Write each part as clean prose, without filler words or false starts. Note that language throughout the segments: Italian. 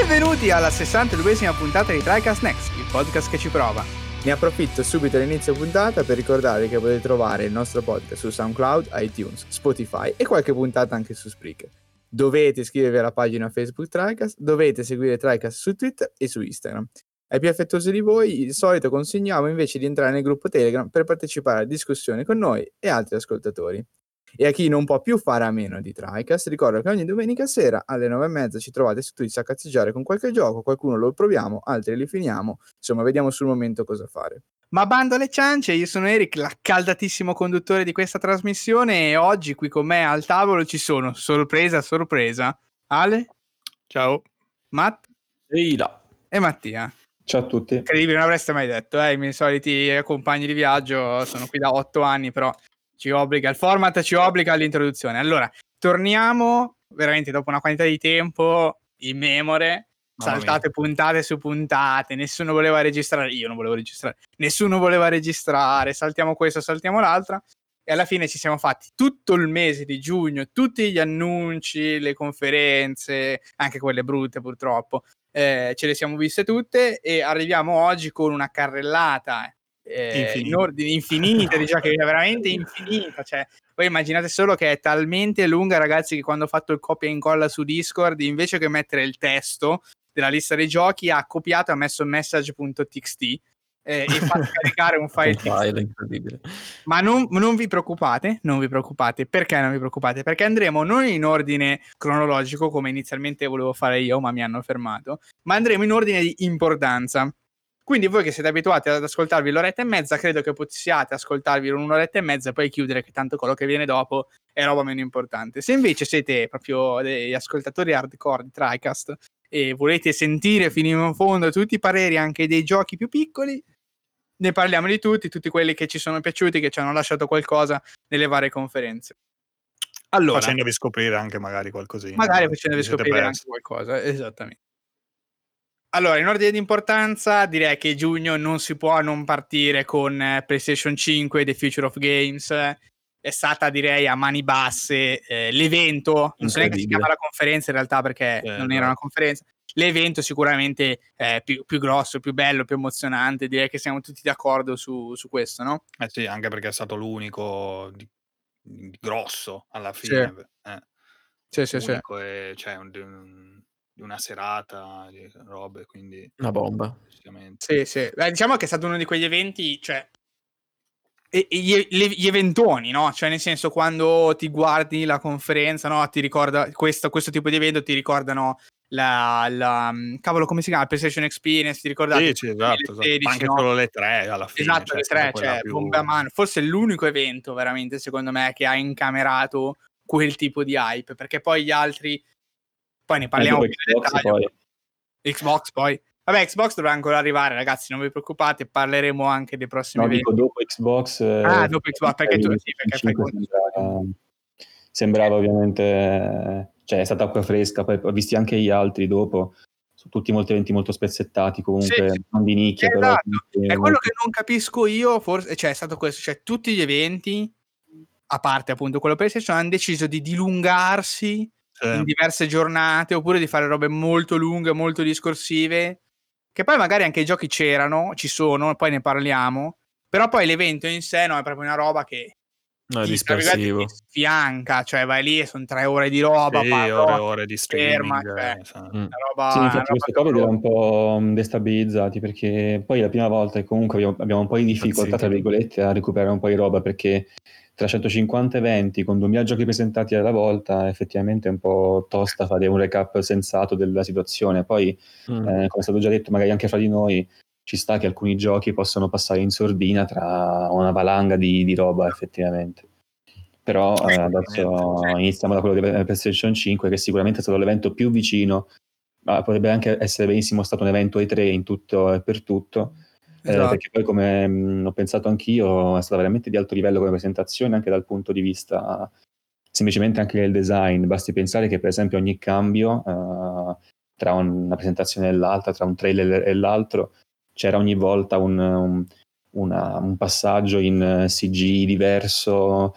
Benvenuti alla 62esima puntata di TriCast Next, il podcast che ci prova. Ne approfitto subito all'inizio puntata per ricordare che potete trovare il nostro podcast su SoundCloud, iTunes, Spotify e qualche puntata anche su Spreaker. Dovete iscrivervi alla pagina Facebook TriCast, dovete seguire TriCast su Twitter e su Instagram. Ai più affettuosi di voi, il solito consigliamo invece di entrare nel gruppo Telegram per partecipare alla discussione con noi e altri ascoltatori. E a chi non può più fare a meno di TriCast, ricordo che ogni domenica sera alle 9:30 ci trovate su Twitch a cazzeggiare con qualche gioco, qualcuno lo proviamo, altri li finiamo, insomma vediamo sul momento cosa fare. Ma bando alle ciance, io sono Eric, l'accaldatissimo conduttore di questa trasmissione e oggi qui con me al tavolo ci sono, sorpresa, Ale, ciao, Matt ehi là e Mattia. Ciao a tutti. Incredibile, non avreste mai detto, i miei soliti compagni di viaggio, sono qui da 8 anni, però il format ci obbliga all'introduzione. Allora, torniamo veramente dopo una quantità di tempo in memore, saltate puntate su puntate, nessuno voleva registrare, io non volevo registrare, nessuno voleva registrare, saltiamo questo, saltiamo l'altra, e alla fine ci siamo fatti tutto il mese di giugno, tutti gli annunci, le conferenze, anche quelle brutte purtroppo, ce le siamo viste tutte e arriviamo oggi con una carrellata in ordine infinita di giochi, veramente infinita, cioè voi immaginate solo che è talmente lunga, ragazzi, che quando ho fatto il copia e incolla su Discord, invece che mettere il testo della lista dei giochi, ha copiato e ha messo message.txt e fatto caricare un file incredibile. Ma non vi preoccupate, perché non vi preoccupate? Perché andremo non in ordine cronologico come inizialmente volevo fare io, ma mi hanno fermato, ma andremo in ordine di importanza. Quindi voi che siete abituati ad ascoltarvi l'oretta e mezza, credo che possiate ascoltarvi un'oretta e mezza e poi chiudere, che tanto quello che viene dopo è roba meno importante. Se invece siete proprio degli ascoltatori hardcore di TriCast e volete sentire fino in fondo tutti i pareri anche dei giochi più piccoli, ne parliamo di tutti quelli che ci sono piaciuti, che ci hanno lasciato qualcosa nelle varie conferenze. Allora, facendovi scoprire anche magari qualcosina. Magari facendovi scoprire anche qualcosa, esattamente. Allora, in ordine di importanza, direi che giugno non si può non partire con PlayStation 5, The Future of Games. È stata, direi, a mani basse l'evento, non so neanche si chiama la conferenza in realtà perché non era una conferenza. L'evento sicuramente più grosso, più bello, più emozionante, direi che siamo tutti d'accordo su questo, no? Sì, anche perché è stato l'unico di grosso alla fine. Sì. Unico e cioè di una serata, di robe, quindi una bomba. Sì. Diciamo che è stato uno di quegli eventi, cioè gli eventoni, no? Cioè nel senso, quando ti guardi la conferenza, no? Ti ricorda questo tipo di evento, ti ricordano la cavolo, come si chiama? PlayStation Experience, ti ricordate? Sì, esatto. 2016, Anche no? solo le 3 alla fine. Esatto, le 3, cioè bombe a mano. Forse è l'unico evento veramente, secondo me, che ha incamerato quel tipo di hype, perché poi gli altri, poi ne parliamo più in dettaglio. Xbox poi. Vabbè, Xbox dovrà ancora arrivare, ragazzi, non vi preoccupate, parleremo anche dei prossimi eventi. Dico dopo Xbox. Dopo Xbox, perché tu perché fai conto. Sembrava ovviamente, cioè è stata acqua fresca, poi ho visti anche gli altri dopo, sono tutti molti eventi molto spezzettati, comunque non di nicchia, però è quello che non capisco io, forse, cioè è stato questo, cioè tutti gli eventi, a parte appunto quello PlayStation, hanno deciso di dilungarsi in diverse giornate, oppure di fare robe molto lunghe, molto discorsive, che poi magari anche i giochi ci sono, poi ne parliamo, però poi l'evento in sé no, è proprio una roba che è dispersivo, ti sfianca, cioè vai lì e sono 3 ore di roba, ore di streaming, roba, sì, infatti questo Covid era un po' destabilizzati, perché poi la prima volta che comunque abbiamo un po' di difficoltà, tra virgolette, a recuperare un po' di roba, perché tra 150 eventi con 2000 giochi presentati alla volta effettivamente è un po' tosta fare un recap sensato della situazione. Poi come è stato già detto magari anche fra di noi, ci sta che alcuni giochi possono passare in sordina tra una valanga di roba effettivamente. Però adesso iniziamo da quello di PlayStation 5, che sicuramente è stato l'evento più vicino, ma potrebbe anche essere benissimo stato un evento E3 in tutto e per tutto. Perché poi, come ho pensato anch'io, è stata veramente di alto livello come presentazione, anche dal punto di vista semplicemente anche del design. Basti pensare che per esempio ogni cambio tra una presentazione e l'altra, tra un trailer e l'altro, c'era ogni volta un passaggio in CG diverso,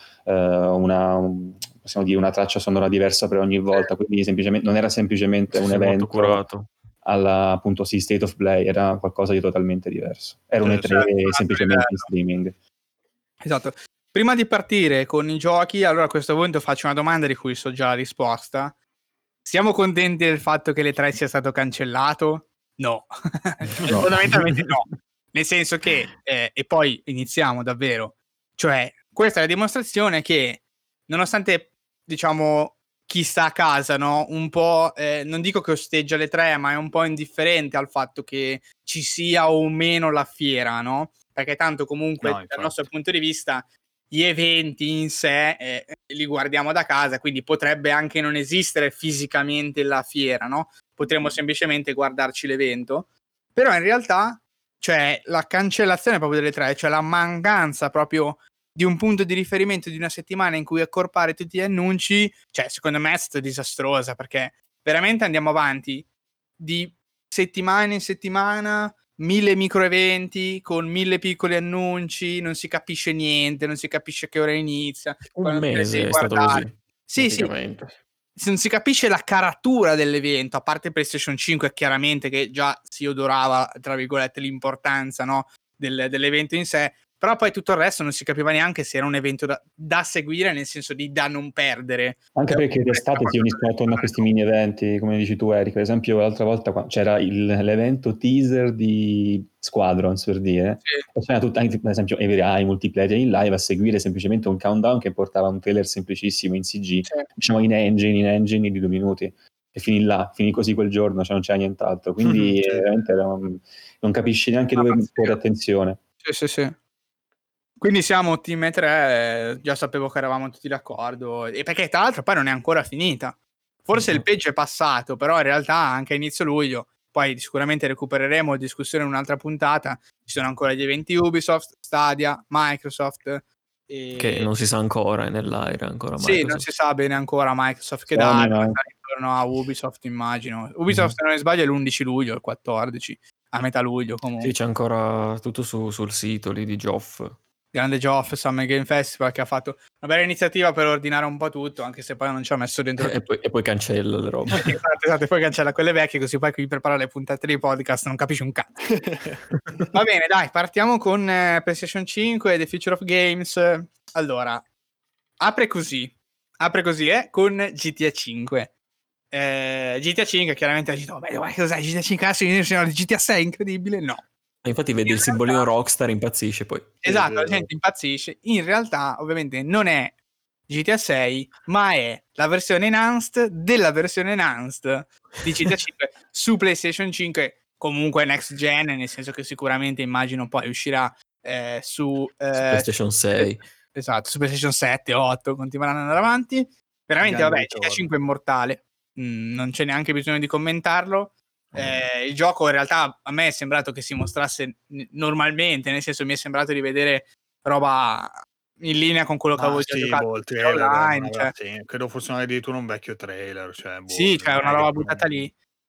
possiamo dire una traccia sonora diversa per ogni volta, quindi semplicemente non era semplicemente un evento curato. appunto State of Play, era qualcosa di totalmente diverso. Era un E3 semplicemente in streaming. Esatto. Prima di partire con i giochi, allora a questo punto faccio una domanda di cui so già la risposta. Siamo contenti del fatto che l'E3 sia stato cancellato? No. Fondamentalmente no. Nel senso che, e poi iniziamo davvero, cioè questa è la dimostrazione che nonostante, diciamo, chi sta a casa, no, un po', non dico che osteggia l'E3, ma è un po' indifferente al fatto che ci sia o meno la fiera, no? Perché tanto comunque dal nostro punto di vista gli eventi in sé li guardiamo da casa, quindi potrebbe anche non esistere fisicamente la fiera, no? Potremmo semplicemente guardarci l'evento, però in realtà, cioè, la cancellazione proprio delle 3, cioè la mancanza proprio di un punto di riferimento di una settimana in cui accorpare tutti gli annunci, cioè, secondo me è stata disastrosa, perché veramente andiamo avanti di settimana in settimana, 1000 micro eventi con 1000 piccoli annunci, non si capisce niente, non si capisce che ora inizia. Un mese è stato così. Sì, sì. Non si capisce la caratura dell'evento, a parte PlayStation 5 chiaramente che già si odorava, tra virgolette, l'importanza, no, dell'evento in sé, però poi tutto il resto non si capiva neanche se era un evento da seguire, nel senso di da non perdere. Anche perché d'estate si uniscono attorno a questi mini eventi, come dici tu Eric. Per esempio l'altra volta c'era l'evento teaser di Squadrons, per dire, e c'era anche, per esempio, i multiplayer in live a seguire semplicemente un countdown che portava un trailer semplicissimo in CG, diciamo in engine di 2 minuti, e finì così quel giorno, cioè non c'era nient'altro, quindi veramente non capisci neanche dove porre attenzione. Sì. Quindi siamo team E3, già sapevo che eravamo tutti d'accordo, e perché tra l'altro poi non è ancora finita. Forse il peggio è passato, però in realtà anche a inizio luglio, poi sicuramente recupereremo discussione in un'altra puntata, ci sono ancora gli eventi Ubisoft, Stadia, Microsoft. Che non si sa ancora, è nell'aria ancora Microsoft. Sì, non si sa bene ancora Microsoft che dà intorno a Ubisoft, immagino. Ubisoft, se non mi sbaglio, è l'11 luglio, il 14, a metà luglio comunque. Sì, c'è ancora tutto sul sito lì di Geoff. Grande Geoff, Summer Game Festival, che ha fatto una bella iniziativa per ordinare un po' tutto, anche se poi non ci ha messo dentro e poi cancella le robe. esatto, e poi cancella quelle vecchie, così poi qui prepara le puntate di podcast non capisci un cazzo. Va bene, dai, partiamo con PlayStation 5 e The Future of Games. Allora, apre così con GTA 5. GTA 5 chiaramente ha detto, vabbè, cos'è GTA 5? Adesso GTA 6, incredibile, no. Infatti vedi il simbolino Rockstar, impazzisce poi. Esatto, la gente impazzisce. In realtà, ovviamente, non è GTA 6, ma è la versione enhanced della versione enhanced di GTA 5 su PlayStation 5, comunque next gen, nel senso che sicuramente immagino poi uscirà su PlayStation 6. Esatto, su PlayStation 7, 8, continueranno ad andare avanti. Veramente, vabbè, GTA 5 è immortale. Non c'è neanche bisogno di commentarlo. Il gioco in realtà a me è sembrato che si mostrasse normalmente, nel senso mi è sembrato di vedere roba in linea con quello che avevo già giocato online, credo fosse addirittura un vecchio trailer, cioè una roba buttata lì.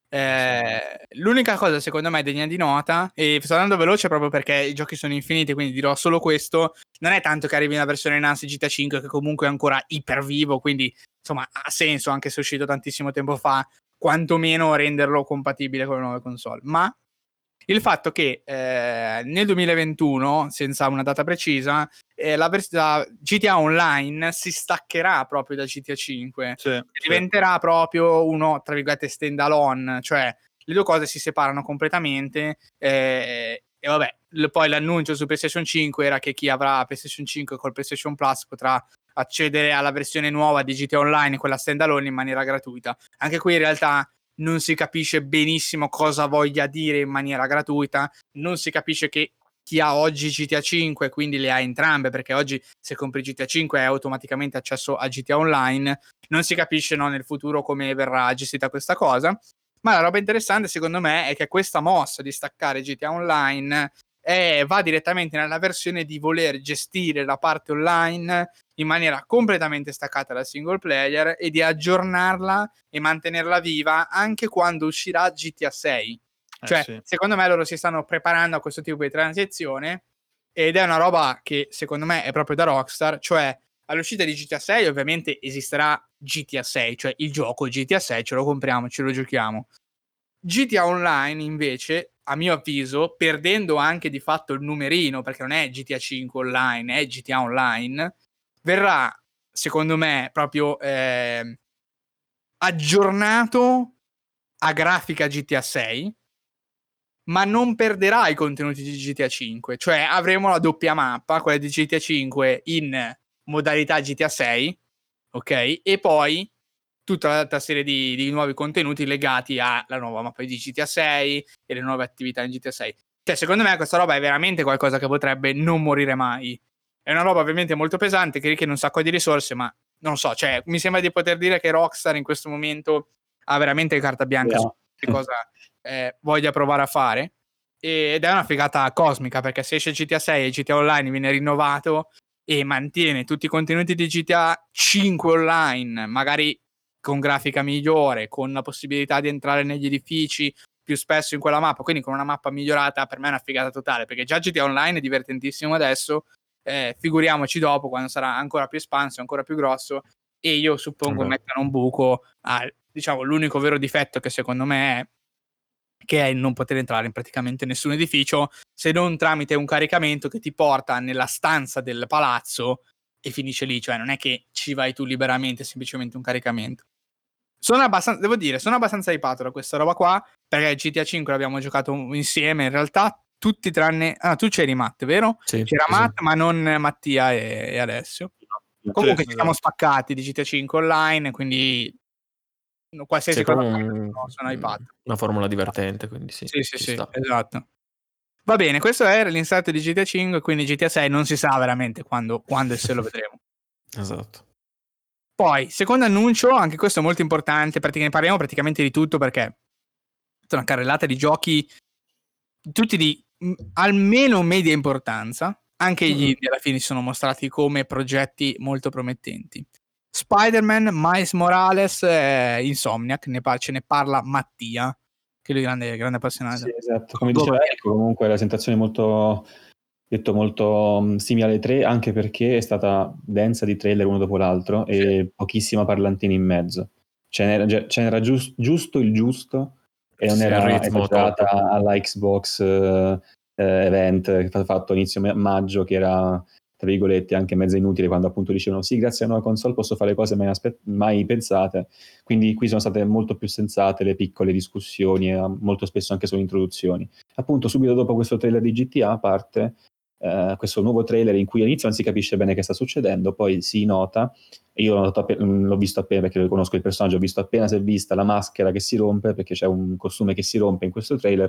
L'unica cosa secondo me degna di nota, e sto andando veloce proprio perché i giochi sono infiniti, quindi dirò solo questo, non è tanto che arrivi una versione enhanced GTA 5 che comunque è ancora iper vivo, quindi insomma ha senso anche se è uscito tantissimo tempo fa, quantomeno renderlo compatibile con le nuove console, ma il fatto che nel 2021, senza una data precisa, la GTA Online si staccherà proprio da GTA 5, diventerà proprio uno, tra virgolette, stand-alone, cioè le due cose si separano completamente, e vabbè, poi l'annuncio su PlayStation 5 era che chi avrà PlayStation 5 col PlayStation Plus potrà accedere alla versione nuova di GTA Online, quella stand-alone, in maniera gratuita. Anche qui in realtà non si capisce benissimo cosa voglia dire in maniera gratuita, non si capisce che chi ha oggi GTA 5 quindi le ha entrambe, perché oggi se compri GTA 5 hai automaticamente accesso a GTA Online, non si capisce nel futuro come verrà gestita questa cosa, ma la roba interessante secondo me è che questa mossa di staccare GTA Online va direttamente nella versione di voler gestire la parte online in maniera completamente staccata dal single player e di aggiornarla e mantenerla viva anche quando uscirà GTA 6. Cioè, secondo me loro si stanno preparando a questo tipo di transizione ed è una roba che secondo me è proprio da Rockstar, cioè all'uscita di GTA 6 ovviamente esisterà GTA 6, cioè il gioco GTA 6 ce lo compriamo, ce lo giochiamo. GTA Online invece, a mio avviso, perdendo anche di fatto il numerino, perché non è GTA 5 Online, è GTA Online, verrà, secondo me, proprio aggiornato a grafica GTA 6, ma non perderà i contenuti di GTA 5. Cioè avremo la doppia mappa, quella di GTA 5 in modalità GTA 6, ok? E poi tutta l'altra serie di nuovi contenuti legati alla nuova mappa di GTA 6 e le nuove attività in GTA 6. Cioè, secondo me questa roba è veramente qualcosa che potrebbe non morire mai. È una roba ovviamente molto pesante, che richiede un sacco di risorse, ma non lo so, cioè, mi sembra di poter dire che Rockstar in questo momento ha veramente carta bianca su che cosa voglia provare a fare. Ed è una figata cosmica, perché se esce GTA 6 e GTA Online viene rinnovato e mantiene tutti i contenuti di GTA 5 Online, magari con grafica migliore, con la possibilità di entrare negli edifici più spesso in quella mappa, quindi con una mappa migliorata, per me è una figata totale, perché già GTA Online è divertentissimo adesso, figuriamoci dopo quando sarà ancora più espanso, ancora più grosso, e io suppongo mettano un buco diciamo l'unico vero difetto che secondo me è, che è il non poter entrare in praticamente nessun edificio se non tramite un caricamento che ti porta nella stanza del palazzo e finisce lì, cioè non è che ci vai tu liberamente, è semplicemente un caricamento. Devo dire, sono abbastanza hypato da questa roba qua, perché GTA 5 l'abbiamo giocato insieme, in realtà tutti tranne... Ah, tu c'eri Matt, vero? Sì, C'era sì, Matt, ma non Mattia e Alessio. Comunque ci siamo spaccati di GTA 5 online, quindi qualsiasi sì, cosa proprio sono hypato. una formula divertente, quindi sì, Sì, ci sta. esatto. Va bene, questo era l'insert di GTA 5, quindi GTA 6 non si sa veramente quando e se lo vedremo. Esatto. Poi, secondo annuncio, anche questo è molto importante, perché ne parliamo praticamente di tutto, perché è una carrellata di giochi tutti di almeno media importanza, anche gli indie alla fine si sono mostrati come progetti molto promettenti. Spider-Man, Miles Morales, Insomniac, ce ne parla Mattia, che lui è grande appassionato. Sì, esatto, come diceva Erico, comunque la presentazione molto simile alle 3, anche perché è stata densa di trailer uno dopo l'altro e pochissima parlantina in mezzo. Ce n'era giusto il giusto e non Sì, il era ritmo esagerata top. alla Xbox event che è fatto inizio maggio, che era tra virgolette anche mezza inutile, quando appunto dicevano sì, grazie a una console posso fare cose mai pensate. Quindi qui sono state molto più sensate le piccole discussioni e molto spesso anche solo introduzioni. Appunto subito dopo questo trailer di GTA parte questo nuovo trailer in cui all'inizio non si capisce bene che sta succedendo, poi si nota, e io l'ho visto appena perché lo conosco il personaggio, ho visto appena si è vista la maschera che si rompe, perché c'è un costume che si rompe in questo trailer,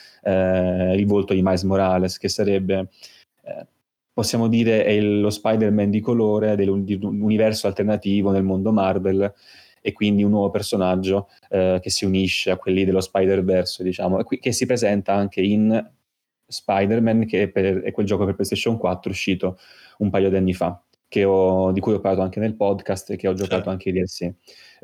il volto di Miles Morales, che sarebbe possiamo dire è lo Spider-Man di colore di un universo alternativo nel mondo Marvel, e quindi un nuovo personaggio che si unisce a quelli dello Spider-Verse, diciamo, e che si presenta anche in Spider-Man, che è quel gioco per PlayStation 4 uscito un paio di anni fa, di cui ho parlato anche nel podcast e che ho giocato anche in DLC.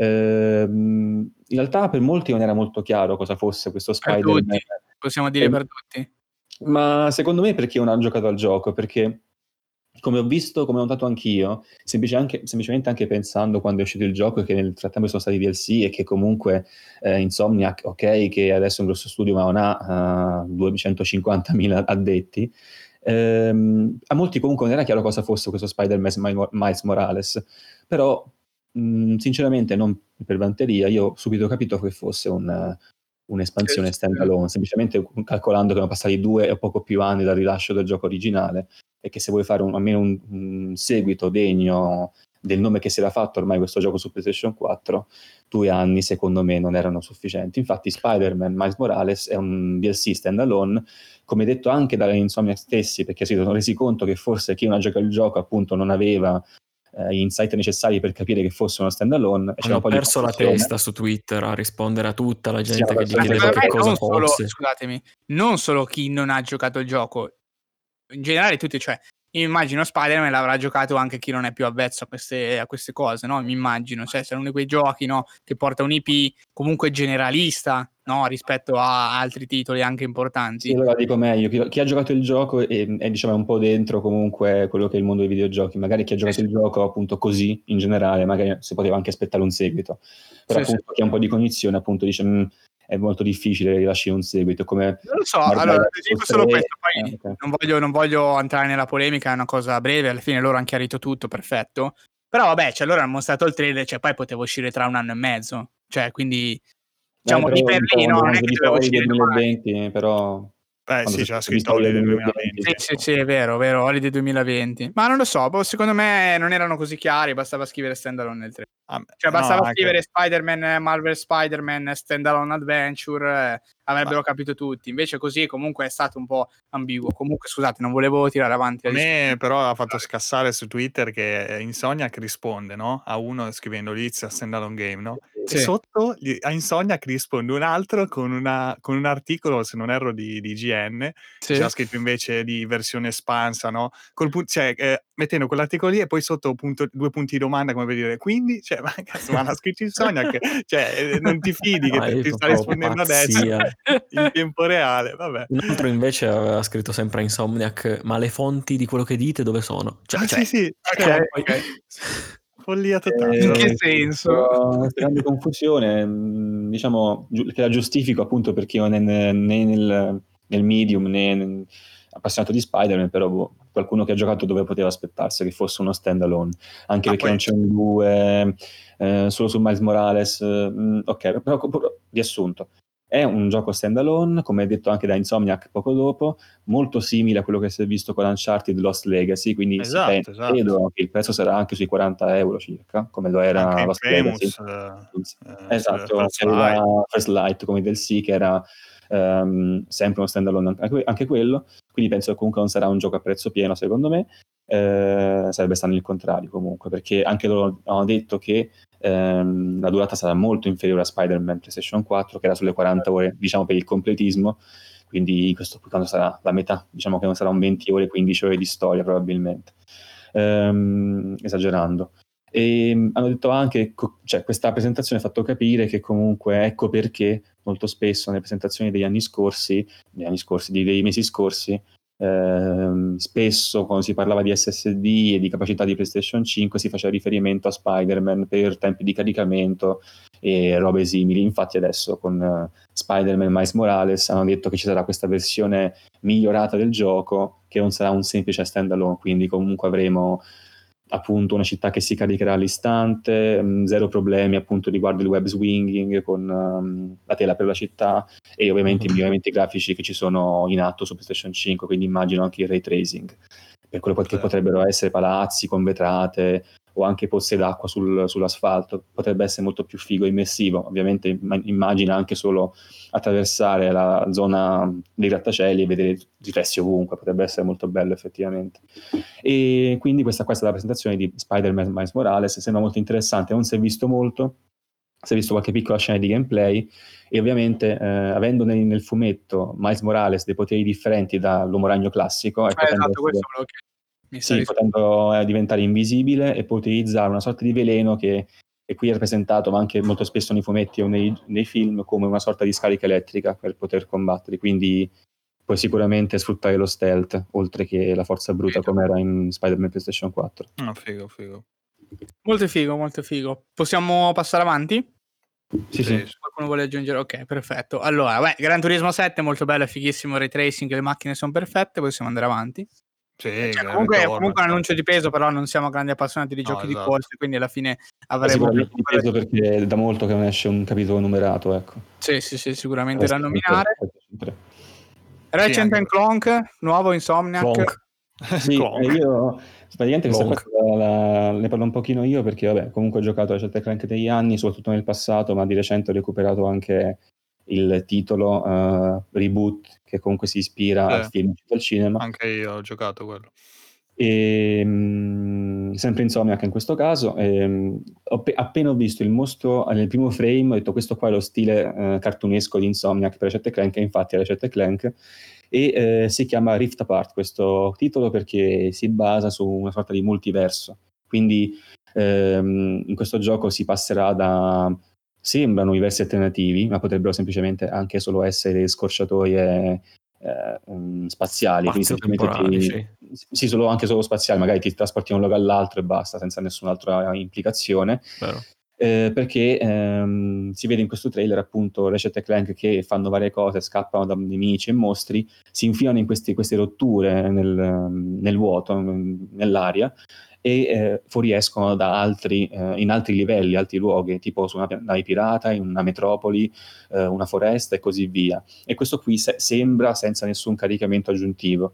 In realtà per molti non era molto chiaro cosa fosse questo Spider-Man. Per tutti, possiamo dire per tutti. Ma secondo me perché non ha giocato al gioco? Perché come ho notato anch'io, semplicemente anche pensando quando è uscito il gioco che nel frattempo sono stati DLC e che comunque Insomniac, ok, che adesso è un grosso studio ma non ha 250.000 addetti, a molti comunque non era chiaro cosa fosse questo Spider-Man Miles Morales, però sinceramente non per vanteria, io ho subito capito che fosse un'espansione standalone, semplicemente calcolando che erano passati 2 o poco più anni dal rilascio del gioco originale, e che se vuoi fare almeno un seguito degno del nome che si era fatto ormai questo gioco su PlayStation 4, 2 anni secondo me non erano sufficienti. Infatti Spider-Man Miles Morales è un DLC standalone, come detto anche dagli Insomniac stessi, perché si sono resi conto che forse chi non ha giocato il gioco appunto non aveva gli insight necessari per capire che fosse uno standalone. Hanno perso la testa su Twitter a rispondere a tutta la gente che gli chiedeva che cosa fosse. Scusatemi, non solo chi non ha giocato il gioco, in generale tutti, cioè io immagino Spider-Man l'avrà giocato anche chi non è più avvezzo a queste cose, no? Mi immagino, cioè se è uno di quei giochi, no, che porta un IP comunque generalista, no, rispetto a altri titoli anche importanti. Sì, allora dico meglio, chi ha giocato il gioco e diciamo un po' dentro comunque quello che è il mondo dei videogiochi, magari chi ha giocato il gioco appunto così in generale, magari si poteva anche aspettare un seguito, però appunto chi ha un po' di cognizione appunto dice è molto difficile rilasciare un seguito. Come non lo so, allora dico solo questo, poi okay. non voglio entrare nella polemica, è una cosa breve, alla fine loro hanno chiarito tutto, perfetto. Però vabbè, cioè loro hanno mostrato il trailer, cioè poi poteva uscire tra 1 anno e mezzo, cioè quindi diciamo lì per lì, no, non è che doveva uscire 2020, però sì, c'era scritto Holiday 2020. Sì, è vero, Holiday 2020. Ma non lo so, secondo me non erano così chiari, bastava scrivere standalone nel trailer. Cioè bastava scrivere Spider-Man, Marvel Spider-Man, standalone adventure, avrebbero capito tutti. Invece così comunque è stato un po' ambiguo. Comunque scusate, non volevo tirare avanti. A me però ha fatto scassare su Twitter che Insomniac risponde, no? A uno scrivendo It's a standalone game, no? Sì. E sotto a Insomniac risponde un altro con un articolo, se non erro, di IGN, sì. C'era scritto invece di versione espansa, no? Mettendo quell'articolo lì e poi sotto 2 punti di domanda, come per dire, quindi, cioè, ma cazzo, ma l'ha scritto Insomniac, cioè, non ti fidi che ti sta rispondendo adesso in tempo reale, vabbè. Un altro invece aveva scritto sempre a Insomniac, ma le fonti di quello che dite dove sono? Sì. Okay. Follia totale. In che senso? Grande confusione, diciamo che la giustifico appunto perché io né nel medium né appassionato di Spider-Man, però qualcuno che ha giocato dove poteva aspettarsi che fosse uno standalone, anche perché non c'è un 2 solo su Miles Morales, ok, però riassunto. È un gioco standalone, come detto anche da Insomniac poco dopo, molto simile a quello che si è visto con Uncharted Lost Legacy, quindi esatto. Credo che il prezzo sarà anche sui €40 circa, come lo era Lost Legacy. Esatto, First Light come DLC, che era sempre uno standalone anche quello, quindi penso che comunque non sarà un gioco a prezzo pieno, secondo me. Sarebbe stato il contrario comunque, perché anche loro hanno detto che la durata sarà molto inferiore a Spider-Man PlayStation 4, che era sulle 40 ore, diciamo, per il completismo, quindi questo quando sarà la metà, diciamo che non sarà un 20 ore, 15 ore di storia probabilmente, esagerando. E hanno detto anche, cioè questa presentazione ha fatto capire che comunque ecco perché molto spesso nelle presentazioni dei mesi scorsi, spesso quando si parlava di SSD e di capacità di PlayStation 5 si faceva riferimento a Spider-Man per tempi di caricamento e robe simili. Infatti adesso con Spider-Man Miles Morales hanno detto che ci sarà questa versione migliorata del gioco, che non sarà un semplice standalone, quindi comunque avremo appunto una città che si caricherà all'istante, zero problemi appunto riguardo il web swinging con la tela per la città e ovviamente i miglioramenti grafici che ci sono in atto su PlayStation 5, quindi immagino anche il ray tracing per quello che potrebbero essere palazzi con vetrate o anche pozze d'acqua sull'asfalto. Potrebbe essere molto più figo e immersivo. Ovviamente immagina anche solo attraversare la zona dei grattacieli e vedere riflessi ovunque, potrebbe essere molto bello effettivamente. E quindi questa è la presentazione di Spider-Man Miles Morales, sembra molto interessante, non si è visto molto, si è visto qualche piccola scena di gameplay e ovviamente avendo nel fumetto Miles Morales dei poteri differenti dall'Uomo Ragno classico, potendo diventare invisibile e può utilizzare una sorta di veleno che è qui rappresentato, ma anche molto spesso nei fumetti o nei film, come una sorta di scarica elettrica per poter combattere, quindi puoi sicuramente sfruttare lo stealth oltre che la forza bruta come era in Spider-Man PlayStation 4. Figo. Molto figo. Possiamo passare avanti? Sì. Qualcuno vuole aggiungere? Ok, perfetto. Allora, Gran Turismo 7 è molto bello, è fighissimo, ray tracing, le macchine sono perfette, possiamo andare avanti. Sì, comunque un annuncio di peso, però non siamo grandi appassionati di giochi di corse, quindi alla fine avremo sicuramente di peso perché è da molto che non esce un capitolo numerato, ecco. Sì, sicuramente da nominare. Ratchet & Clank, nuovo Insomniac. Sì, io praticamente questa cosa ne parlo un pochino io perché vabbè, comunque ho giocato a Ratchet & Clank degli anni, soprattutto nel passato, ma di recente ho recuperato anche il titolo Reboot, che comunque si ispira al film al cinema. Anche io ho giocato quello. E sempre Insomniac in questo caso, appena ho visto il mostro nel primo frame ho detto questo qua è lo stile cartunesco di Insomniac per Ratchet & Clank, e infatti è Ratchet & Clank e si chiama Rift Apart questo titolo perché si basa su una sorta di multiverso, quindi in questo gioco si passerà da sembrano universi alternativi, ma potrebbero semplicemente anche solo essere scorciatoie spaziali, quindi semplicemente anche solo spaziali, magari ti trasporti da un luogo all'altro e basta, senza nessun'altra implicazione. perché si vede in questo trailer appunto Ratchet e Clank che fanno varie cose, scappano da nemici e mostri, si infilano in queste rotture nel vuoto, nell'aria, e fuoriescono in altri livelli, altri luoghi, tipo su una nave pirata, in una metropoli, una foresta e così via. E questo qui sembra senza nessun caricamento aggiuntivo.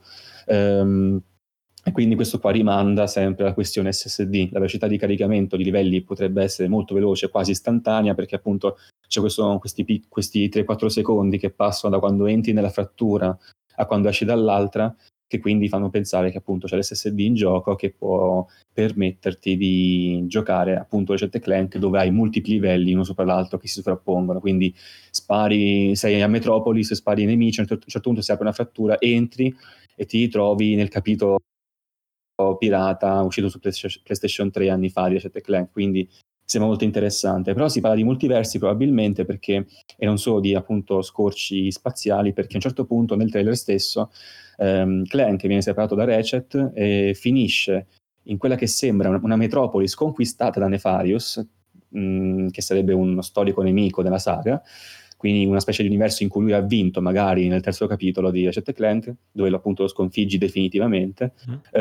E quindi questo qua rimanda sempre alla questione SSD. La velocità di caricamento di livelli potrebbe essere molto veloce, quasi istantanea, perché appunto c'è questi 3-4 secondi che passano da quando entri nella frattura a quando esci dall'altra, che quindi fanno pensare che appunto c'è l'SSD in gioco che può permetterti di giocare appunto Ratchet & Clank, dove hai multipli livelli uno sopra l'altro che si sovrappongono, quindi sei a Metropolis, spari ai nemici, a un certo punto si apre una frattura, entri e ti ritrovi nel capitolo pirata uscito su PlayStation 3 anni fa di Ratchet & Clank, quindi sembra molto interessante. Però si parla di multiversi probabilmente, perché, e non solo di appunto scorci spaziali, perché a un certo punto nel trailer stesso Clank viene separato da Ratchet e finisce in quella che sembra una metropoli sconquistata da Nefarious, che sarebbe uno storico nemico della saga, quindi una specie di universo in cui lui ha vinto magari nel terzo capitolo di Ratchet & Clank, dove appunto lo sconfiggi definitivamente.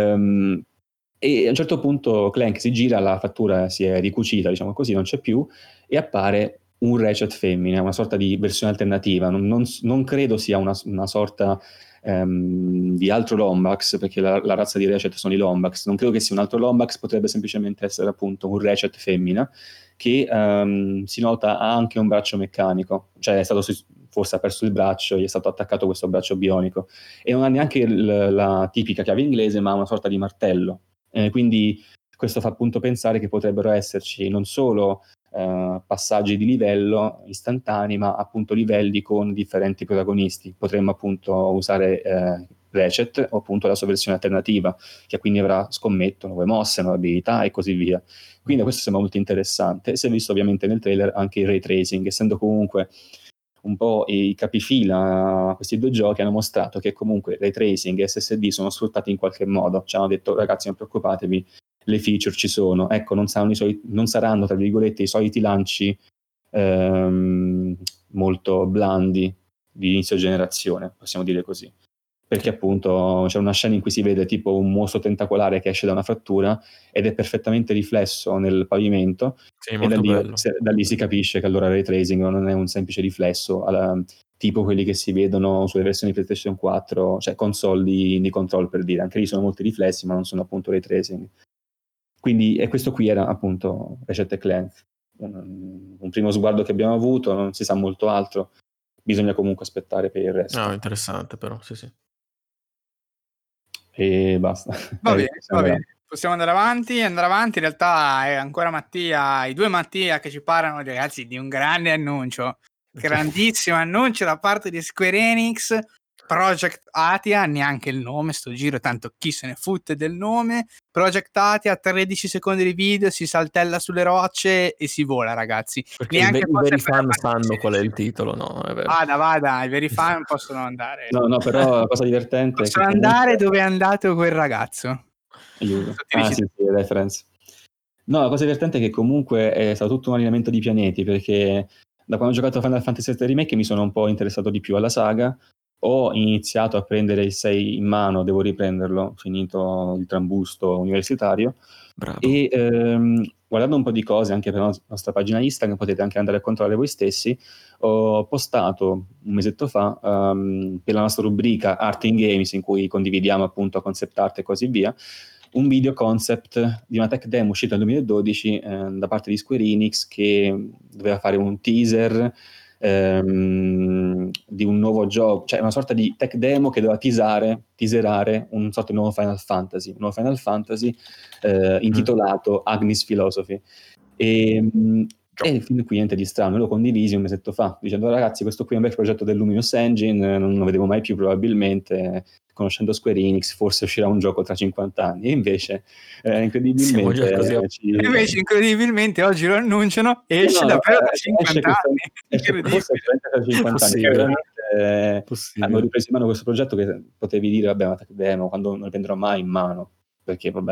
E a un certo punto Clank si gira, la fattura si è ricucita, diciamo così, non c'è più, e appare un Ratchet femmina, una sorta di versione alternativa. Non credo sia una sorta di altro Lombax, perché la razza di Ratchet sono i Lombax. Non credo che sia un altro Lombax, potrebbe semplicemente essere appunto un Ratchet femmina, che si nota ha anche un braccio meccanico, cioè è stato forse ha perso il braccio, gli è stato attaccato questo braccio bionico, e non ha neanche la tipica chiave inglese, ma una sorta di martello. Quindi questo fa appunto pensare che potrebbero esserci non solo passaggi di livello istantanei, ma appunto livelli con differenti protagonisti. Potremmo appunto usare Ratchet o appunto la sua versione alternativa, che quindi avrà, scommetto, nuove mosse, nuove abilità e così via. Quindi questo sembra molto interessante. Si è visto ovviamente nel trailer anche il ray tracing, essendo comunque un po' i capifila questi due giochi, hanno mostrato che comunque ray tracing e SSD sono sfruttati in qualche modo. Ci hanno detto: ragazzi, non preoccupatevi, le feature ci sono. Ecco, non saranno tra virgolette i soliti lanci molto blandi di inizio generazione, possiamo dire così, perché appunto c'è una scena in cui si vede tipo un mostro tentacolare che esce da una frattura ed è perfettamente riflesso nel pavimento, sì, e da lì si capisce che allora il ray tracing non è un semplice riflesso tipo quelli che si vedono sulle versioni PlayStation 4, cioè console di control, per dire. Anche lì sono molti riflessi, ma non sono appunto ray tracing. Quindi, e questo qui era appunto Ratchet & Clank. Un primo sguardo che abbiamo avuto, non si sa molto altro, bisogna comunque aspettare per il resto. No, interessante però, sì. E basta. Va bene. Possiamo andare avanti. In realtà è ancora Mattia, i due Mattia che ci parlano, ragazzi, di un grande annuncio, grandissimo annuncio da parte di Square Enix, Project Athia, neanche il nome sto giro, tanto chi se ne fotte del nome. Project Athia, 13 secondi di video, si saltella sulle rocce e si vola, ragazzi. Perché i veri fan sanno qual è il titolo, no? È vero. Vada, i veri fan possono andare. No, però la cosa divertente possono andare dove è andato quel ragazzo. Aiuto. Sì, reference. No, la cosa divertente è che comunque è stato tutto un allineamento di pianeti, perché da quando ho giocato a Final Fantasy VII Remake mi sono un po' interessato di più alla saga. Ho iniziato a prendere il 6 in mano, devo riprenderlo, finito il trambusto universitario. Bravo. E guardando un po' di cose anche per la nostra pagina Instagram, potete anche andare a controllare voi stessi, ho postato un mesetto fa per la nostra rubrica Art in Games, in cui condividiamo appunto concept art e così via, un video concept di una tech demo uscita nel 2012 da parte di Square Enix, che doveva fare un teaser di un nuovo gioco, cioè una sorta di tech demo che doveva teaserare un sorta di nuovo Final Fantasy intitolato Agnes Philosophy. E fin qui niente di strano. Lo condivisi un mesetto fa dicendo: ragazzi, questo qui è un bel progetto del Luminous Engine, non lo vedevo mai più probabilmente, conoscendo Square Enix forse uscirà un gioco tra 50 anni, e invece incredibilmente oggi lo annunciano e esce davvero tra 50 anni. Forse tra 50 anni. Veramente hanno ripreso in mano questo progetto che potevi dire: vabbè, ma demo, quando non lo prenderò mai in mano, perché vabbè,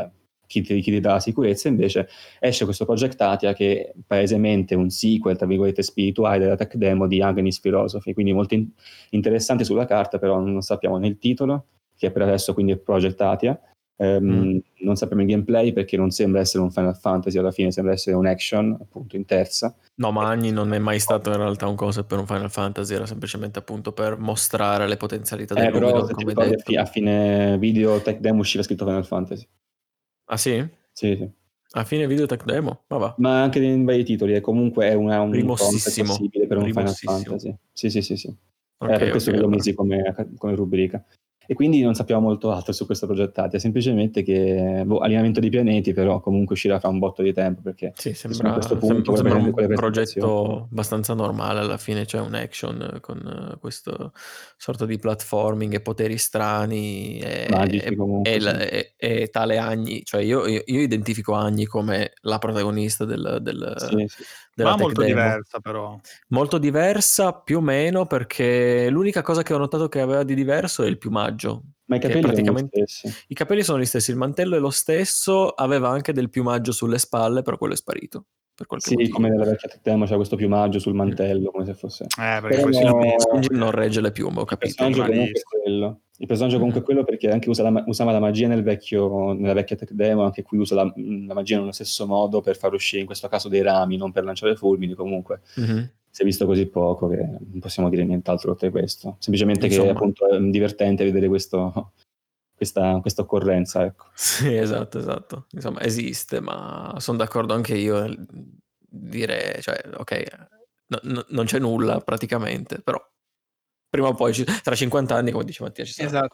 chi ti dà la sicurezza. Invece esce questo Project Atia che è palesemente un sequel, tra virgolette, spirituale della tech demo di Agnes Philosophy, quindi molto interessante sulla carta, però non sappiamo né il titolo, che per adesso quindi è Project Atia. Non sappiamo il gameplay perché non sembra essere un Final Fantasy, alla fine sembra essere un action, appunto in terza. No, ma Agni non è mai stato in realtà un concept per un Final Fantasy, era semplicemente appunto per mostrare le potenzialità del però Luminor, se ti come ricordi, detto. a fine video tech demo usciva scritto Final Fantasy. Ah sì? Sì. A fine video tech demo? Ma va. Ma anche in vari titoli, e comunque è un concept Rimossissimo. possibile per un Final Rimossissimo. Fantasy. Sì. Ok, Per questo che l'ho allora. mesi come rubrica. E quindi non sappiamo molto altro su questo progettato, è semplicemente che allineamento dei pianeti, però comunque uscirà fra un botto di tempo, perché Sì, a questo punto sembra con le un presentazioni. progetto abbastanza normale, alla fine c'è un action con questo sorta di platforming e poteri strani Magici comunque, e tale Agni, cioè io identifico Agni come la protagonista sì. della Ma tech molto demo. diversa però. Molto diversa più o meno, perché l'unica cosa che ho notato che aveva di diverso è il piumaggio. Ma i Che capelli sono gli praticamente stessi. i capelli sono gli stessi, il mantello è lo stesso, aveva anche del piumaggio sulle spalle, però quello è sparito per qualche Sì, motivo. come nella vecchia tech demo c'è questo piumaggio sul mantello, come se fosse... Perché Però poi Il engine non regge le piume, ho il capito. personaggio comunque è quello. Il personaggio comunque è quello perché anche usava la magia nella vecchia tech demo, anche qui usa la magia nello stesso modo per far uscire in questo caso dei rami, non per lanciare fulmini. Comunque si è visto così poco che non possiamo dire nient'altro oltre questo. Semplicemente che appunto è divertente vedere questa occorrenza, ecco. Sì, esatto. Insomma, esiste, ma sono d'accordo anche io nel dire, cioè, ok, non c'è nulla praticamente, però prima o poi tra 50 anni, come dice Mattia, ci sarà. Esatto.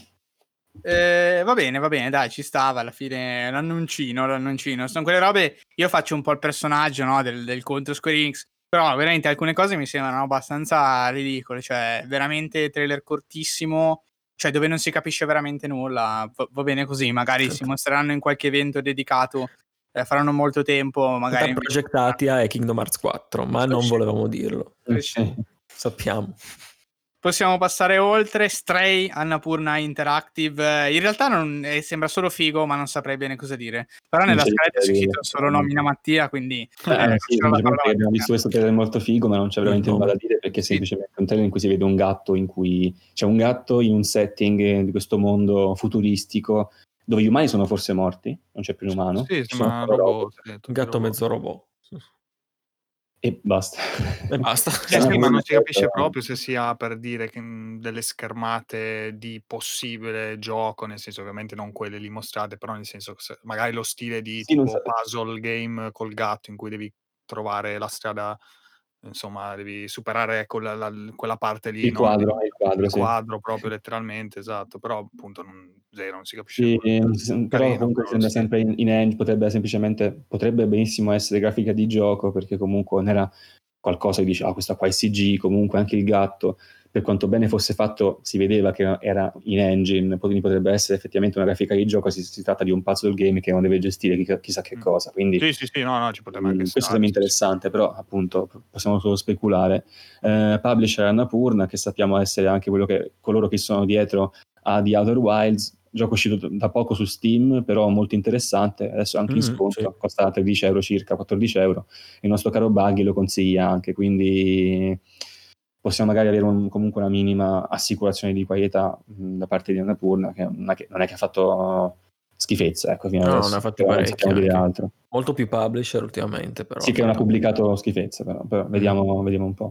Va bene, dai, ci stava alla fine l'annoncino. Sono quelle robe, io faccio un po' il personaggio, no, del contro Square Enix, però veramente alcune cose mi sembrano abbastanza ridicole, cioè veramente trailer cortissimo, cioè dove non si capisce veramente nulla. Va bene così, magari si mostreranno in qualche evento dedicato, faranno molto tempo, magari Project Atia e Kingdom Hearts 4, ma non volevamo dirlo. Sappiamo. Possiamo passare oltre. Stray, Annapurna Interactive. In realtà sembra solo figo, ma non saprei bene cosa dire. Però nella scaletta c'è scritto solo nomina Mattia, quindi... sì, semplicemente abbiamo visto questo trailer molto figo, ma non c'è veramente nulla da dire, perché è semplicemente un trailer in cui si vede un gatto, in cui c'è un gatto in un setting di questo mondo futuristico, dove gli umani sono forse morti, non c'è più un umano. Sì, ma robot. Un gatto mezzo robot. E basta. Ma non si capisce proprio se sia per dire che, delle schermate di possibile gioco, nel senso ovviamente non quelle lì mostrate, però nel senso che magari lo stile di tipo puzzle game col gatto in cui devi trovare la strada, insomma devi superare quella parte lì, il quadro proprio letteralmente, esatto, però appunto non si capisce nulla. Però comunque sembra sempre in engine, potrebbe benissimo essere grafica di gioco, perché comunque non era qualcosa che dice questa qua è CG. Comunque anche il gatto, per quanto bene fosse fatto, si vedeva che era in engine, quindi potrebbe essere effettivamente una grafica di gioco. Si tratta di un puzzle game che non deve gestire chissà che cosa, quindi sì, no, ci potrebbe anche questo sembra interessante, però appunto possiamo solo speculare. Publisher Annapurna, che sappiamo essere anche coloro che sono dietro a The Outer Wilds, gioco uscito da poco su Steam, però molto interessante, adesso anche in sconto, costa 13 euro circa, 14 euro, il nostro caro Buggy lo consiglia anche, quindi possiamo magari avere comunque una minima assicurazione di qualità da parte di Annapurna, che non è che ha fatto schifezza, ecco, fino adesso. Non ha fatto parecchio, dire altro. Molto più publisher ultimamente, però. Sì, che non ha pubblicato schifezza, però vediamo un po'.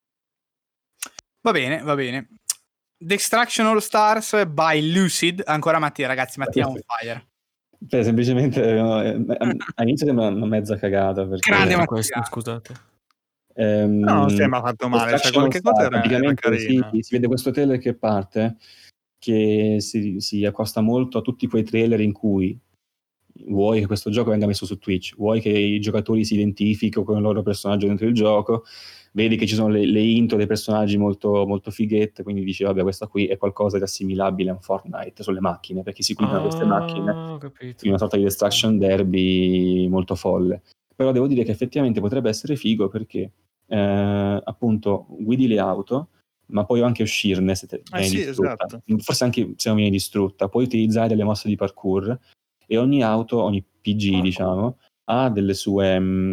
Va bene. Destruction All Stars by Lucid. Ancora Mattia, ragazzi, Mattia on fire. Semplicemente all'inizio sembra una mezza cagata, perché grande questo, scusate. No, non sembra fatto male, cioè qualche cosa era carina. Si vede questo trailer che parte, che si accosta molto a tutti quei trailer in cui vuoi che questo gioco venga messo su Twitch, vuoi che i giocatori si identifichino con il loro personaggio dentro il gioco, vedi che ci sono le intro dei personaggi molto, molto fighette, quindi dici vabbè, questa qui è qualcosa di assimilabile a un Fortnite sulle macchine, perché si guidano queste macchine in una sorta di destruction derby molto folle. Però devo dire che effettivamente potrebbe essere figo, perché appunto guidi le auto, ma puoi anche uscirne se viene distrutta. Esatto. Forse anche se non viene distrutta, puoi utilizzare delle mosse di parkour e ogni auto, ogni PG diciamo, ha delle sue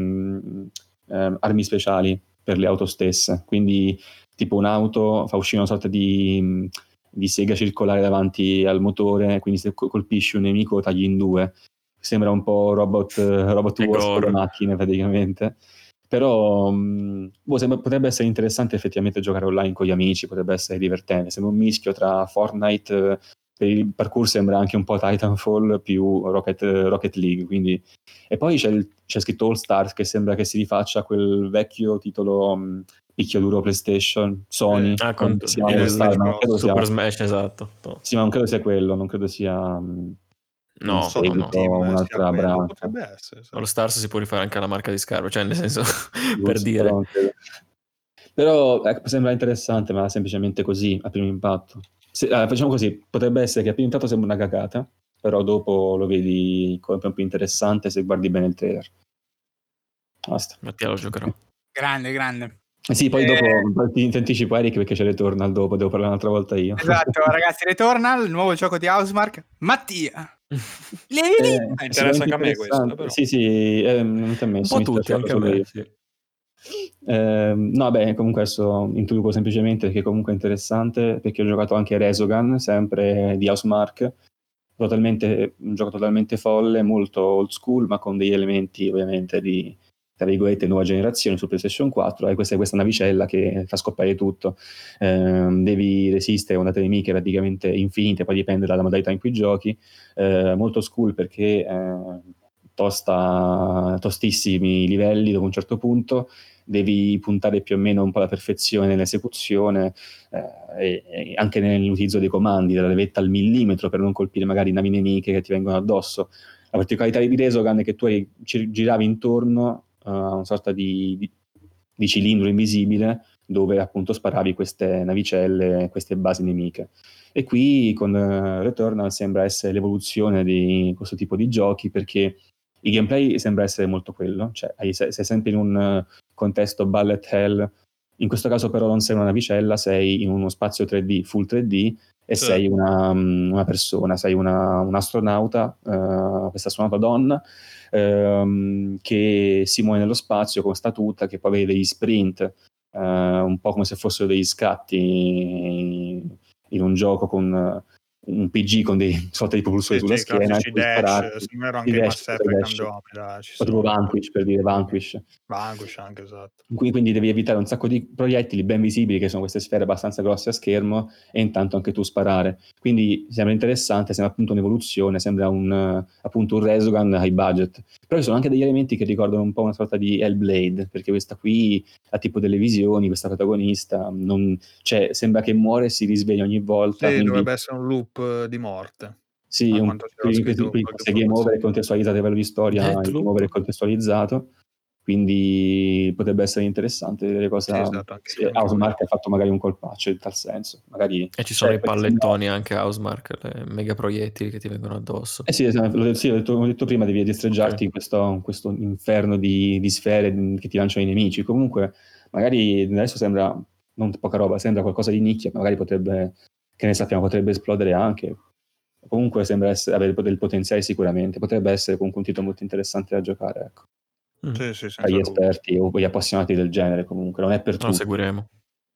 armi speciali per le auto stesse, quindi tipo un'auto fa uscire una sorta di sega circolare davanti al motore, quindi se colpisci un nemico tagli in due. Sembra un po' Robot Wars con le macchine praticamente, però potrebbe essere interessante effettivamente giocare online con gli amici, potrebbe essere divertente, sembra un mischio tra Fortnite, per il parkour sembra anche un po' Titanfall più Rocket League, quindi. E poi c'è scritto All Stars, che sembra che si rifaccia a quel vecchio titolo picchio duro PlayStation, Sony, con si chiama All Stars, ma non credo Super sia, Smash, esatto. sì, ma non credo sia quello, non credo sia un seguito, un'altra branca. Potrebbe essere, All Stars si può rifare anche alla marca di scarpe, cioè nel senso per Giusto, dire. Però ecco, sembra interessante, ma semplicemente così a primo impatto. Facciamo così, potrebbe essere che a primo impatto sembra una cagata, però dopo lo vedi come più interessante se guardi bene il trailer. Basta. Mattia lo giocherò. Grande. Sì, poi dopo ti anticipo Eric perché c'è Returnal dopo, devo parlare un'altra volta io. Esatto, ragazzi, Returnal, il nuovo gioco di Housemarque. Mattia! Interessa anche a me questo, però. Sì, non ti ha messo. Un po' tutti, anche a me, sì. No, beh, comunque adesso introduco semplicemente perché comunque è interessante, perché ho giocato anche Resogun, sempre di Housemarque, un gioco totalmente folle, molto old school, ma con degli elementi ovviamente di, tra virgolette, nuova generazione su PlayStation 4, e questa è questa navicella che fa scoppiare tutto. Devi resistere a ondate nemiche praticamente infinite, poi dipende dalla modalità in cui giochi, molto school perché tostissimi livelli dopo un certo punto, devi puntare più o meno un po' alla perfezione nell'esecuzione e anche nell'utilizzo dei comandi, della levetta al millimetro per non colpire magari navi nemiche che ti vengono addosso. La particolarità di Resogun è che tu giravi intorno a una sorta di cilindro invisibile dove appunto sparavi queste navicelle, queste basi nemiche. E qui con Returnal sembra essere l'evoluzione di questo tipo di giochi, perché il gameplay sembra essere molto quello, cioè sei sempre in un contesto bullet hell, in questo caso però non sei una navicella, sei in uno spazio 3D, full 3D, e sei una persona, sei un astronauta, questa astronauta donna, che si muove nello spazio con sta tuta, che poi vede degli sprint, un po' come se fossero degli scatti in un gioco con un PG con dei sorta di propulsori sulla schiena, classici dash, sembra anche Mass Effect Andromeda, o tipo Vanquish, per dire Vanquish anche, esatto. Quindi devi evitare un sacco di proiettili ben visibili, che sono queste sfere abbastanza grosse a schermo, e intanto anche tu sparare. Quindi sembra interessante, sembra appunto un'evoluzione, sembra appunto un Resogun high budget. Però ci sono anche degli elementi che ricordano un po' una sorta di Hellblade, perché questa qui ha tipo delle visioni, questa protagonista, sembra che muore e si risveglia ogni volta. Sì, dovrebbe essere un loop di morte. Sì, se game over è contestualizzato a livello di storia, il game over è contestualizzato, quindi potrebbe essere interessante vedere cosa Housemarque ha fatto, magari un colpaccio in tal senso. Magari, e ci sono i pallettoni anche Housemarque, le mega proiettili che ti vengono addosso. Sì, l'ho detto prima, devi destreggiarti in questo inferno di sfere che ti lanciano i nemici. Comunque, magari adesso sembra non poca roba, sembra qualcosa di nicchia, magari potrebbe, che ne sappiamo, potrebbe esplodere anche. Comunque sembra avere del potenziale sicuramente, potrebbe essere comunque un titolo molto interessante da giocare, ecco. Sì, agli esperti o agli appassionati del genere, comunque non è per tutti. Lo seguiremo.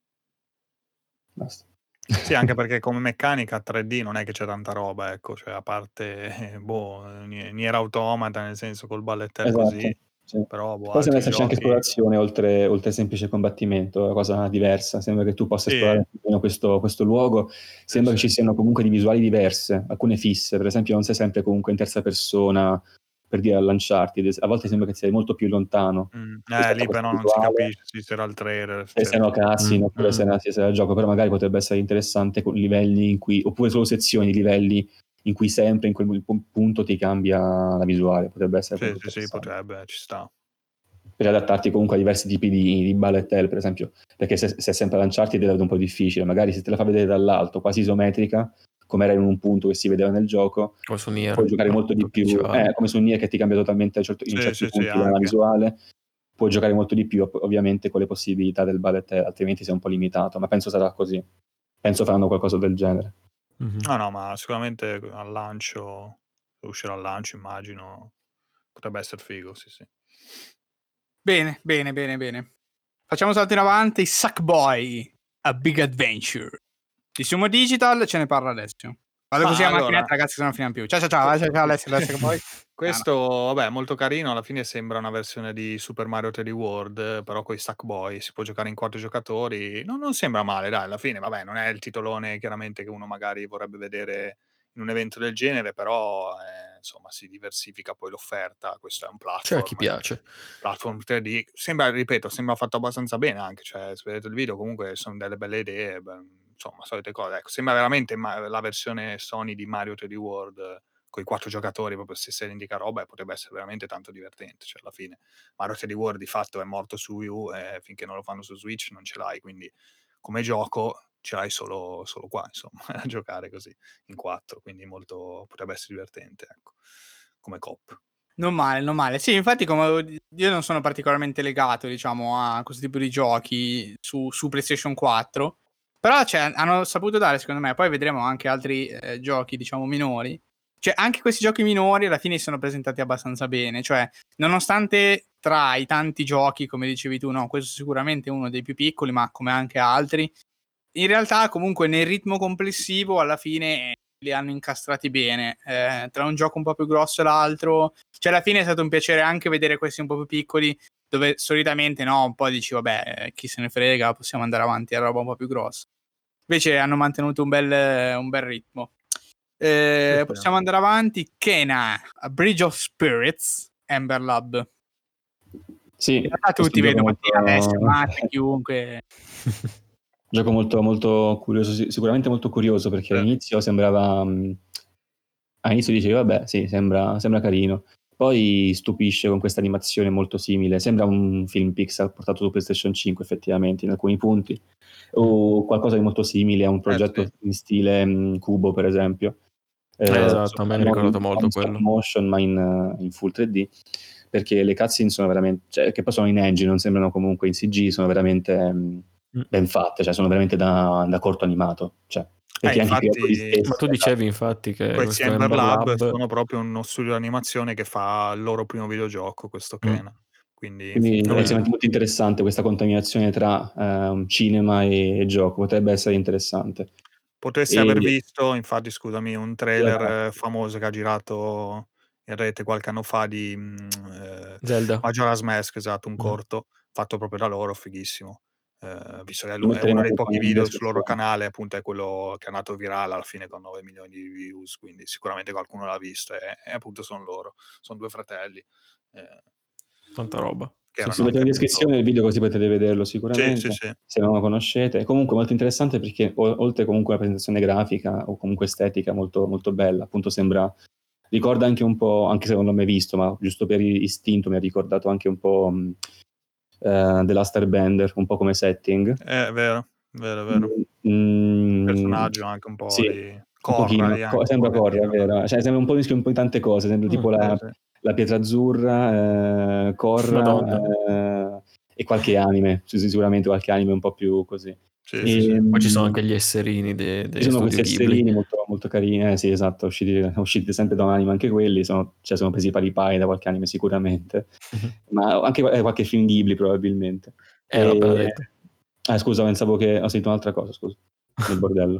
Basta. Sì, anche perché come meccanica 3D non è che c'è tanta roba, ecco, cioè a parte Nier Automata, nel senso col balletto così. Sì. Però poi sembra esserci anche esplorazione oltre semplice combattimento, una cosa diversa. Sembra che tu possa esplorare questo luogo. Sembra che ci siano comunque di visuali diverse, alcune fisse. Per esempio, non sei sempre comunque in terza persona, per dire, a lanciarti. A volte sembra che sei molto più lontano. Lì però non si capisce se c'era il trailer. Se no cutscene, oppure se era il gioco, però magari potrebbe essere interessante con livelli in cui, oppure solo sezioni di livelli in cui sempre in quel punto ti cambia la visuale, potrebbe essere sì, potrebbe, ci sta. Per adattarti comunque a diversi tipi di bullet hell, per esempio, perché se sempre lanciarti diventa un po' difficile, magari se te la fa vedere dall'alto, quasi isometrica, come era in un punto che si vedeva nel gioco, puoi giocare molto di più, come su Nier che ti cambia totalmente in certi punti la visuale, puoi giocare molto di più ovviamente con le possibilità del bullet hell, altrimenti sei un po' limitato, ma penso sarà così, penso faranno qualcosa del genere. No, ma sicuramente al lancio uscirà al lancio, immagino. Potrebbe essere figo, sì. Bene. Facciamo un salto in avanti. Sackboy, A Big Adventure. Di Sumo Digital ce ne parla Alessio. Vado così a macchinetta, ragazzi, se non finiamo più. Ciao, Alessio, Sackboy. Questo, vabbè, molto carino. Alla fine sembra una versione di Super Mario 3D World, però con i Sackboy. Si può giocare in 4 giocatori. Non sembra male, dai. Alla fine, vabbè, non è il titolone chiaramente che uno magari vorrebbe vedere in un evento del genere, però insomma si diversifica poi l'offerta. Questo è un platform. Cioè, a chi piace. Platform 3D. Sembra fatto abbastanza bene anche. Cioè, se vedete il video, comunque sono delle belle idee. Insomma, solite cose. Ecco, sembra veramente la versione Sony di Mario 3D World con i 4 giocatori, proprio stessa identica roba, e potrebbe essere veramente tanto divertente. Cioè, alla fine Mario 3D World di fatto è morto su Wii U, e finché non lo fanno su Switch non ce l'hai, quindi come gioco ce l'hai solo qua, insomma, a giocare così in 4, quindi potrebbe essere divertente, ecco, come coop. Non male. Sì, infatti io non sono particolarmente legato, diciamo, a questo tipo di giochi su PlayStation 4, però hanno saputo dare, secondo me, poi vedremo anche altri giochi, diciamo, minori. Cioè, anche questi giochi minori alla fine sono presentati abbastanza bene, cioè, nonostante tra i tanti giochi, come dicevi tu, no, questo sicuramente è uno dei più piccoli, ma come anche altri, in realtà comunque nel ritmo complessivo alla fine li hanno incastrati bene, tra un gioco un po' più grosso e l'altro, cioè alla fine è stato un piacere anche vedere questi un po' più piccoli, dove solitamente no, un po' dici vabbè, chi se ne frega, possiamo andare avanti a roba un po' più grossa. Invece hanno mantenuto un bel ritmo. Possiamo andare avanti. Kena, A Bridge of Spirits, Ember Lab. Sì, in realtà tutti vedo mattina Alessio, Matt, chiunque. Gioco molto, molto curioso, sicuramente molto curioso, perché all'inizio sembrava... all'inizio dicevi, vabbè, sì, sembra carino. Poi stupisce con questa animazione molto simile. Sembra un film Pixar portato su PlayStation 5, effettivamente, in alcuni punti. O qualcosa di molto simile a un progetto in stile Cubo, per esempio. Esatto, a me mi ha ricordato molto quello. Stop motion, ma in full 3D. Perché le cutscene sono veramente... Cioè, che poi sono in engine, non sembrano comunque in CG, sono veramente ben fatte, cioè sono veramente da corto animato. Cioè, perché infatti, anche ma tu dicevi infatti che questi Ember Lab sono proprio uno studio di animazione che fa il loro primo videogioco, questo Kena. Quindi è estremamente molto interessante questa contaminazione tra cinema e gioco, potrebbe essere interessante. Potresti aver visto, infatti, scusami, un trailer famoso che ha girato in rete qualche anno fa di Zelda Majora's Mask, esatto, un corto fatto proprio da loro, fighissimo. Visto che è uno dei pochi video sul loro canale, appunto, è quello che è andato virale alla fine con 9 milioni di views, quindi sicuramente qualcuno l'ha visto, e appunto sono loro, sono 2 fratelli. Tanta roba. Se mettete in descrizione il video così potete vederlo sicuramente, se non lo conoscete. Comunque molto interessante perché oltre comunque una presentazione grafica o comunque estetica molto, molto bella, appunto ricorda anche un po', anche se non l'ho mai visto, ma giusto per istinto mi ha ricordato anche un po' The Last Airbender, un po' come setting. È vero. Il personaggio anche un po' di Korra. Sembra Korra, è vero. Cioè, sembra un po' un po' di tante cose, sembra tipo la pietra azzurra, Korra e qualche anime, sicuramente qualche anime un po' più così. Poi ci sono anche gli esserini dei sono questi esserini molto, molto carini, sì, esatto, usciti sempre da un anime anche quelli, sono presi pari da qualche anime sicuramente, ma anche qualche film Ghibli probabilmente. L'ho appena detto. Scusa, pensavo che ho sentito un'altra cosa, scusa, nel bordello.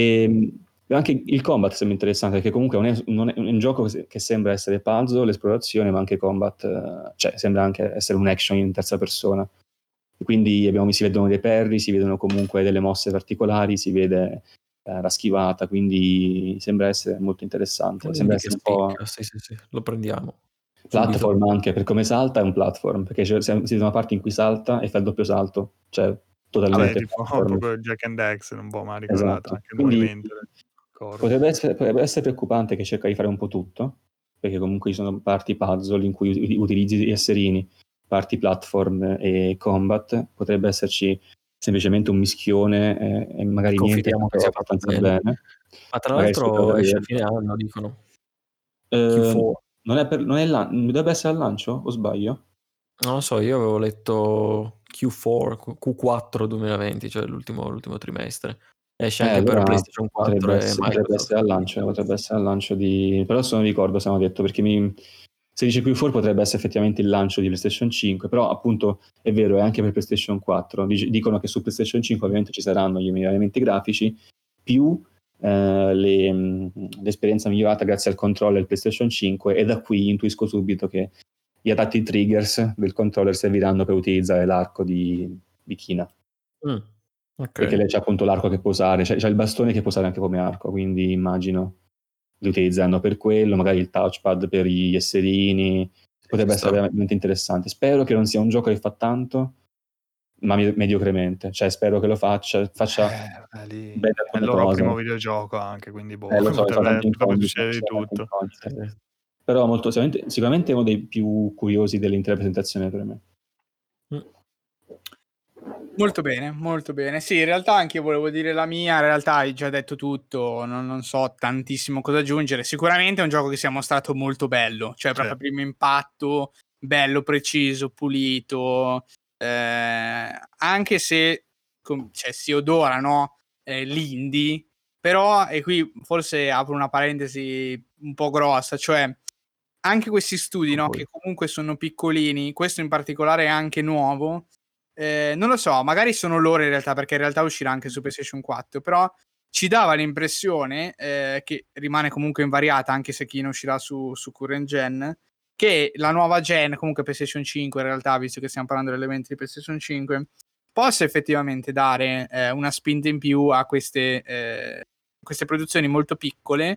Anche il combat sembra interessante, perché comunque non è un gioco che sembra essere puzzle, l'esplorazione, ma anche combat, cioè sembra anche essere un action in terza persona. Quindi si vedono dei parry, si vedono comunque delle mosse particolari, si vede la schivata, quindi sembra essere molto interessante. Sembra essere un po'... Sì, lo prendiamo. Platform subito. Anche, per come salta è un platform, perché si vede una parte in cui salta e fa il doppio salto, cioè totalmente tipo proprio Jack and Dax, un po' mi ha ricordato, anche il quindi movimento. Potrebbe essere preoccupante che cerca di fare un po' tutto, perché comunque ci sono parti puzzle in cui utilizzi gli esserini, parti platform e combat, potrebbe esserci semplicemente un mischione e magari niente abbastanza bene. Ma tra l'altro esce a fine anno, dicono. Q4. Dovrebbe essere al lancio o sbaglio? Non lo so, io avevo letto Q4 2020, cioè l'ultimo trimestre. Esce anche per Allora PlayStation 4 potrebbe e potrebbe essere al Microsoft. lancio, potrebbe essere al lancio di... Però adesso non ricordo se hanno detto, perché se dice Q4 potrebbe essere effettivamente il lancio di PlayStation 5, però appunto è vero, è anche per PlayStation 4. Dicono che su PlayStation 5 ovviamente ci saranno gli miglioramenti grafici, più l'esperienza migliorata grazie al controller del PlayStation 5, e da qui intuisco subito che gli adatti triggers del controller serviranno per utilizzare l'arco di Kina. Perché lei c'ha appunto l'arco che può usare, c'ha il bastone che può usare anche come arco, quindi immagino li utilizzano per quello, magari il touchpad per gli esserini, potrebbe essere veramente interessante. Spero che non sia un gioco che fa tanto, ma mediocremente, cioè spero che lo faccia lì bene è il alcune loro cose. primo videogioco anche, quindi Lo so, fa tanti potrebbe incogniti, succedere di tutto. però sicuramente è uno dei più curiosi dell'intera presentazione per me. Molto bene, molto bene. Sì, in realtà anche io volevo dire la mia, in realtà hai già detto tutto, non so tantissimo cosa aggiungere. Sicuramente è un gioco che si è mostrato molto bello, cioè proprio a primo impatto, bello, preciso, pulito, anche se cioè, si odora, no? L'indie, però, e qui forse apro una parentesi un po' grossa, cioè anche questi studi, no, che comunque sono piccolini, questo in particolare è anche nuovo, non lo so, magari sono loro in realtà, perché in realtà uscirà anche su PlayStation 4, però ci dava l'impressione, che rimane comunque invariata, anche se chi ne uscirà su current gen, che la nuova gen, comunque PlayStation 5 in realtà, visto che stiamo parlando dell'evento di PlayStation 5, possa effettivamente dare una spinta in più a queste produzioni molto piccole,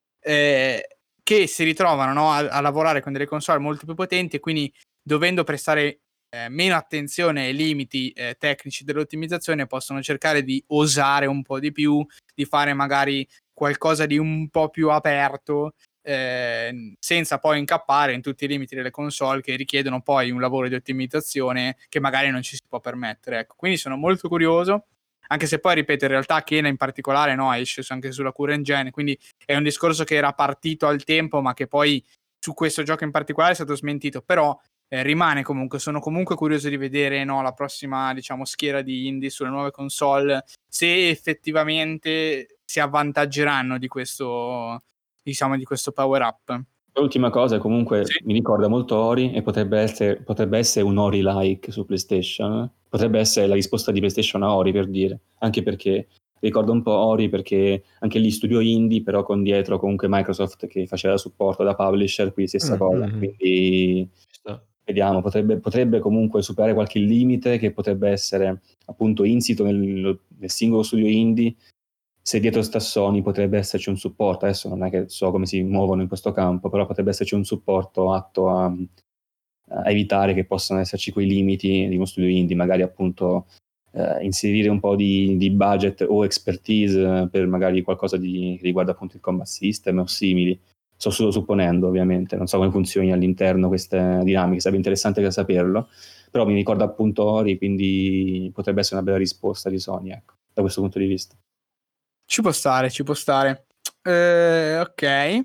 che si ritrovano, no, a lavorare con delle console molto più potenti, e quindi dovendo prestare meno attenzione ai limiti tecnici dell'ottimizzazione, possono cercare di osare un po' di più, di fare magari qualcosa di un po' più aperto, senza poi incappare in tutti i limiti delle console che richiedono poi un lavoro di ottimizzazione che magari non ci si può permettere. Ecco. Quindi sono molto curioso, anche se poi, ripeto, in realtà Kena in particolare, no, esce anche sulla current gen, quindi è un discorso che era partito al tempo, ma che poi su questo gioco in particolare è stato smentito. Però rimane comunque, sono comunque curioso di vedere, no, la prossima, diciamo, schiera di indie sulle nuove console, se effettivamente si avvantaggeranno di questo, diciamo, di questo power up. L'ultima cosa, comunque, Sì. mi ricorda molto Ori, e potrebbe essere un Ori-like su PlayStation. Potrebbe essere la risposta di PlayStation a Ori, per dire. Anche perché ricordo un po' Ori, perché anche lì studio indie, però con dietro comunque Microsoft che faceva supporto da publisher, qui stessa cosa. Quindi vediamo, potrebbe comunque superare qualche limite che potrebbe essere appunto insito nel singolo studio indie. Se dietro sta Sony potrebbe esserci un supporto, adesso non è che so come si muovono in questo campo, però potrebbe esserci un supporto atto a evitare che possano esserci quei limiti di uno studio indie, magari appunto inserire un po' di budget o expertise per magari qualcosa che riguarda appunto il combat system o simili. Sto solo supponendo, ovviamente, non so come funzioni all'interno queste dinamiche, sarebbe interessante saperlo, però mi ricorda appunto Ori, quindi potrebbe essere una bella risposta di Sony, ecco, da questo punto di vista. Ci può stare, ci può stare. Ok.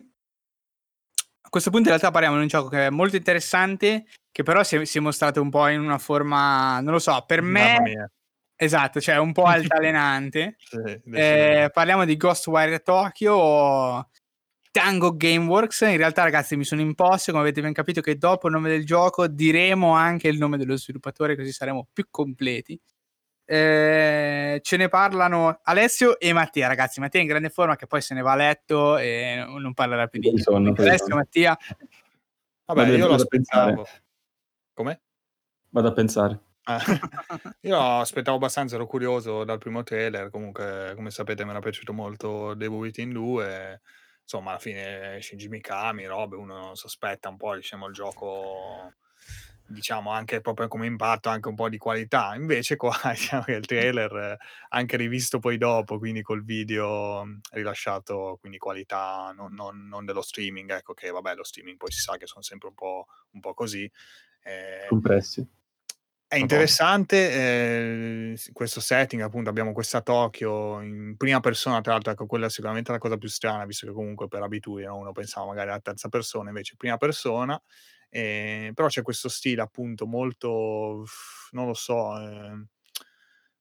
A questo punto in realtà parliamo di un gioco che è molto interessante, che però si è mostrato un po' in una forma, non lo so, per Mamma me, mia. esatto, cioè un po' altalenante. Sì, Parliamo di Ghostwire Tokyo, Tango Gameworks. In realtà, ragazzi, mi sono imposto, come avete ben capito, che dopo il nome del gioco diremo anche il nome dello sviluppatore, così saremo più completi. Ce ne parlano Alessio e Mattia, ragazzi. Mattia è in grande forma, che poi se ne va a letto e non parlerà più di niente. Alessio, Mattia. Vabbè, io lo vado a pensare. aspettavo. Come? Vado a pensare. Io aspettavo abbastanza, ero curioso dal primo trailer, comunque come sapete mi era piaciuto molto Devil Within 2, insomma alla fine Shinji Mikami, robe, uno non sospetta un po', diciamo, il gioco, diciamo, anche proprio come impatto, anche un po' di qualità. Invece qua diciamo che il trailer, anche rivisto poi dopo, quindi col video rilasciato, quindi qualità non dello streaming, ecco, che vabbè, lo streaming poi si sa che sono sempre un po' così. Compressi. È interessante questo setting, appunto abbiamo questa Tokyo in prima persona, tra l'altro, ecco, quella è sicuramente la cosa più strana, visto che comunque per abitudine, no, uno pensava magari alla terza persona, invece prima persona, però c'è questo stile appunto molto, non lo so,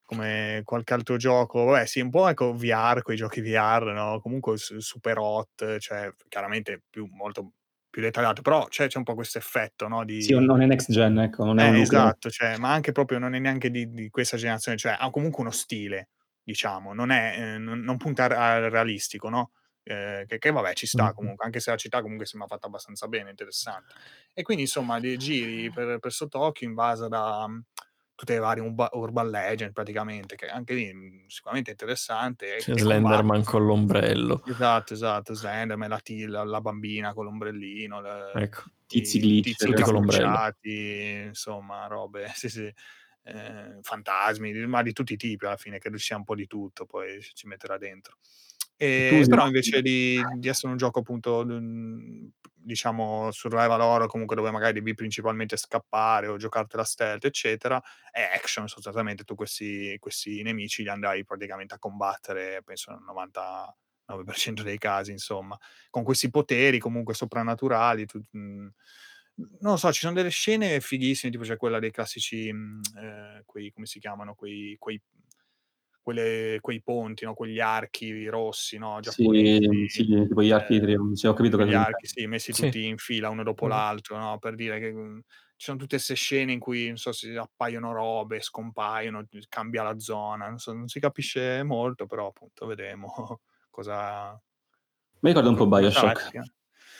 come qualche altro gioco, vabbè sì, un po' ecco VR, quei giochi VR, no, comunque super hot, cioè chiaramente molto più dettagliato, però c'è un po' questo effetto, no, Sì, di non è next gen, ecco, non è un look esatto, cioè, ma anche proprio non è neanche di questa generazione, cioè ha comunque uno stile, diciamo, non è non punta al realistico, no, che vabbè ci sta comunque, anche se la città comunque sembra fatta abbastanza bene, interessante. E quindi insomma dei giri per 'sto Tokyo invasa da tutte le varie urban legend praticamente, che anche lì, sicuramente interessante C'è e Slenderman combatti. con l'ombrello. Esatto, Slenderman, la bambina con l'ombrellino, Ecco, tizi i glitch, tizi tutti con l'ombrello. incappucciati, insomma robe sì, fantasmi, ma di tutti i tipi alla fine, credo ci sia un po' di tutto, poi ci metterà dentro. tu usi Però invece di essere un gioco appunto, diciamo survival horror, comunque dove magari devi principalmente scappare o giocartela stealth, eccetera, è action sostanzialmente. Tu questi nemici li andrai praticamente a combattere, penso nel 99% dei casi, insomma, con questi poteri comunque soprannaturali, non lo so, ci sono delle scene fighissime, tipo c'è quella dei classici, quei come si chiamano, quei ponti, no, quegli archi rossi, no, sì, giapponesi, sì, tipo gli archi di trionfo, sì, ho capito quegli cosa archi, intendi. sì, messi Sì. tutti in fila uno dopo l'altro, no, per dire che, ci sono tutte 'ste scene in cui, non so, se appaiono robe, scompaiono, cambia la zona, non si capisce molto, però appunto vedremo cosa Mi ricorda un po' come sarà BioShock effettiva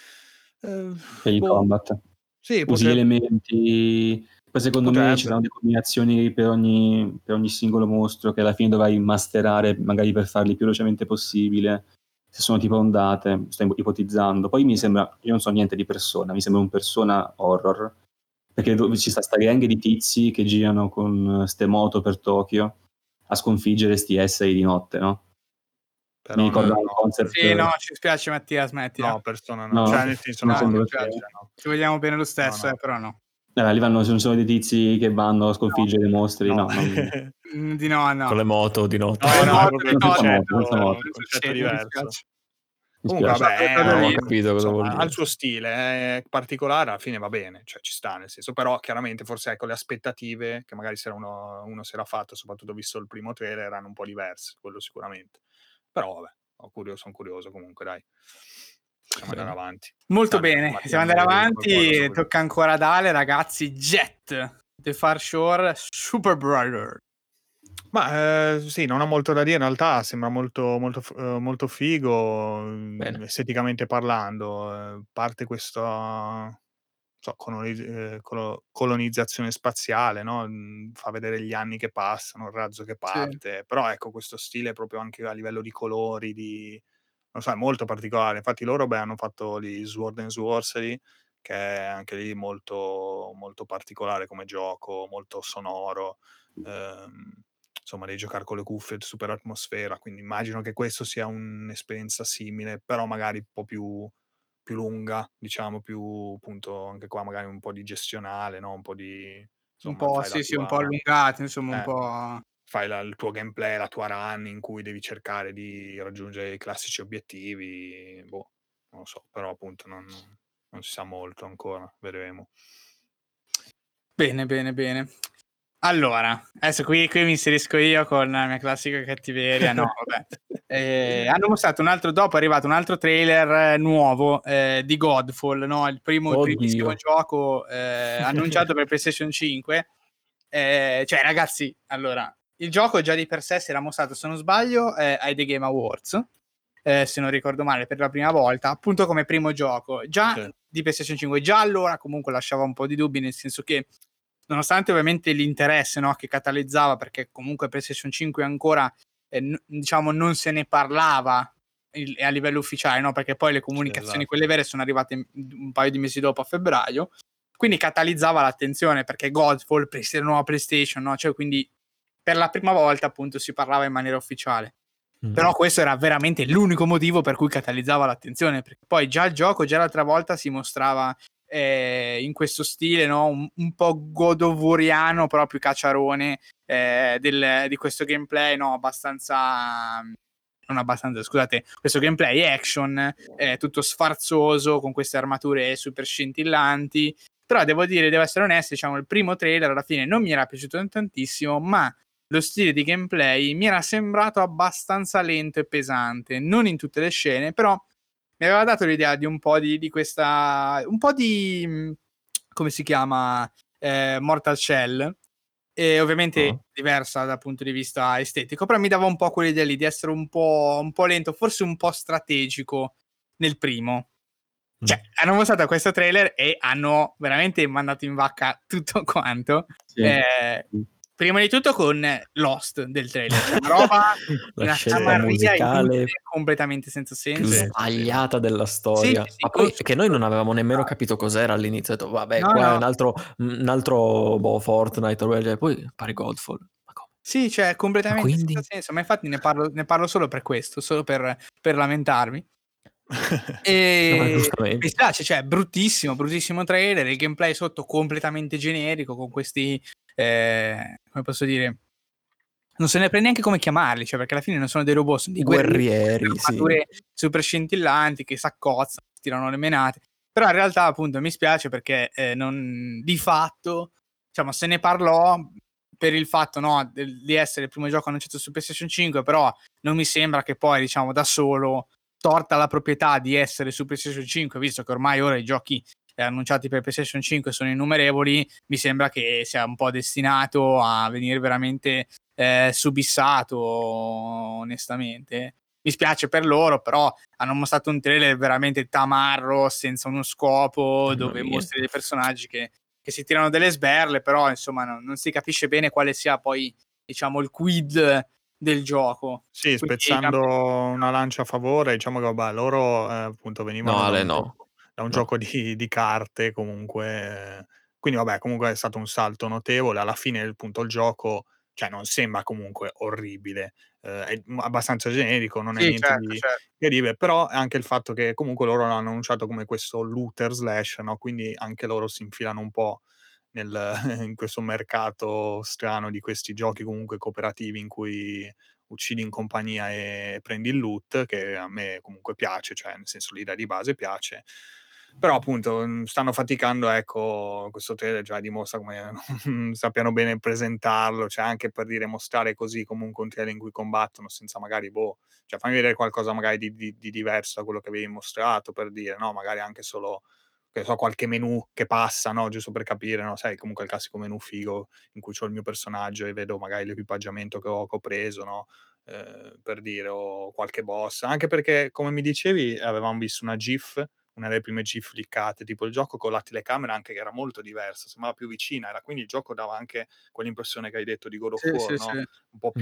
per il boh, combat. sì, Usi gli elementi, poi secondo me ci potrebbe. saranno delle combinazioni per ogni singolo mostro che alla fine dovrai masterare magari per farli più velocemente possibile. Se sono tipo ondate, sto ipotizzando. Poi mi sembra, io non so niente di Persona, mi sembra un Persona horror, perché ci sta gang di tizi che girano con ste moto per Tokyo a sconfiggere sti esseri di notte, no? Mi Però ricorda un no, concept. Sì, no, ci spiace Mattia, smettila. no, Persona no. No? Cioè, nel senso Non No, no, mi sembra spiace. perché. no. Ci vogliamo bene lo No, stesso, no. però no. A livello non sono dei tizi che vanno a No. sconfiggere i mostri, No. no. Di no, no. Con le moto di notte. No, Le no, è moto, proprio le il senza note, moto, senza concetto moto. non concetto succede, mi diverso. dispiace. Mi Comunque spiace. vabbè, Quello Non ho lì. capito cosa vuol insomma, ha il dire. suo stile, è particolare, alla fine va bene, cioè ci sta, nel senso, però chiaramente forse ecco le aspettative che magari se uno si era fatto, soprattutto visto il primo trailer, erano un po' diverse, quello sicuramente. Però vabbè, son curioso comunque, dai. Possiamo andare Bene. avanti. Molto Dai, bene, Mattia, siamo non andati volevi dire qualcosa avanti, su questo? tocca ancora ad Ale, ragazzi. Jet, The Far Shore Super Brother. Ma, sì, non ho molto da dire in realtà, sembra molto figo, Bene. esteticamente parlando, parte questa, non so, colonizzazione spaziale, no, fa vedere gli anni che passano, il razzo che Sì. parte, però ecco questo stile proprio anche a livello di colori, non so, è molto particolare. Infatti loro, hanno fatto lì Sword and Sorcery, che è anche lì molto particolare come gioco, molto sonoro, insomma devi giocare con le cuffie, super atmosfera, quindi immagino che questo sia un'esperienza simile, però magari un po' più lunga, diciamo, più appunto anche qua magari un po' di gestionale, no, un po' di Un insomma po', fai la sì, un po' tua allungati, insomma, un eh, po'. fai il tuo gameplay, la tua run in cui devi cercare di raggiungere i classici obiettivi, boh, non lo so, però appunto non si sa molto ancora, vedremo. Bene, bene, bene. Allora, adesso qui mi inserisco io con la mia classica cattiveria. No, vabbè. Hanno mostrato dopo è arrivato un altro trailer nuovo di Godfall, no? Il primissimo Oddio. gioco annunciato per PlayStation 5. Cioè, ragazzi, allora, il gioco già di per sé si era mostrato, se non sbaglio, ai The Game Awards, se non ricordo male, per la prima volta, appunto come primo gioco. Già Sì. di PlayStation 5, già allora comunque lasciava un po' di dubbi, nel senso che nonostante ovviamente l'interesse, no, che catalizzava, perché comunque PlayStation 5 ancora diciamo non se ne parlava a livello ufficiale, no, perché poi le comunicazioni, esatto. quelle vere, sono arrivate un paio di mesi dopo, a febbraio, quindi catalizzava l'attenzione perché Godfall, nuova PlayStation, no, cioè quindi per la prima volta appunto si parlava in maniera ufficiale. Però questo era veramente l'unico motivo per cui catalizzava l'attenzione, perché poi già il gioco, già l'altra volta si mostrava in questo stile, no? un po' godovoriano, però più cacciarone, di questo gameplay, no? Scusate, questo gameplay action, tutto sfarzoso, con queste armature super scintillanti. Però devo essere onesto, diciamo, il primo trailer alla fine non mi era piaciuto tantissimo, ma lo stile di gameplay mi era sembrato abbastanza lento e pesante, non in tutte le scene, però mi aveva dato l'idea di un po' di questa, un po' di, come si chiama, Mortal Shell, e ovviamente diversa dal punto di vista estetico, però mi dava un po' quell'idea lì di essere un po' lento, forse un po' strategico nel primo. Cioè, hanno mostrato questo trailer e hanno veramente mandato in vacca tutto quanto. Sì. Prima di tutto con Lost del trailer, cioè una roba, una scelta musicale inutile, completamente senza più senso. sbagliata della storia. Sì, Ma poi che noi non avevamo nemmeno capito cos'era all'inizio. Ho detto, vabbè, No, qua no. è un altro Fortnite, o poi pare Godfall. Ma come? Sì, cioè completamente quindi? senza senso, ma infatti ne parlo solo per questo, solo per lamentarmi. No, ma E giustamente. mi spiace, cioè bruttissimo trailer, il gameplay sotto completamente generico con questi, come posso dire, non se ne prende neanche come chiamarli, cioè perché alla fine non sono dei robot, sono dei Guerrieri, con sì. armature super scintillanti che s'accozzano, tirano le menate. Però in realtà appunto mi spiace perché non, di fatto, diciamo, se ne parlò per il fatto, no, di essere il primo gioco annunciato su PlayStation 5, però non mi sembra che poi, diciamo, da solo torta la proprietà di essere su PlayStation 5, visto che ormai ora i giochi annunciati per PlayStation 5 sono innumerevoli, mi sembra che sia un po' destinato a venire veramente subissato, onestamente. Mi spiace per loro, però hanno mostrato un trailer veramente tamarro, senza uno scopo, dove mostri dei personaggi che si tirano delle sberle, però insomma non si capisce bene quale sia poi, diciamo, il quid del gioco. Sì, spezzando una lancia a favore, diciamo che vabbè, loro appunto venivano da un gioco di carte comunque, quindi vabbè, comunque è stato un salto notevole. Alla fine appunto il gioco, cioè non sembra comunque orribile, è abbastanza generico, non è Sì, niente certo, di certo. incredibile, però è anche il fatto che comunque loro l'hanno annunciato come questo looter slash, no, quindi anche loro si infilano un po' in questo mercato strano di questi giochi comunque cooperativi in cui uccidi in compagnia e prendi il loot, che a me comunque piace, cioè nel senso l'idea di base piace. Però appunto stanno faticando, ecco, questo trailer già dimostra come non sappiano bene presentarlo, cioè anche per dire mostrare così comunque un trailer in cui combattono senza magari, cioè fammi vedere qualcosa magari di diverso da quello che avevi mostrato, per dire, no, magari anche solo, che so, qualche menu che passa, no, giusto per capire, no, sai, comunque il classico menu figo in cui c'ho il mio personaggio e vedo magari l'equipaggiamento che ho preso, no, per dire, o qualche boss. Anche perché, come mi dicevi, avevamo visto una delle prime GIF leakate, tipo il gioco con la telecamera anche che era molto diversa, sembrava più vicina, era, quindi il gioco dava anche quell'impressione che hai detto di God of War, no, Sì.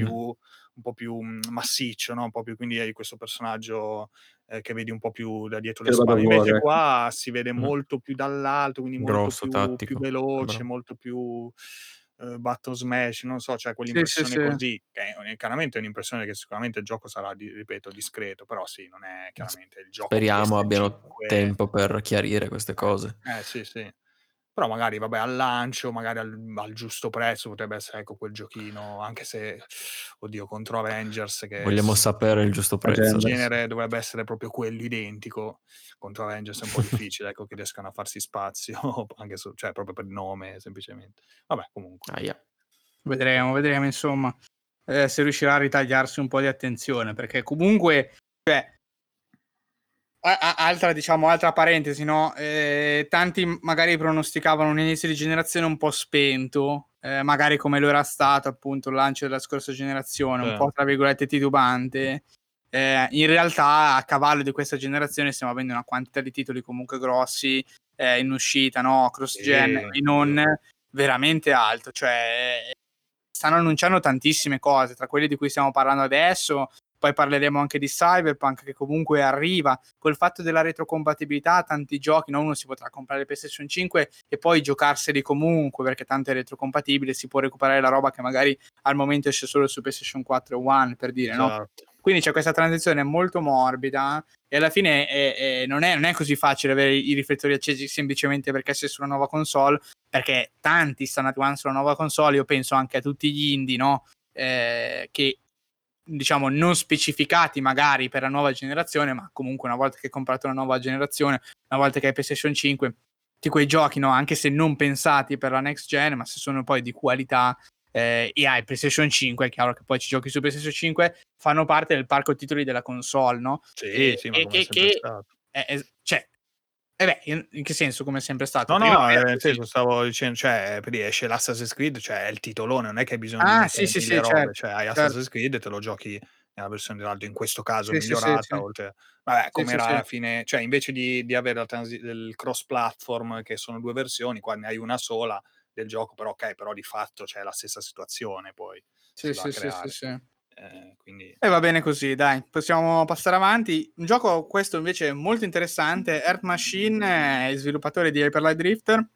un po' più massiccio, no, un po' più, quindi hai questo personaggio che vedi un po' più da dietro le spalle. Invece qua si vede molto più dall'alto, quindi molto Grosso, tattico. più veloce, molto più button smash, non so, cioè quell'impressione Sì. così, che chiaramente è un'impressione che sicuramente il gioco sarà, ripeto, discreto, però sì, non è chiaramente il gioco Speriamo abbiano PS5. tempo per chiarire queste cose. Sì. Però magari, vabbè, al lancio, magari al giusto prezzo potrebbe essere, ecco, quel giochino, anche se, oddio, contro Avengers, che Vogliamo sapere il giusto prezzo in adesso. genere dovrebbe essere proprio quello identico. Contro Avengers è un po' difficile, ecco, che riescano a farsi spazio, anche cioè proprio per nome, semplicemente. Vabbè, comunque. Vedremo insomma se riuscirà a ritagliarsi un po' di attenzione, perché comunque, cioè, altra parentesi, no? Tanti magari pronosticavano un inizio di generazione un po' spento, magari come lo era stato appunto il lancio della scorsa generazione, un po' tra virgolette titubante. In realtà a cavallo di questa generazione stiamo avendo una quantità di titoli comunque grossi in uscita, no? Cross-gen e non veramente alto, cioè stanno annunciando tantissime cose, tra quelle di cui stiamo parlando adesso. Poi parleremo anche di Cyberpunk, che comunque arriva. Col fatto della retrocompatibilità, tanti giochi, no? Uno si potrà comprare PlayStation 5 e poi giocarseli comunque, perché tanto è retrocompatibile, si può recuperare la roba che magari al momento esce solo su PlayStation 4 e One, per dire, no? Quindi c'è questa transizione molto morbida e alla fine non è così facile avere i riflettori accesi semplicemente perché sei su una nuova console, perché tanti stanno arrivando sulla nuova console. Io penso anche a tutti gli indie, no? Che diciamo non specificati magari per la nuova generazione, ma comunque una volta che hai comprato una nuova generazione, una volta che hai PlayStation 5, di quei giochi, no, anche se non pensati per la next gen, ma se sono poi di qualità, e hai PlayStation 5, è chiaro che poi ci giochi su PlayStation 5, fanno parte del parco titoli della console, no? Sì, sì, ma come è sempre stato. Cioè, in che senso come è sempre stato? No, Prima no, era nel così. senso stavo dicendo, cioè, esce l'Assassin's Creed, cioè è il titolone, non è che hai bisogno di Ah, mettere sì, 1000 robe, certo, cioè hai certo. Assassin's Creed e te lo giochi nella versione dell'altro, in questo caso Sì, sì, sì, migliorata, sì. oltre vabbè, Sì, come sì, era sì. alla fine, cioè invece di avere il cross platform che sono 2 versioni, qua ne hai una sola del gioco, però okay, però di fatto c'è la stessa situazione poi Sì, si va a sì, sì, sì, creare. sì. Quindi E va bene così, dai, possiamo passare avanti. Un gioco questo invece molto interessante, Earth Machine, sviluppatore di Hyper Light Drifter,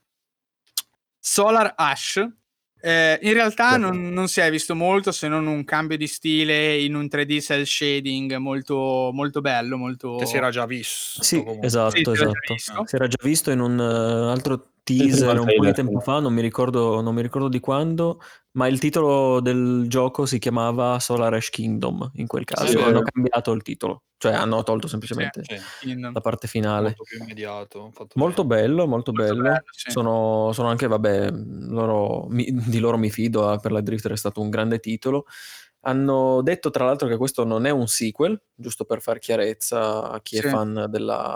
Solar Ash. In realtà non si è visto molto se non un cambio di stile in un 3D cel shading molto, molto bello, molto... che si era già visto Sì, comunque. Sì, esatto, si era già esatto. visto. Si era già visto in un altro Il primo teaser un po' di trailer, tempo fa, non mi ricordo di quando, ma il titolo del gioco si chiamava Solar Ash Kingdom, in quel caso. Sì. Hanno cambiato il titolo, cioè hanno tolto Sì, semplicemente Sì, Kingdom. la parte finale. molto più immediato, fatto Molto bene. bello, molto bello. sì. Sono anche, vabbè, di loro mi fido, per la Drifter è stato un grande titolo. Hanno detto tra l'altro che questo non è un sequel, giusto per far chiarezza a chi è Sì. fan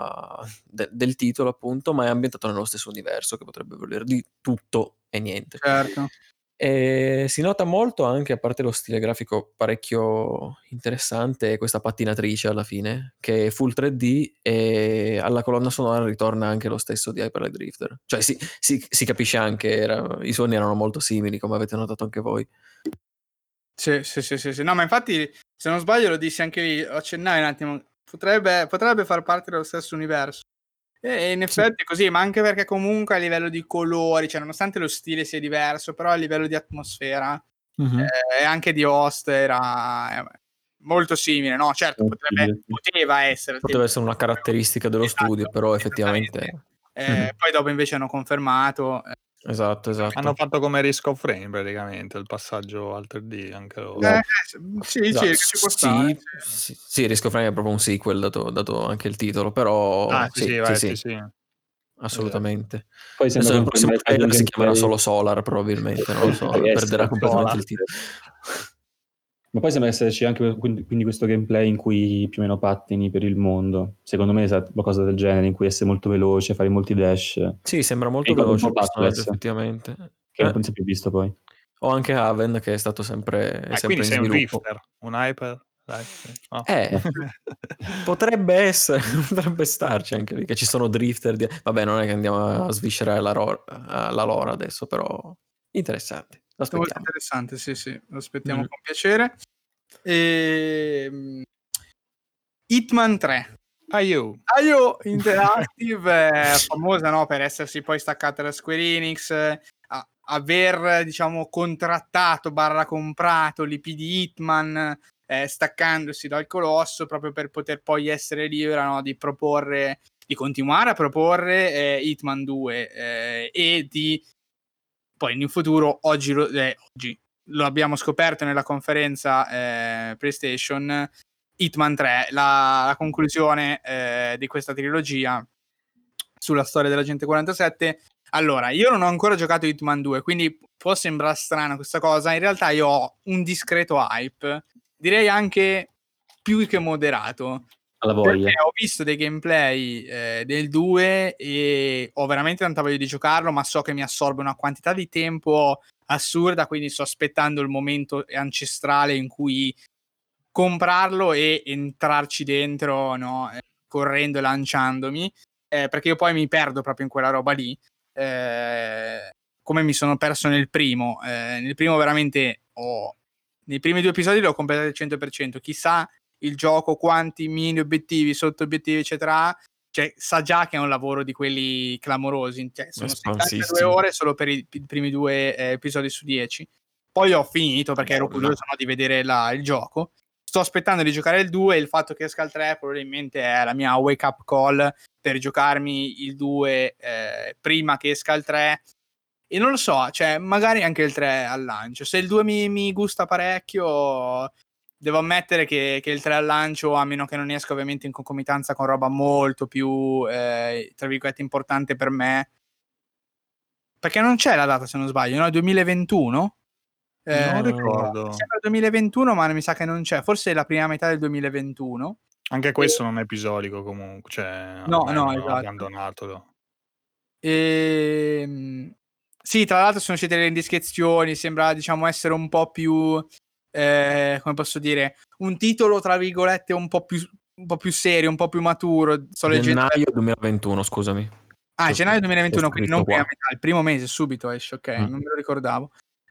del titolo, appunto, ma è ambientato nello stesso universo, che potrebbe voler di tutto e niente. Certo. E si nota molto anche, a parte lo stile grafico parecchio interessante, questa pattinatrice alla fine, che è full 3D, e alla colonna sonora ritorna anche lo stesso di Hyper Light Drifter. Cioè si capisce anche, i suoni erano molto simili, come avete notato anche voi. Sì, sì, sì, sì, sì. No, ma infatti, se non sbaglio, lo dissi anche lì, accennai un attimo, potrebbe far parte dello stesso universo. E in effetti è così, ma anche perché comunque a livello di colori, cioè nonostante lo stile sia diverso, però a livello di atmosfera e anche di host era molto simile, no? Certo, poteva essere. Poteva essere una caratteristica dello studio, però effettivamente... Poi dopo invece hanno confermato. Esatto. Hanno fatto come Risk of Rain praticamente, il passaggio al 3D anche loro. Sì, Esatto. ci può stare. Sì, Risk of Rain è proprio un sequel, dato anche il titolo, però sì. Assolutamente. Poi Adesso nel prossimo confermare trailer si gameplay. chiamerà solo Solar, probabilmente, non lo so, perderà completamente il titolo. Ma poi sembra esserci anche quindi questo gameplay in cui più o meno pattini per il mondo. Secondo me è qualcosa del genere, in cui essere molto veloce, fare molti dash. Sì, sembra molto Ricorda veloce un il po' personaggio, Pathless, effettivamente. che non si è più visto poi. O anche Haven, che è stato sempre Quindi in sei un sviluppo. drifter, un hyper. No. Potrebbe essere, potrebbe starci anche lì, che ci sono drifter. Vabbè, non è che andiamo a sviscerare la lore adesso, però interessante. Lo aspettiamo. Molto interessante, sì, lo aspettiamo con piacere. Hitman 3. Aiu Interactive, famosa, no, per essersi poi staccata da Square Enix, aver, diciamo, contrattato / comprato l'IP di Hitman, staccandosi dal colosso proprio per poter poi essere libera, no, di continuare a proporre Hitman 2 e di poi in futuro, oggi lo abbiamo scoperto nella conferenza PlayStation, Hitman 3, la conclusione di questa trilogia sulla storia dell'Agente 47. Allora, io non ho ancora giocato Hitman 2, quindi può sembrare strana questa cosa. In realtà io ho un discreto hype, direi anche più che moderato. Alla voglia. Perché ho visto dei gameplay del 2 e ho veramente tanta voglia di giocarlo, ma so che mi assorbe una quantità di tempo assurda, quindi sto aspettando il momento ancestrale in cui comprarlo e entrarci dentro, no? Correndo e lanciandomi, perché io poi mi perdo proprio in quella roba lì, come mi sono perso nel primo. Nel primo veramente nei primi 2 episodi l'ho completato al 100%, chissà il gioco quanti mini obiettivi, sotto obiettivi eccetera, cioè sa già che è un lavoro di quelli clamorosi, cioè sono 72 ore solo per i primi 2 episodi su 10. Poi ho finito perché ero curioso, no, di vedere il gioco. Sto aspettando di giocare il 2 e il fatto che esca il 3 probabilmente è la mia wake up call per giocarmi il 2 prima che esca il 3. E non lo so, cioè magari anche il 3 al lancio. Se il 2 mi gusta parecchio, devo ammettere che il 3 al lancio, a meno che non esca ovviamente in concomitanza con roba molto più, tra virgolette, importante per me. Perché non c'è la data, se non sbaglio, no? 2021? Non ricordo. Sembra 2021, ma mi sa che non c'è. Forse è la prima metà del 2021. Anche questo non è episodico comunque, cioè No, hanno esatto. abbandonato. Sì, tra l'altro sono uscite le indiscrezioni, sembra diciamo essere un po' più, come posso dire, un titolo tra virgolette un po' più serio, un po' più maturo. Sto leggendo Gennaio 2021, scusami. gennaio 2021, quindi non prima qua. metà, il primo mese subito esce, ok, non me lo ricordavo.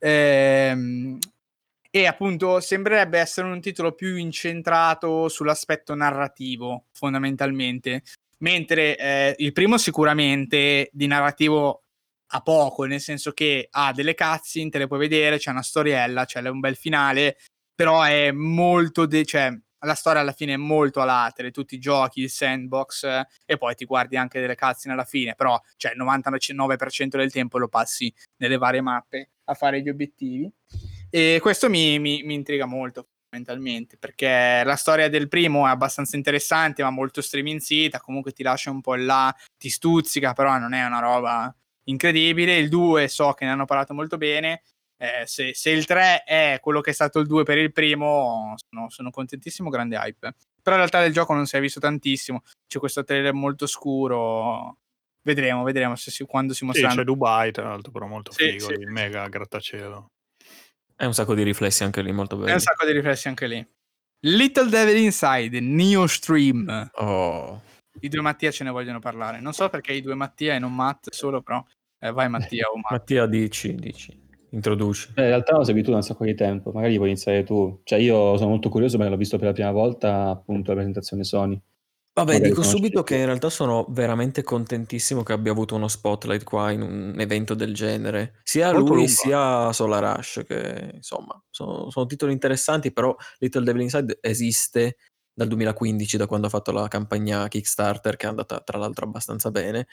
E appunto sembrerebbe essere un titolo più incentrato sull'aspetto narrativo, fondamentalmente. Mentre il primo sicuramente di narrativo ha poco, nel senso che ha delle cutscene, te le puoi vedere, c'è una storiella, c'è un bel finale, però è molto cioè la storia alla fine è molto a latere, tutti i giochi, il sandbox, e poi ti guardi anche delle cutscene alla fine, però cioè il 99% del tempo lo passi nelle varie mappe a fare gli obiettivi. E questo mi intriga molto fondamentalmente, perché la storia del primo è abbastanza interessante, ma molto striminzita, comunque ti lascia un po' là, ti stuzzica, però non è una roba incredibile. Il 2 so che ne hanno parlato molto bene. Se il 3 è quello che è stato il 2 per il primo, sono contentissimo, grande hype. Però in realtà del gioco non si è visto tantissimo, c'è questo trailer molto scuro. Vedremo quando si mostreranno. Sì, c'è Dubai tra l'altro, però molto figo, Sì. il mega grattacielo. È un sacco di riflessi anche lì, molto belli. È un sacco di riflessi anche lì. Little Devil Inside, Neo Stream. Oh. I due Mattia ce ne vogliono parlare. Non so perché i due Mattia e non Matt solo, però vai Mattia o Matt. Mattia, dici, introduci. In realtà l'ho seguito da un sacco di tempo, magari puoi iniziare tu. Cioè io sono molto curioso perché l'ho visto per la prima volta appunto alla presentazione Sony. Vabbè, Magari dico conosci subito tu. che in realtà sono veramente contentissimo che abbia avuto uno spotlight qua in un evento del genere. Sia Molto lui lungo. sia Solar Rush, che insomma sono titoli interessanti, però Little Devil Inside esiste dal 2015, da quando ha fatto la campagna Kickstarter, che è andata tra l'altro abbastanza bene,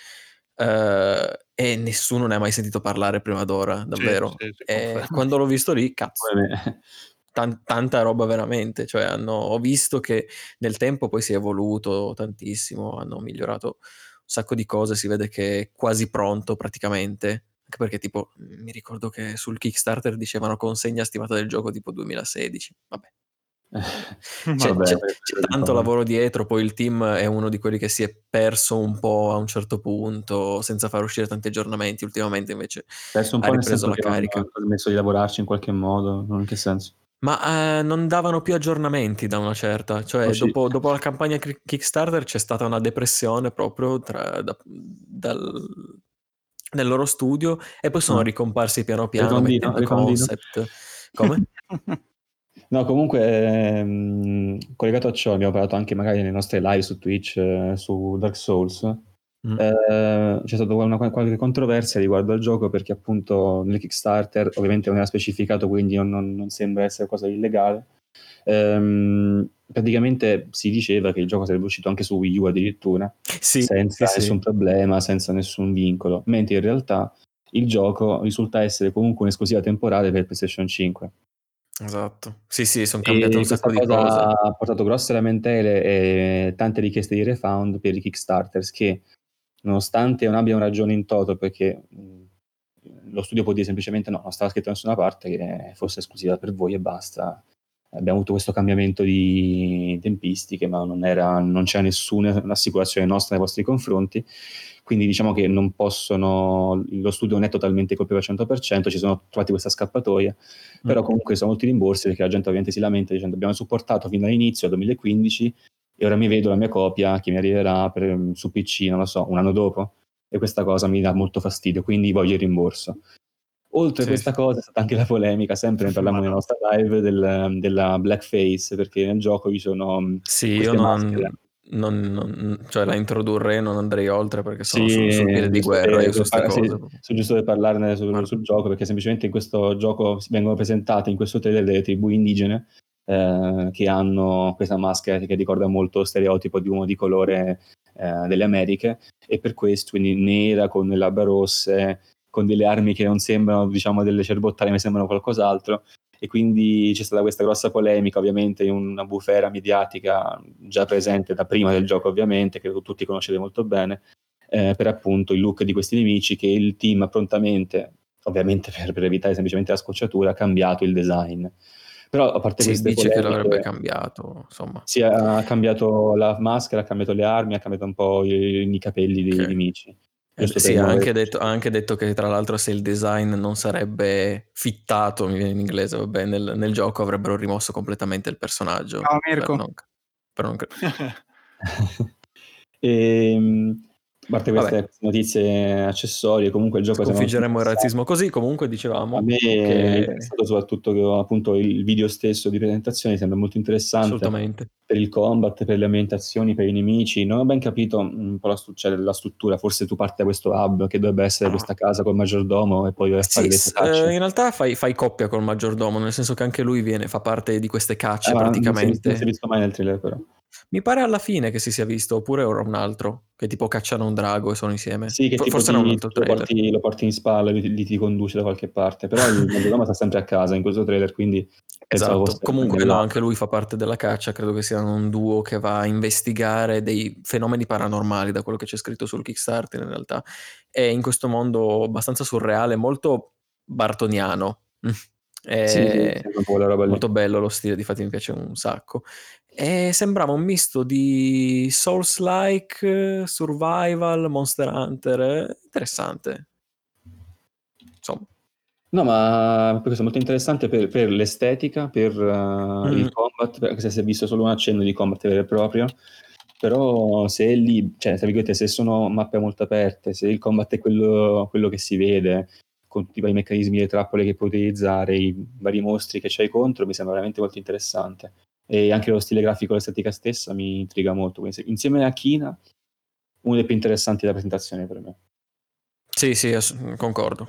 e nessuno ne ha mai sentito parlare prima d'ora, davvero. Sì, E confermo. quando l'ho visto lì, cazzo, tanta roba veramente, cioè ho visto che nel tempo poi si è evoluto tantissimo, hanno migliorato un sacco di cose, si vede che è quasi pronto praticamente, anche perché tipo mi ricordo che sul Kickstarter dicevano consegna stimata del gioco tipo 2016, vabbè. C'è tanto lavoro dietro, poi il team è uno di quelli che si è perso un po' a un certo punto senza far uscire tanti aggiornamenti, ultimamente invece perso un ha po' ripreso la carica. Hanno smesso di lavorarci in qualche modo, in che senso? Ma non davano più aggiornamenti da una certa, cioè dopo la campagna Kickstarter c'è stata una depressione proprio nel loro studio, e poi sono ricomparsi piano piano mettendo concept. Come? No, comunque collegato a ciò abbiamo parlato anche magari nelle nostre live su Twitch su Dark Souls. C'è stata qualche controversia riguardo al gioco, perché appunto nel Kickstarter ovviamente non era specificato, quindi non sembra essere cosa di illegale. Praticamente si diceva che il gioco sarebbe uscito anche su Wii U addirittura, senza nessun problema, senza nessun vincolo, mentre in realtà il gioco risulta essere comunque un'esclusiva temporale per PlayStation 5. Esatto, sì, sono cambiate un sacco di cose. Questa cosa ha portato grosse lamentele e tante richieste di refund per i Kickstarters, che nonostante non abbiano ragione in toto, perché lo studio può dire semplicemente no, non stava scritto da nessuna parte che fosse esclusiva per voi e basta. Abbiamo avuto questo cambiamento di tempistiche, ma non c'era nessuna assicurazione nostra nei vostri confronti, quindi diciamo che non possono, lo studio non è totalmente colpevole al 100%, ci sono trovati questa scappatoia, però comunque sono molti rimborsi, perché la gente ovviamente si lamenta dicendo abbiamo supportato fino all'inizio, al 2015, e ora mi vedo la mia copia che mi arriverà su PC, non lo so, un anno dopo, e questa cosa mi dà molto fastidio, quindi voglio il rimborso. Oltre a questa cosa è stata anche la polemica, sempre ne parliamo nella nostra live, della blackface, perché nel gioco ci sono queste maschere. Cioè la introdurrei e non andrei oltre, perché sono sul piede di guerra io su queste cose. Sono giusto per parlarne sul gioco, perché semplicemente in questo gioco vengono presentate in questo trailer delle tribù indigene che hanno questa maschera che ricorda molto lo stereotipo di uomo di colore delle Americhe, e per questo quindi nera con le labbra rosse, con delle armi che non sembrano, diciamo, delle cerbottare, ma sembrano qualcos'altro, e quindi c'è stata questa grossa polemica, ovviamente in una bufera mediatica già presente da prima del gioco, ovviamente, che tutti conoscete molto bene, per appunto il look di questi nemici, che il team prontamente ovviamente per evitare semplicemente la scocciatura, ha cambiato il design. Però a parte Si queste dice che polemiche, l'avrebbe cambiato, insomma. sì, ha cambiato la maschera, ha cambiato le armi, ha cambiato un po' i capelli dei Ok. nemici. Sì, ha muovere- anche detto che tra l'altro se il design non sarebbe fittato, mi viene in inglese, vabbè, nel gioco avrebbero rimosso completamente il personaggio. Ciao Mirko. Per non A parte queste notizie accessorie, comunque il gioco sconfiggeremo il razzismo così, comunque dicevamo a me è che interessato soprattutto appunto il video stesso di presentazione, sembra molto interessante assolutamente. per il combat, per le ambientazioni, per i nemici. Non ho ben capito un po' la struttura, forse tu parti da questo hub che dovrebbe essere questa casa col maggiordomo e poi vai a fare le cacce. In realtà fai coppia col maggiordomo, nel senso che anche lui fa parte di queste cacce praticamente. Non si è visto mai nel trailer però. Mi pare alla fine che si sia visto, oppure ora un altro, che tipo cacciano un drago e sono insieme. Sì, che tipo Forse era un altro trailer. lo porti in spalla, ti conduce da qualche parte, però il maggiordomo sta sempre a casa in questo trailer, quindi pensavo Esatto, fosse comunque no, anche lui fa parte della caccia, credo che siano un duo che va a investigare dei fenomeni paranormali, da quello che c'è scritto sul Kickstarter in realtà, e in questo mondo abbastanza surreale, molto bartoniano. Sì, quella roba lì. Molto bello lo stile, difatti mi piace un sacco. E sembrava un misto di Souls-like, Survival, Monster Hunter, interessante. Insomma. No, ma questo è molto interessante per l'estetica, per il combat, perché se si è visto solo un accenno di combat vero e proprio, però se è lì, cioè, tra virgolette, se sono mappe molto aperte, se il combat è quello che si vede, con tutti i vari meccanismi e trappole che puoi utilizzare, i vari mostri che c'hai contro, mi sembra veramente molto interessante. E anche lo stile grafico, l'estetica stessa mi intriga molto. Quindi, insieme a Kina, uno dei più interessanti della presentazione per me. Sì, concordo.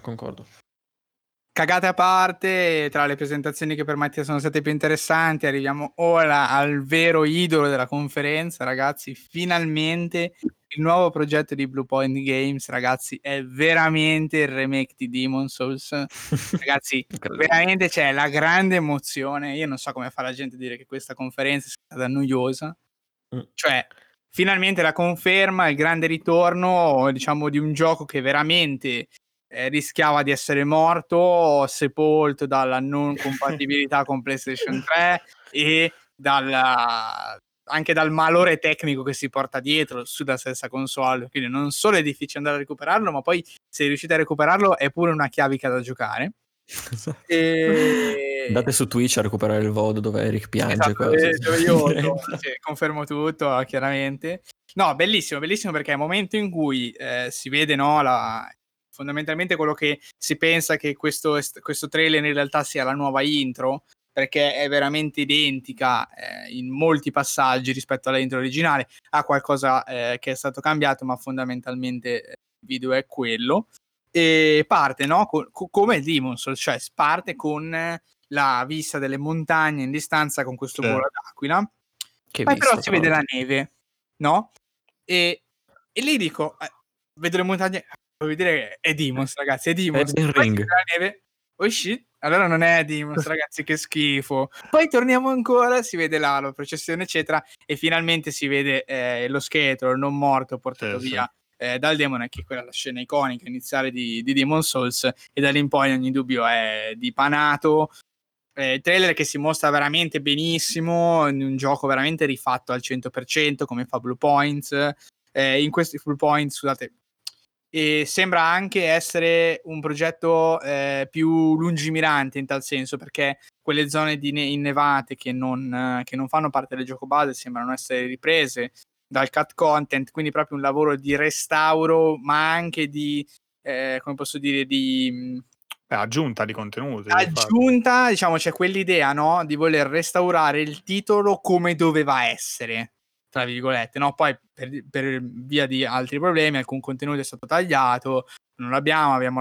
Cagate a parte, tra le presentazioni che per Mattia sono state più interessanti, arriviamo ora al vero idolo della conferenza, ragazzi. Finalmente il nuovo progetto di Blue Point Games, ragazzi, è veramente il remake di Demon's Souls. Ragazzi, veramente c'è la grande emozione. Io non so come fa la gente a dire che questa conferenza è stata noiosa. Cioè, finalmente la conferma, il grande ritorno, diciamo, di un gioco che veramente rischiava di essere morto, sepolto dalla non compatibilità con PlayStation 3 e anche dal malore tecnico che si porta dietro sulla stessa console. Quindi non solo è difficile andare a recuperarlo, ma poi se riuscite a recuperarlo è pure una chiavica da giocare. Andate su Twitch a recuperare il VOD dove Eric piange. Esatto, dove io confermo tutto, chiaramente. No, bellissimo perché è il momento in cui si vede, no, fondamentalmente quello che si pensa che questo trailer in realtà sia la nuova intro, perché è veramente identica in molti passaggi rispetto alla intro originale. Ha qualcosa che è stato cambiato, ma fondamentalmente il video è quello. E parte, no, come Demon's Souls, cioè parte con la vista delle montagne in distanza con questo volo d'aquila. Poi però si vede la neve, no? E lì dico, vedo le montagne, voglio dire è Demon's, ragazzi, è Demon's. Poi si vede la neve, oh shit, allora non è Demon's, ragazzi, che schifo. Poi torniamo ancora, si vede la processione eccetera e finalmente si vede lo scheletro, il non morto portato via dal demone, che è quella la scena iconica iniziale di Demon's Souls, e da lì in poi ogni dubbio è dipanato. Trailer che si mostra veramente benissimo, in un gioco veramente rifatto al 100% come fa Blue Point, in questi Blue Point, scusate, e sembra anche essere un progetto più lungimirante in tal senso, perché quelle zone innevate che non fanno parte del gioco base sembrano essere riprese dal cut content, quindi proprio un lavoro di restauro, ma anche di come posso dire, di aggiunta di contenuti. Aggiunta, diciamo, c'è quell'idea, no, di voler restaurare il titolo come doveva essere, tra virgolette, no? Poi per via di altri problemi alcun contenuto è stato tagliato, non l'abbiamo, abbiamo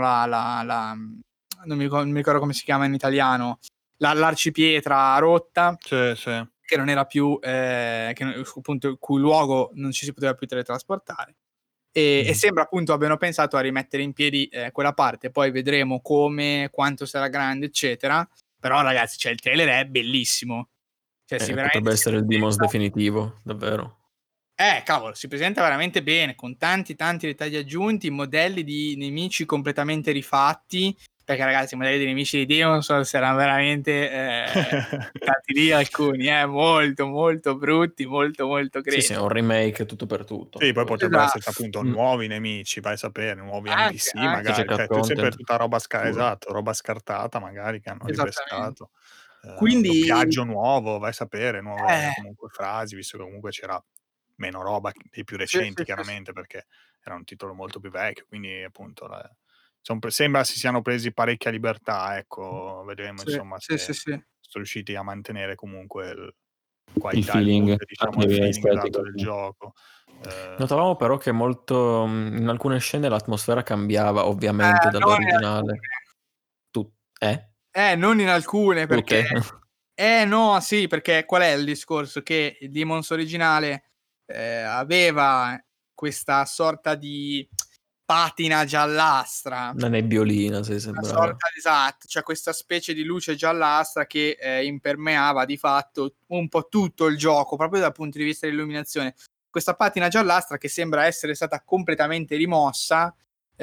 non mi ricordo come si chiama in italiano, l'arcipietra rotta, che non era più appunto il cui luogo non ci si poteva più teletrasportare. E sembra appunto abbiano pensato a rimettere in piedi quella parte, poi vedremo come, quanto sarà grande eccetera, però ragazzi, cioè il trailer è bellissimo, cioè potrebbe essere il Demon's definitivo, davvero. Cavolo, si presenta veramente bene, con tanti dettagli aggiunti, modelli di nemici completamente rifatti, perché ragazzi i modelli dei nemici di Demon's Souls erano veramente stati lì alcuni molto molto brutti, molto molto Sì, grezzi. sì, è un remake tutto per tutto. Sì, poi potrebbero Esatto. esserci appunto nuovi nemici, vai a sapere, nuovi Anche, NPC anche. magari, C'è cioè sempre content. tutta roba Sicuro. esatto, roba scartata magari che hanno Esattamente. ripescato. Quindi Doppiaggio nuovo, vai a sapere, nuove eh, comunque frasi, visto che comunque c'era meno roba dei più sì, recenti sì, sì, sì. chiaramente, perché era un titolo molto più vecchio, quindi appunto sembra si siano presi parecchia libertà, ecco, vedremo Sì, insomma sì, se sì, sì. sono riusciti a mantenere comunque il qualità, il feeling, mood, diciamo, anche il feeling esatto estetico. del gioco. Notavamo però che molto in alcune scene l'atmosfera cambiava ovviamente Non in dall'originale. non in alcune, perché Tutte? no, sì, perché qual è il discorso? Che il Demon's originale aveva questa sorta di patina giallastra, Una nebbiolina, sì, una sembrava. sorta esatto, cioè questa specie di luce giallastra che impermeava di fatto un po' tutto il gioco, proprio dal punto di vista dell'illuminazione. Questa patina giallastra che sembra essere stata completamente rimossa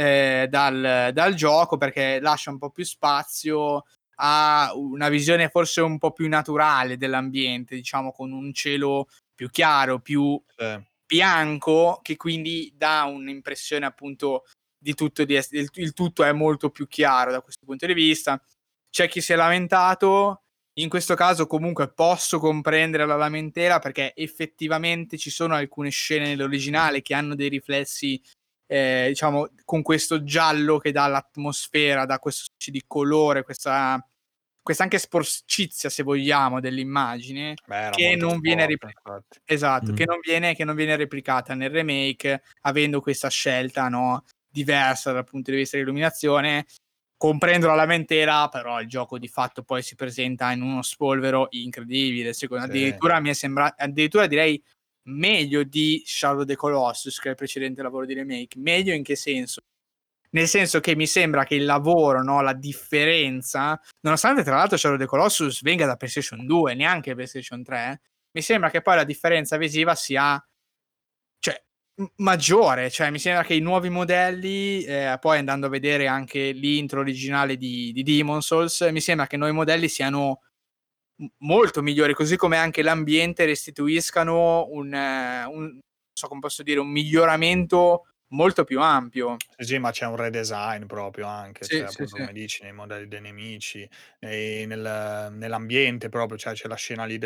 dal gioco, perché lascia un po' più spazio a una visione forse un po' più naturale dell'ambiente, diciamo con un cielo più chiaro, più bianco, che quindi dà un'impressione appunto di tutto il tutto è molto più chiaro da questo punto di vista. C'è chi si è lamentato, in questo caso comunque posso comprendere la lamentela, perché effettivamente ci sono alcune scene nell'originale che hanno dei riflessi diciamo con questo giallo che dà l'atmosfera, dà questo specie di colore, questa anche sporcizia, se vogliamo, dell'immagine, Beh, era che molto non viene sporca, infatti. esatto, che non viene replicata nel remake, avendo questa scelta, no, diversa dal punto di vista dell'illuminazione. Comprendo la lamentela, però il gioco di fatto poi si presenta in uno spolvero incredibile. Addirittura mi è addirittura direi meglio di Shadow of the Colossus, che è il precedente lavoro di remake. Meglio in che senso? Nel senso che mi sembra che il lavoro, no, la differenza, nonostante tra l'altro Shadow of the Colossus venga da PlayStation 2, neanche PlayStation 3, mi sembra che poi la differenza visiva sia, cioè, maggiore. Cioè, mi sembra che i nuovi modelli, poi andando a vedere anche l'intro originale di Demon's Souls, mi sembra che i nuovi modelli siano molto migliori, così come anche l'ambiente restituiscano non so come posso dire, un miglioramento molto più ampio. Sì, ma c'è un redesign proprio anche, Sì, cioè sì, appunto sì. come dici nei modelli dei nemici, nell'ambiente proprio, cioè c'è la scena lì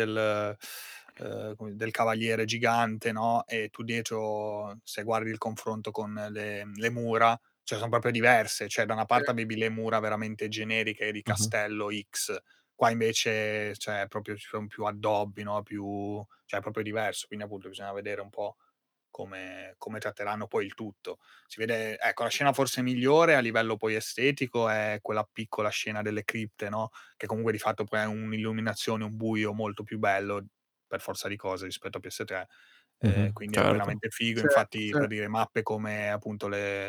del cavaliere gigante, no, e tu dietro, se guardi il confronto con le mura, cioè son proprio diverse, cioè da una parte avevi le mura veramente generiche di castello X, qua invece, cioè proprio ci son più addobbi, no, cioè è proprio diverso, quindi appunto bisogna vedere un po' come tratteranno poi il tutto. Si vede, ecco, la scena forse migliore a livello poi estetico è quella piccola scena delle cripte, no, che comunque di fatto poi è un'illuminazione, un buio molto più bello, per forza di cose, rispetto a PS3. Quindi è Certo. veramente figo. Certo, Infatti, per certo. dire, mappe come appunto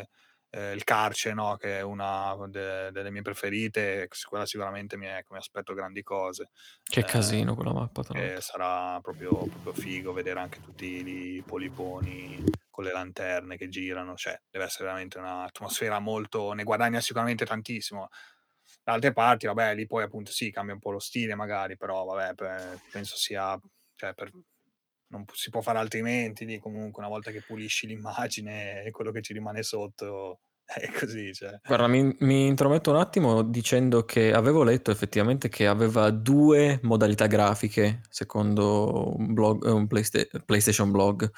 il Carce, no, che è una delle mie preferite, quella sicuramente mi aspetto grandi cose. Che Ehm casino quella mappa, tra che l'altro. sarà proprio figo vedere anche tutti i poliponi con le lanterne che girano, cioè deve essere veramente un'atmosfera molto, ne guadagna sicuramente tantissimo. Da altre parti, vabbè, lì poi appunto sì, cambia un po' lo stile magari, però vabbè, penso sia, cioè non si può fare altrimenti lì comunque, una volta che pulisci l'immagine e quello che ci rimane sotto è così, cioè. Guarda, mi intrometto un attimo dicendo che avevo letto effettivamente che aveva 2 modalità grafiche, secondo un blog, un PlayStation blog,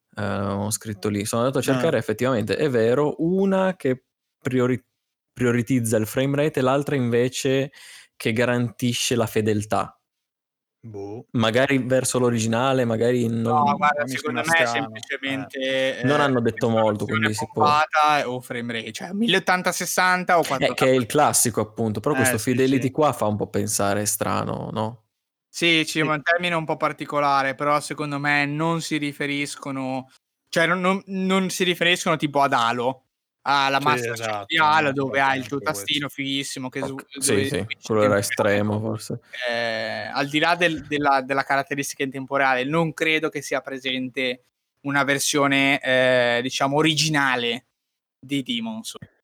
ho scritto lì. Sono andato a cercare, effettivamente è vero, una che prioritizza il frame rate e l'altra invece che garantisce la fedeltà. Boh. Magari verso l'originale, magari No, guarda, Mi secondo sembra me è strano. semplicemente non hanno detto molto, risoluzione quindi si può. pompata o frame rate, cioè 1080-60 o 4K. Che è il classico appunto, però questo Sì, sì. fidelity qua fa un po' pensare strano, no? Sì, Sì. ma un termine un po' particolare, però secondo me non si riferiscono, cioè non si riferiscono tipo ad Halo, alla Sì, massima scelta di esatto, Halo, no, dove infatti hai il tuo anche questo. tastino fighissimo che Sì, dove sì, switch in quello era tempo estremo reale. forse. Al di là della caratteristica in tempo reale, non credo che sia presente una versione, diciamo originale di Demon's Souls.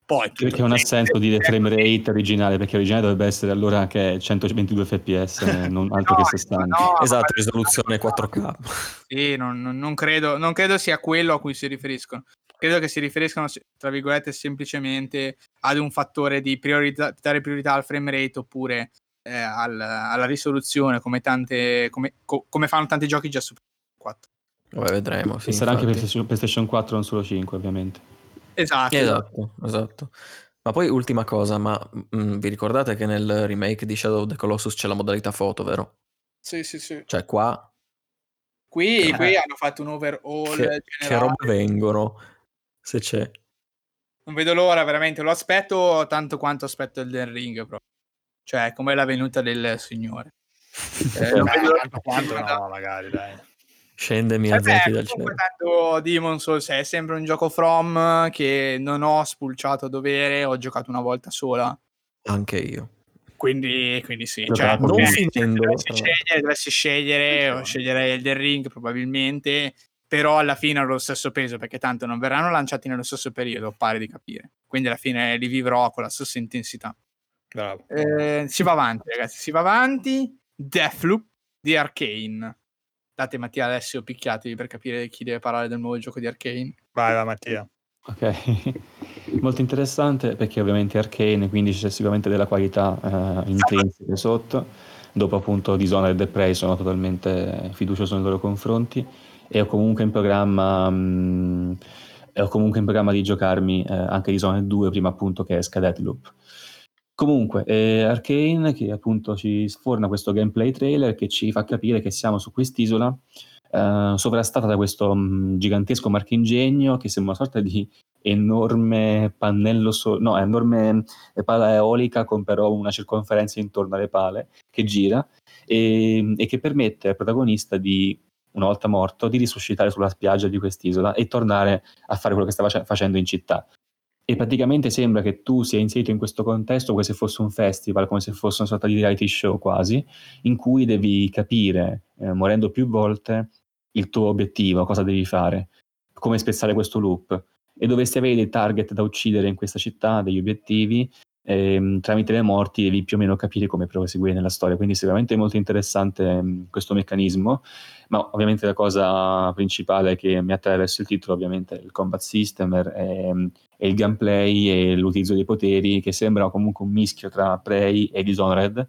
Poi Che non ha senso dire frame rate originale, perché originale dovrebbe essere allora che è 122 fps, non altro che 60. No, Esatto, risoluzione 4K. Sì, non credo sia quello a cui si riferiscono. Credo che si riferiscano, tra virgolette, semplicemente ad un fattore di dare priorità al frame rate oppure alla risoluzione, come fanno tanti giochi già su 4. Vabbè, vedremo. Sì, E sarà anche infatti. PlayStation 4, non solo 5, ovviamente. Esatto. Ma poi ultima cosa, ma vi ricordate che nel remake di Shadow of the Colossus c'è la modalità foto, vero? Sì. Cioè qua Qui hanno fatto un overhaul che generale. robe vengono, se c'è. Non vedo l'ora, veramente. Lo aspetto tanto quanto aspetto il Elden Ring, proprio. Cioè, come la venuta del Signore. Non vedo l'ora Tanto quanto no, magari, dai. Scende Miyazaki dal cielo. Tanto Demon's Souls è sempre un gioco From che non ho spulciato a dovere, ho giocato una volta sola. Anche io. Quindi sì. Cioè, non finendolo, dovessi scegliere, sceglierei Elden Ring probabilmente, però alla fine hanno lo stesso peso, perché tanto non verranno lanciati nello stesso periodo, pare di capire. Quindi alla fine li vivrò con la stessa intensità. Bravo. Si va avanti, ragazzi, si va avanti. Deathloop di Arcane. Date Mattia Alessio picchiatevi per capire chi deve parlare del nuovo gioco di Arcane. Vai Mattia. Ok, molto interessante perché ovviamente Arcane, quindi c'è sicuramente della qualità intrinseca sotto. Dopo appunto Dishonored e Prey sono totalmente fiducioso nei loro confronti e ho comunque in programma di giocarmi anche Dishonored 2 prima appunto che esca Deathloop. Comunque, Arcane che appunto ci sforna questo gameplay trailer che ci fa capire che siamo su quest'isola sovrastata da questo gigantesco marchingegno che sembra una sorta di enorme pannello enorme pala eolica con però una circonferenza intorno alle pale che gira e che permette al protagonista di, una volta morto, di risuscitare sulla spiaggia di quest'isola e tornare a fare quello che stava facendo in città. E praticamente sembra che tu sia inserito in questo contesto come se fosse un festival, come se fosse una sorta di reality show quasi, in cui devi capire, morendo più volte, il tuo obiettivo, cosa devi fare, come spezzare questo loop. E dovresti avere dei target da uccidere in questa città, degli obiettivi, tramite le morti devi più o meno capire come proseguire nella storia. Quindi sicuramente è molto interessante questo meccanismo, ma ovviamente la cosa principale che mi attrae verso il titolo ovviamente è il combat system e il gameplay e l'utilizzo dei poteri, che sembra comunque un mischio tra Prey e Dishonored.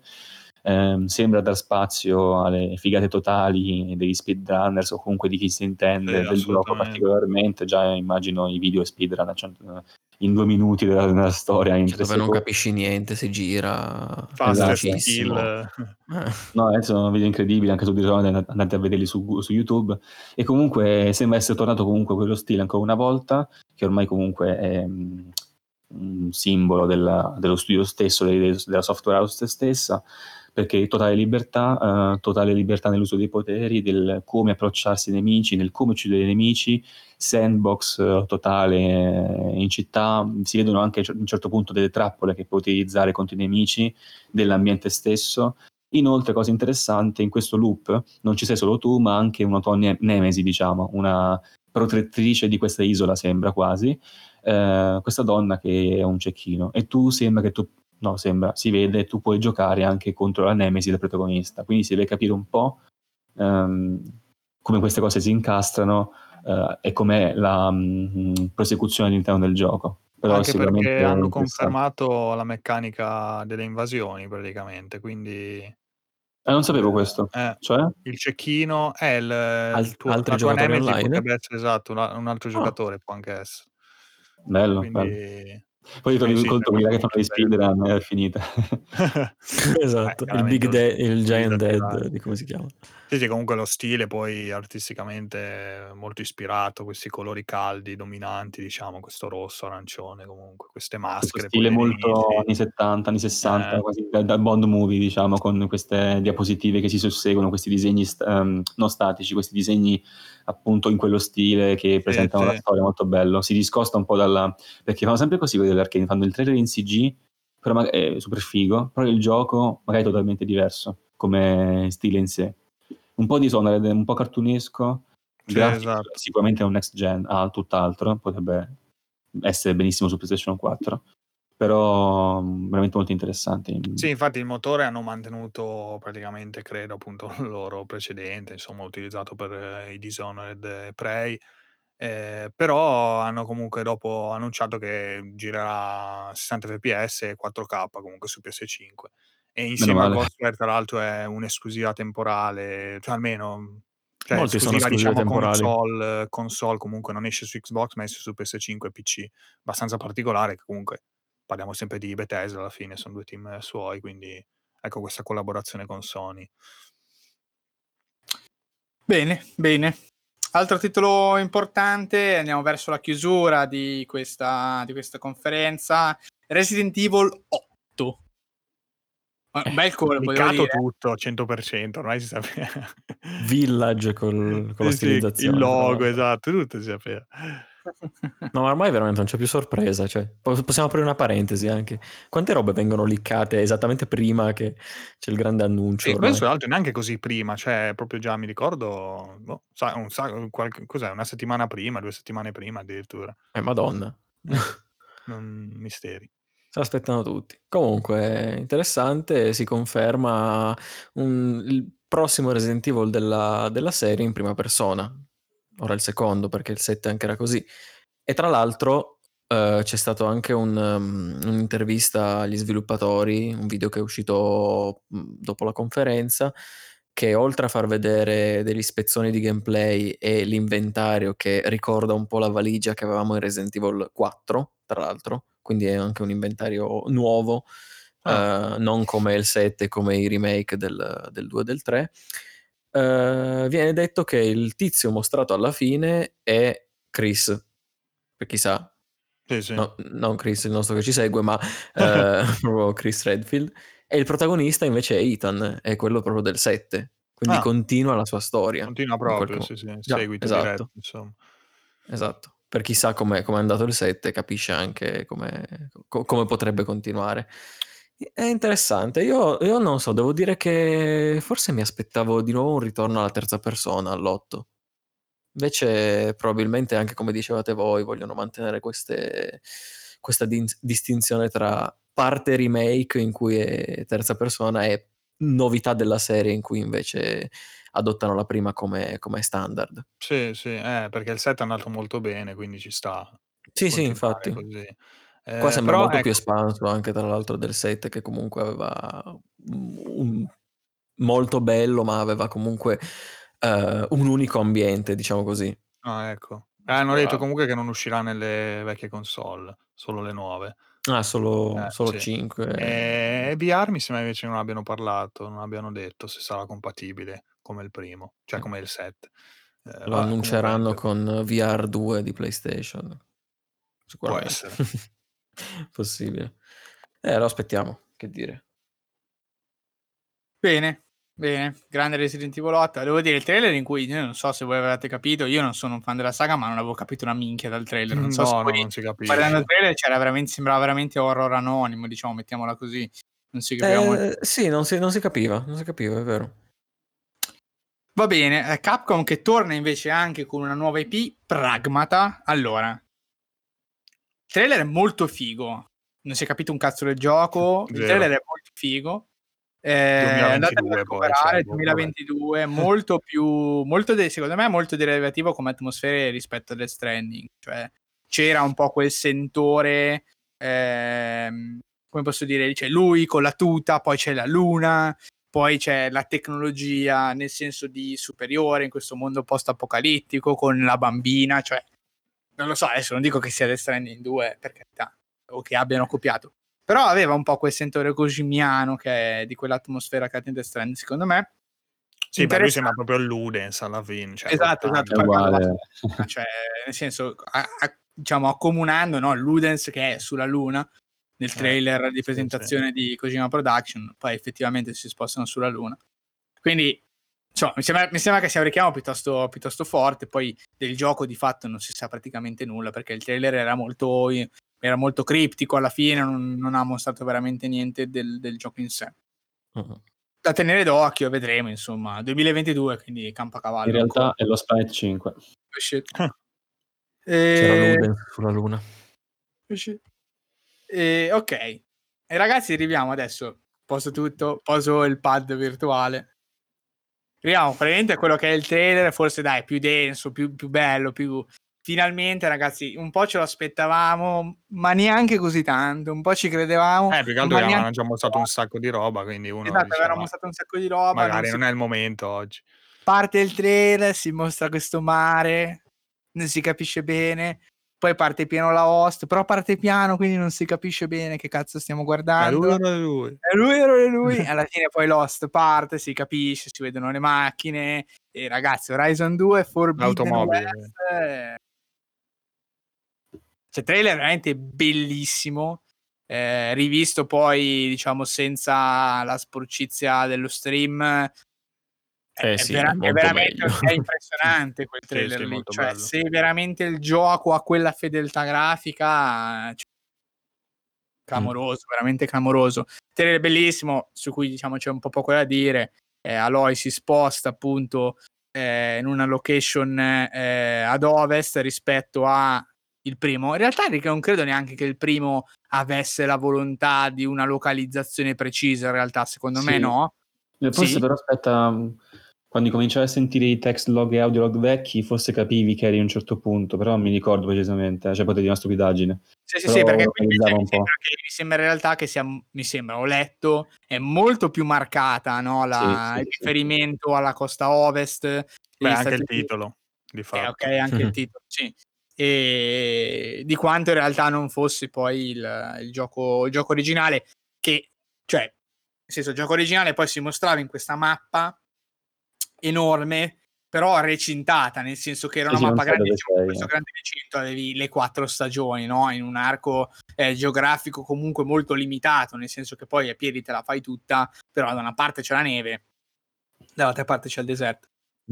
Sembra dar spazio alle figate totali degli speedrunners o comunque di chi si intende del gioco particolarmente. Già immagino i video speedrun in 2 minuti della storia, in 3 dove secondi. non capisci niente, si gira velocissimo. No, adesso sono video incredibili anche su Dishonored, andate a vederli su YouTube. E comunque sembra essere tornato comunque quello stile ancora una volta, che ormai comunque è un simbolo dello studio stesso, della software house stessa, perché totale libertà nell'uso dei poteri, del come approcciarsi ai nemici, nel come uccidere i nemici, sandbox totale in città. Si vedono anche a un certo punto delle trappole che puoi utilizzare contro i nemici, dell'ambiente stesso. Inoltre, cosa interessante, in questo loop non ci sei solo tu, ma anche una tua nemesi, diciamo, una protettrice di questa isola, sembra quasi, questa donna che è un cecchino, e tu si vede, tu puoi giocare anche contro la nemesi del protagonista, quindi si deve capire un po' come queste cose si incastrano e com'è la prosecuzione all'interno del gioco. Però anche perché hanno confermato la meccanica delle invasioni praticamente, quindi non sapevo questo. Cioè? Il cecchino è la altri tua nemesi online? potrebbe essere, esatto, un altro giocatore può anche essere. Bello, quindi, bello. Poi trovi un conto quella che fanno gli speedrun è finita. Esatto, il Giant Dead, di come si chiama. Sì, comunque lo stile poi artisticamente molto ispirato, questi colori caldi, dominanti, diciamo, questo rosso, arancione, comunque, queste maschere. Questo stile molto anni 70, anni 60, quasi da Bond movie, diciamo, con queste diapositive che si susseguono, questi disegni non statici, questi disegni appunto in quello stile che presentano la storia, molto bello. Si discosta un po' perché fanno sempre così quelli dell'Arcane, fanno il trailer in CG, però è super figo, però il gioco magari è totalmente diverso come stile in sé. Un po' Dishonored, un po' cartunesco, esatto. Sicuramente è un next gen, tutt'altro, potrebbe essere benissimo su PlayStation 4, però veramente molto interessante. Sì, infatti il motore hanno mantenuto praticamente, credo, appunto il loro precedente, insomma, utilizzato per i Dishonored e Prey, però hanno comunque dopo annunciato che girerà 60 fps e 4K comunque su PS5. E Meno insieme a male. Ghostwire, tra l'altro, è un'esclusiva temporale, cioè almeno, cioè Molti sono esclusiva esclusive diciamo temporali. console, comunque non esce su Xbox, ma esce su PS5 e PC. Abbastanza particolare, che comunque parliamo sempre di Bethesda alla fine, sono 2 team suoi, quindi ecco questa collaborazione con Sony. Bene, bene. Altro titolo importante, andiamo verso la chiusura di questa conferenza, Resident Evil 8. Bel colpo, devo Liccato dire. tutto, 100%, ormai si sapeva. Village con la Sì, sì, il stilizzazione, tra logo, l'altro. esatto, tutto si sapeva. No, ma ormai veramente non c'è più sorpresa, cioè, possiamo aprire una parentesi anche. Quante robe vengono liccate esattamente prima che c'è il grande annuncio Sì, ormai? questo tra l'altro neanche così prima, cioè proprio già mi ricordo, boh, cos'è, 1 settimana prima, 2 settimane prima addirittura. Madonna. Misteri. Se l'aspettano tutti. Comunque, interessante, si conferma il prossimo Resident Evil della serie in prima persona. Ora il secondo, perché il 7 anche era così. E tra l'altro c'è stato anche un'intervista agli sviluppatori, un video che è uscito dopo la conferenza, che oltre a far vedere degli spezzoni di gameplay e l'inventario che ricorda un po' la valigia che avevamo in Resident Evil 4, tra l'altro, quindi è anche un inventario nuovo, non come il 7, come i remake del 2 e del 3. Viene detto che il tizio mostrato alla fine è Chris, per chissà, Sì. no, non Chris il nostro che ci segue, ma proprio Chris Redfield, e il protagonista invece è Ethan, è quello proprio del 7, quindi continua la sua storia. Continua proprio, sì, Già, seguito diretto, esatto. insomma. Esatto, per chissà come è andato il 7 capisce anche come potrebbe continuare. È interessante, io non so, devo dire che forse mi aspettavo di nuovo un ritorno alla terza persona all'8. Invece probabilmente anche come dicevate voi vogliono mantenere questa distinzione tra parte remake in cui è terza persona e novità della serie in cui invece adottano la prima come standard. Sì, perché il set è andato molto bene, quindi ci sta Sì, continuare infatti. così. Qua sembra Però molto più ecco, espanso anche tra l'altro del 7 che comunque aveva un molto bello, ma aveva comunque un unico ambiente, diciamo così. ecco. Hanno detto Esplorabile. comunque che non uscirà nelle vecchie console, solo le nuove. Solo Sì. 5. VR mi sembra invece non abbiano parlato, non abbiano detto se sarà compatibile come il primo, cioè come il 7. Lo Vabbè, comunque annunceranno con VR 2 di PlayStation. può Sicuramente. essere. Possibile. Lo aspettiamo, che dire. Bene, grande Resident Evil 8. Devo dire, il trailer in cui, io non so se voi avevate capito, io non sono un fan della saga, ma non avevo capito una minchia dal trailer. Non so se No, voi, non si guardando il capisce. trailer, sembrava veramente horror anonimo, diciamo, mettiamola così. Non si capiva molto. Sì, non si capiva, è vero. Va bene, Capcom che torna invece anche con una nuova IP, Pragmata. Allora, il trailer è molto figo. Non si è capito un cazzo del gioco. Il Vero. trailer è molto figo. Andatelo a 2022 poi, cioè, recuperare, boh, vabbè. 2022, secondo me molto derivativo come atmosfere rispetto a Death Stranding, cioè c'era un po' quel sentore, come posso dire, c'è lui con la tuta, poi c'è la luna, poi c'è la tecnologia nel senso di superiore in questo mondo post-apocalittico con la bambina, cioè non lo so, adesso non dico che sia Death Stranding 2 per carità, o che abbiano copiato, però aveva un po' quel sentore cosimiano che è di quell'atmosfera che ha in Death Stranding, secondo me. Sì, beh, lui sembra proprio il Ludens alla fine, cioè Esatto, portando. È uguale. cioè, nel senso, diciamo, accomunando, no, Ludens che è sulla luna nel trailer di presentazione di Kojima Production, poi effettivamente si spostano sulla luna. Quindi, insomma, mi sembra che sia un richiamo piuttosto forte, poi del gioco di fatto non si sa praticamente nulla, perché il trailer era molto criptico alla fine, non ha mostrato veramente niente del gioco in sé. Da tenere d'occhio, vedremo, insomma, 2022, quindi campocavallo. In realtà ancora. è lo Sprite 5. C'era Ludens sulla luna. Ok, e ragazzi, arriviamo adesso. Poso tutto, poso il pad virtuale. Arriviamo praticamente a quello che è il trailer, forse dai, più denso, più bello, più... Finalmente, ragazzi, un po' ce lo aspettavamo, ma neanche così tanto. Un po' ci credevamo. Più che altro avevano già mostrato un sacco di roba, quindi uno Esatto, diceva, avevano mostrato un sacco di roba. magari non è il momento oggi. Parte il trailer, si mostra questo mare, non si capisce bene. Poi parte piano la host, però parte piano, quindi non si capisce bene che cazzo stiamo guardando. È lui. È lui. Alla fine poi l'host parte, si capisce, si vedono le macchine. E ragazzi, Horizon 2 Forbidden West, cioè trailer veramente bellissimo. Rivisto poi, diciamo, senza la sporcizia dello stream, è veramente è impressionante quel trailer lì. Cioè, bello. se veramente il gioco ha quella fedeltà grafica, clamoroso, veramente clamoroso. Trailer bellissimo, su cui diciamo c'è un po' poco da dire. Aloy si sposta appunto in una location ad ovest rispetto a il primo. In realtà non credo neanche che il primo avesse la volontà di una localizzazione precisa, in realtà secondo me no. Forse però aspetta, quando cominciavi a sentire i text log e audio log vecchi, forse capivi che eri a un certo punto, però non mi ricordo precisamente, cioè potevi una stupidaggine. Sì, perché qui mi sembra in realtà che sia, mi sembra, ho letto, è molto più marcata, no? Il riferimento alla costa ovest. Anche il titolo, di fatto. Ok, anche il titolo, sì. E di quanto in realtà non fosse poi il gioco originale, che, cioè, nel senso, il gioco originale poi si mostrava in questa mappa enorme, però recintata, nel senso che era una mappa grandissima, questo grande recinto, avevi le 4 stagioni, no? In un arco geografico comunque molto limitato, nel senso che poi a piedi te la fai tutta, però da una parte c'è la neve, dall'altra parte c'è il deserto.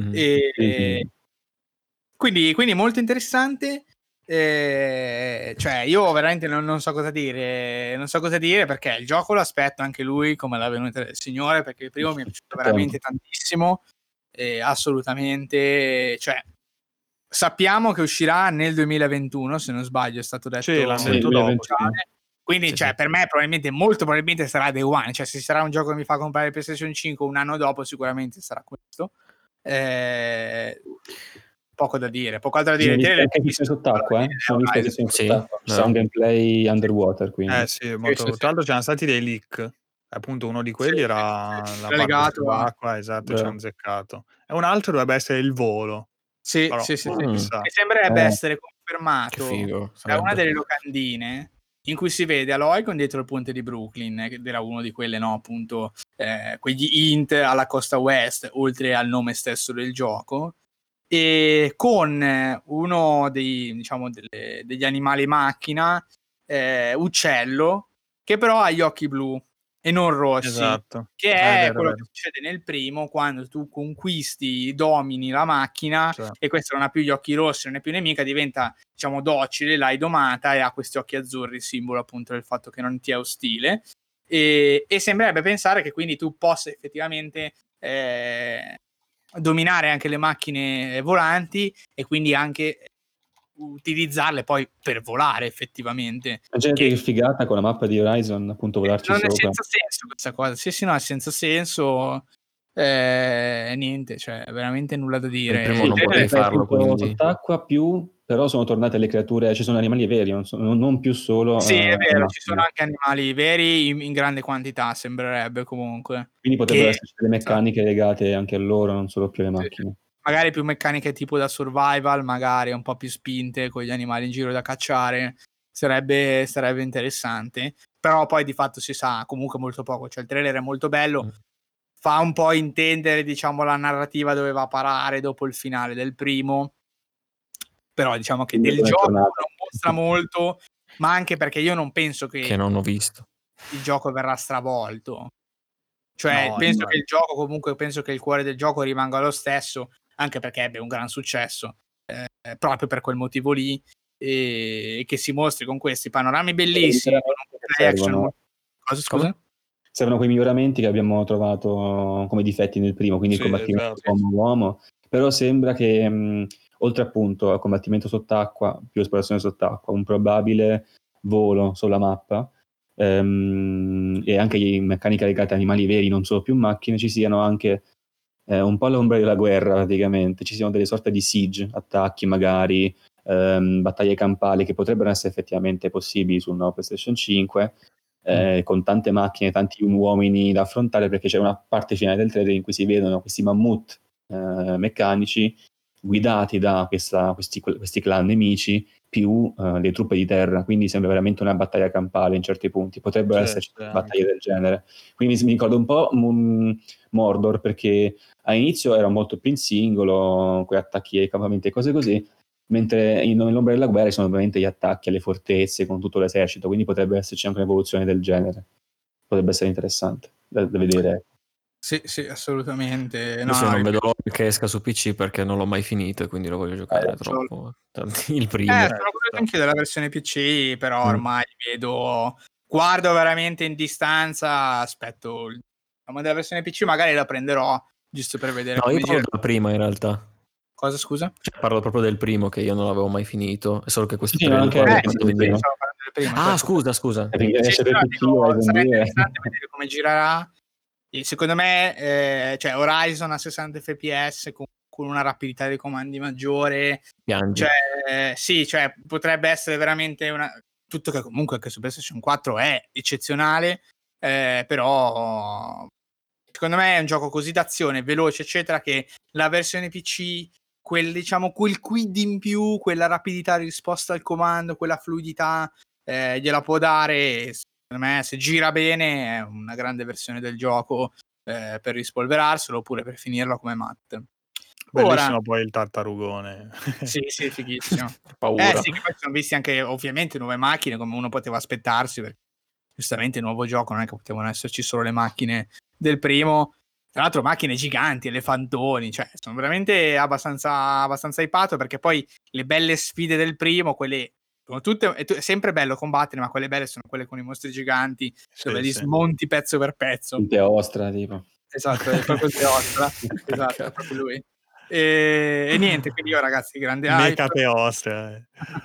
Quindi molto interessante. Cioè io veramente non so cosa dire, perché il gioco lo aspetto anche lui come la venuta del Signore, perché il primo mi è piaciuto veramente tantissimo. Assolutamente, cioè sappiamo che uscirà nel 2021, se non sbaglio, è stato detto. Sì, l'hanno detto dopo. Quindi, cioè, per me molto probabilmente sarà Day One, cioè se sarà un gioco che mi fa comprare il PlayStation 5 un anno dopo, sicuramente sarà questo. Poco da dire. Anche sessioni sott'acqua, sono visto sessioni sott'acqua. C'è un gameplay underwater, quindi. Sì, molto. Tra l'altro c'erano stati dei leak. Appunto uno di quelli era la parte sull'acqua, esatto, ci hanno zeccato. E un altro dovrebbe essere il volo. Sì. Mi sembrerebbe essere confermato da una delle locandine in cui si vede Aloy con dietro il ponte di Brooklyn, che era uno di quelle, no, appunto, quegli hint alla costa west, oltre al nome stesso del gioco, e con uno dei, diciamo, degli animali macchina, uccello, che però ha gli occhi blu e non rossi, esatto. che è quello che succede nel primo quando tu conquisti, domini la macchina, e questa non ha più gli occhi rossi, non è più nemica, diventa, diciamo, docile, l'hai domata e ha questi occhi azzurri, simbolo appunto del fatto che non ti è ostile, e sembrerebbe pensare che quindi tu possa effettivamente dominare anche le macchine volanti e quindi anche utilizzarle poi per volare effettivamente. Immaginate che figata con la mappa di Horizon, appunto, volarci non sopra. è senza senso questa cosa. Sì, no, è senza senso. Niente, cioè veramente nulla da dire. Il primo non potevi farlo, quindi. Sott'acqua però sono tornate le creature, ci sono animali veri, non più solo. Sì, è vero, ci sono anche animali veri in grande quantità, sembrerebbe comunque. Quindi potrebbero esserci delle meccaniche legate anche a loro, non solo più alle macchine. Magari più meccaniche tipo da survival, magari un po' più spinte con gli animali in giro da cacciare, sarebbe interessante. Però poi di fatto si sa comunque molto poco, cioè il trailer è molto bello, fa un po' intendere, diciamo, la narrativa dove va a parare dopo il finale del primo, però diciamo che del gioco non mostra molto, ma anche perché io non penso che non ho visto il gioco verrà stravolto, cioè penso che il gioco, comunque penso che il cuore del gioco rimanga lo stesso, anche perché ebbe un gran successo, proprio per quel motivo lì, e che si mostri con questi panorami bellissimi, Scusa? Servono quei miglioramenti che abbiamo trovato come difetti nel primo, quindi il combattimento uomo-uomo, però sembra che oltre appunto al combattimento sott'acqua, più esplorazione sott'acqua, un probabile volo sulla mappa, e anche le meccaniche legate a animali veri, non solo più macchine, ci siano anche un po' l'ombra della guerra praticamente, ci siano delle sorte di siege, attacchi magari, battaglie campali che potrebbero essere effettivamente possibili sul nuovo PlayStation 5, con tante macchine, tanti uomini da affrontare, perché c'è una parte finale del trailer in cui si vedono questi mammut meccanici guidati da questi clan nemici più le truppe di terra, quindi sembra veramente una battaglia campale in certi punti, potrebbero esserci battaglie del genere, quindi mi ricordo un po' Mordor, perché all'inizio era molto più in singolo, quei attacchi ai campamenti e cose così, mentre nell'ombra della guerra sono ovviamente gli attacchi alle fortezze con tutto l'esercito, quindi potrebbe esserci anche un'evoluzione del genere, potrebbe essere interessante da vedere. Sì, assolutamente. Adesso io non vedo l'ora che esca su PC perché non l'ho mai finito e quindi lo voglio giocare troppo. Il primo. Sono curioso anche della versione PC, però ormai guardo veramente in distanza, aspetto della versione PC, magari la prenderò giusto per vedere come io parlo della prima in realtà. Cosa, scusa? Parlo proprio del primo, che io non l'avevo mai finito, è solo che questo prima. Scusa. Sarà interessante vedere come girerà. E secondo me Horizon a 60 fps con una rapidità dei comandi maggiore, potrebbe essere veramente tutto che comunque anche su PlayStation 4 è eccezionale, però secondo me è un gioco così d'azione, veloce eccetera, che la versione PC quel quid in più, quella rapidità di risposta al comando, quella fluidità gliela può dare. Secondo me se gira bene è una grande versione del gioco per rispolverarselo oppure per finirlo come Matt. Bellissimo poi il tartarugone. Sì, fighissimo. Paura. Sì, che poi sono visti anche ovviamente nuove macchine come uno poteva aspettarsi, perché giustamente il nuovo gioco non è che potevano esserci solo le macchine del primo, tra l'altro macchine giganti, elefantoni, cioè sono veramente abbastanza hypato, perché poi le belle sfide del primo, quelle sono tutte, è sempre bello combattere, ma quelle belle sono quelle con i mostri giganti, dove li smonti pezzo per pezzo. Il Teostra, tipo. Esatto, è proprio il Teostra. Esatto, è proprio lui. E niente, quindi io ragazzi, grande hype. Meca Teostra.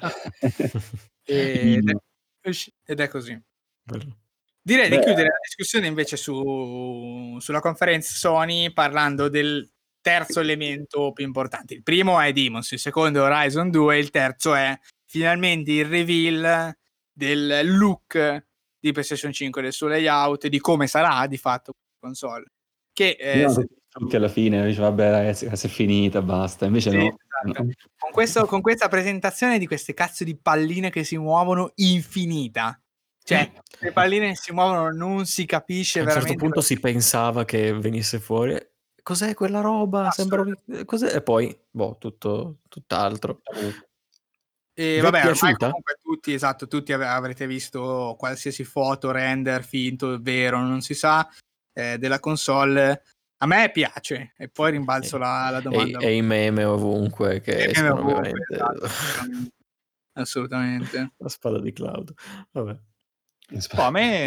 Ed è così. Bello. Direi di chiudere la discussione invece sulla conferenza Sony parlando del terzo elemento più importante. Il primo è Demons, il secondo è Horizon 2, il terzo è finalmente il reveal del look di PlayStation 5, del suo layout e di come sarà di fatto console. Che tutti alla fine dice vabbè ragazzi, è finita, basta, invece no. Esatto. Con questa presentazione di queste cazzo di palline che si muovono infinita, cioè le palline che si muovono non si capisce a veramente. A un certo punto si pensava che venisse fuori cos'è quella roba, sembra cos'è, e poi tutt'altro. E vabbè, ormai comunque tutti avrete visto qualsiasi foto, render finto, vero, non si sa, della console. A me piace, e poi rimbalzo la domanda. E i meme ovunque che escono, ovviamente. Esatto, assolutamente. La spada di Cloud. Vabbè. A me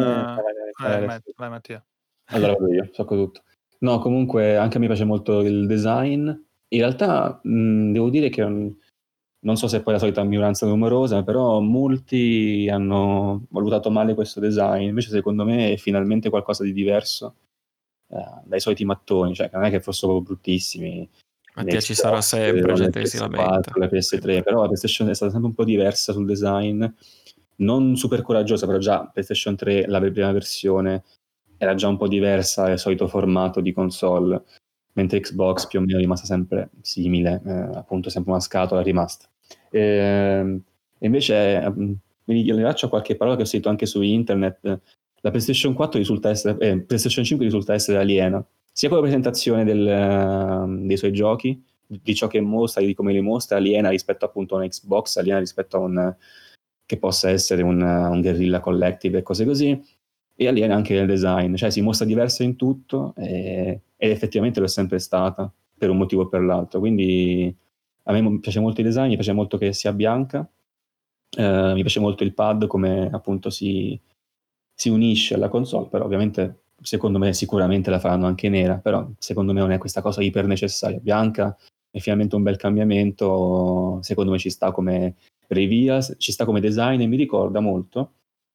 vai Mattia. Allora vado io, so tutto. No, comunque anche a me piace molto il design. In realtà devo dire che non so se poi la solita minoranza numerosa, però molti hanno valutato male questo design. Invece secondo me è finalmente qualcosa di diverso dai soliti mattoni, cioè non è che fossero bruttissimi. Mattia, ci sarà sempre gente che si lamenta. La PS3, però la PlayStation è stata sempre un po' diversa sul design, non super coraggiosa, però già PlayStation 3, la prima versione, era già un po' diversa dal solito formato di console, mentre Xbox più o meno è rimasta sempre simile, appunto sempre una scatola rimasta. E invece vi faccio qualche parola che ho sentito anche su internet. La PlayStation 4 risulta essere PlayStation 5 risulta essere aliena, sia con la presentazione dei suoi giochi, di ciò che mostra, di come li mostra, aliena rispetto appunto a una Xbox, aliena rispetto a che possa essere un Guerrilla Collective e cose così, e aliena anche nel design, cioè si mostra diversa in tutto ed effettivamente lo è sempre stata per un motivo o per l'altro. Quindi a me piace molto il design, mi piace molto che sia bianca, mi piace molto il pad come appunto si unisce alla console, però ovviamente secondo me sicuramente la faranno anche nera, però secondo me non è questa cosa iper necessaria. Bianca è finalmente un bel cambiamento, secondo me ci sta come Revia, ci sta come design e mi ricorda molto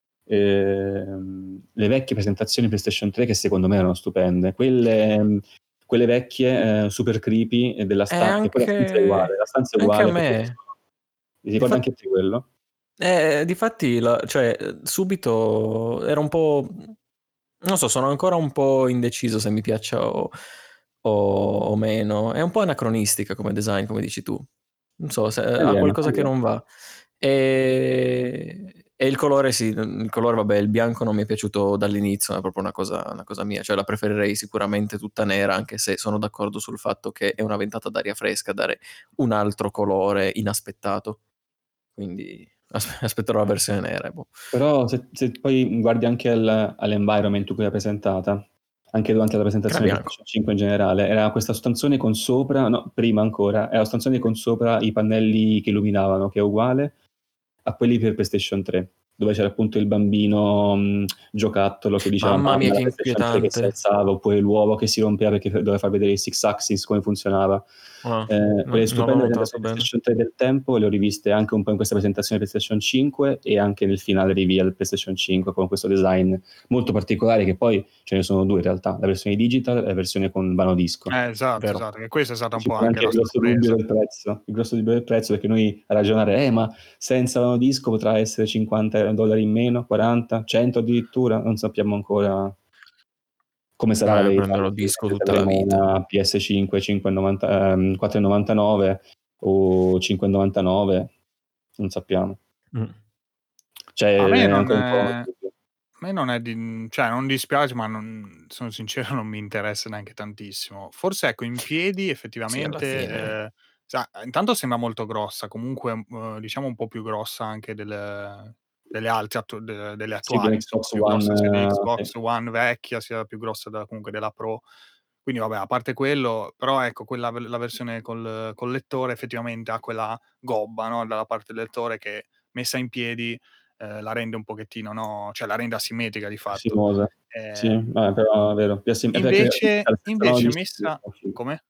le vecchie presentazioni PlayStation 3 che secondo me erano stupende, quelle vecchie super creepy della stanza, che poi la stanza è uguale, anche a me. Mi ricorda anche a te quello? Difatti, cioè, subito era un po'... Non so, sono ancora un po' indeciso se mi piaccia o meno. È un po' anacronistica come design, come dici tu. Non so, se ha qualcosa che non va. E il colore, sì, il colore, vabbè, il bianco non mi è piaciuto dall'inizio, è proprio una cosa mia. Cioè, la preferirei sicuramente tutta nera, anche se sono d'accordo sul fatto che è una ventata d'aria fresca dare un altro colore inaspettato. Quindi aspetterò la versione nera. Boh. Però se poi guardi anche all'environment in cui l'ha presentata, anche durante la presentazione di PlayStation 5 in generale, era questa stanzone con sopra, no, prima ancora, era la stanzone con sopra i pannelli che illuminavano, che è uguale a quelli per PlayStation 3, dove c'era appunto il bambino giocattolo che diceva mamma mia, che inquietante, che si alzava, oppure l'uovo che si rompeva perché doveva far vedere il six axis come funzionava. Quelle stupende presentazioni PlayStation 3 del tempo le ho riviste anche un po' in questa presentazione PlayStation 5 e anche nel finale reveal PlayStation 5 con questo design molto particolare, che poi ce ne sono due in realtà, la versione digital e la versione con vano disco. Esatto, che questa è stata un po' anche la sorpresa. Il grosso dubbio del prezzo, perché noi a ragionare ma senza vano disco potrà essere $50 in meno, 40, 100 addirittura, non sappiamo ancora come sarà la verità. Prenderò disco tutta la vita. Una PS5 4,99 o 5,99, non sappiamo. Cioè, a me non è cioè non dispiace, ma sono sincero, non mi interessa neanche tantissimo. Forse ecco, in piedi effettivamente intanto sembra molto grossa, comunque diciamo un po' più grossa anche delle altre delle attuali, Xbox più One, grossa sia di Xbox One vecchia, sia più grossa comunque della Pro. Quindi vabbè, a parte quello, però ecco, la versione col lettore effettivamente ha quella gobba, no, dalla parte del lettore che messa in piedi la rende un pochettino, no, cioè la rende asimmetrica di fatto. Sì, però è vero. Invece messa... Come?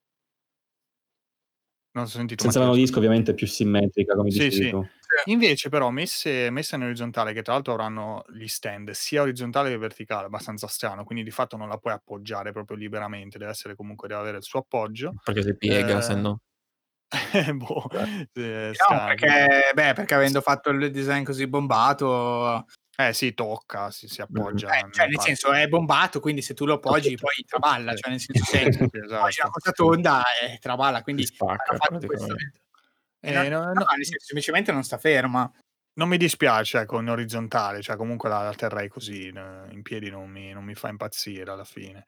Non ho sentito. Senza vano disco ovviamente è più simmetrica, come dicevi tu. Invece però messe in orizzontale, che tra l'altro avranno gli stand sia orizzontale che verticale, abbastanza strano, quindi di fatto non la puoi appoggiare proprio liberamente, deve avere il suo appoggio. Perché si piega, se no. Boh, no, perché avendo fatto il design così bombato... sì, tocca, si appoggia. Cioè, nel senso, è bombato, quindi se tu lo appoggi poi traballa, cioè nel senso, se appoggi una cosa tonda traballa, quindi spacca praticamente. semplicemente non sta ferma. Non mi dispiace, ecco, in orizzontale, cioè comunque la terrei così, in piedi non mi fa impazzire alla fine.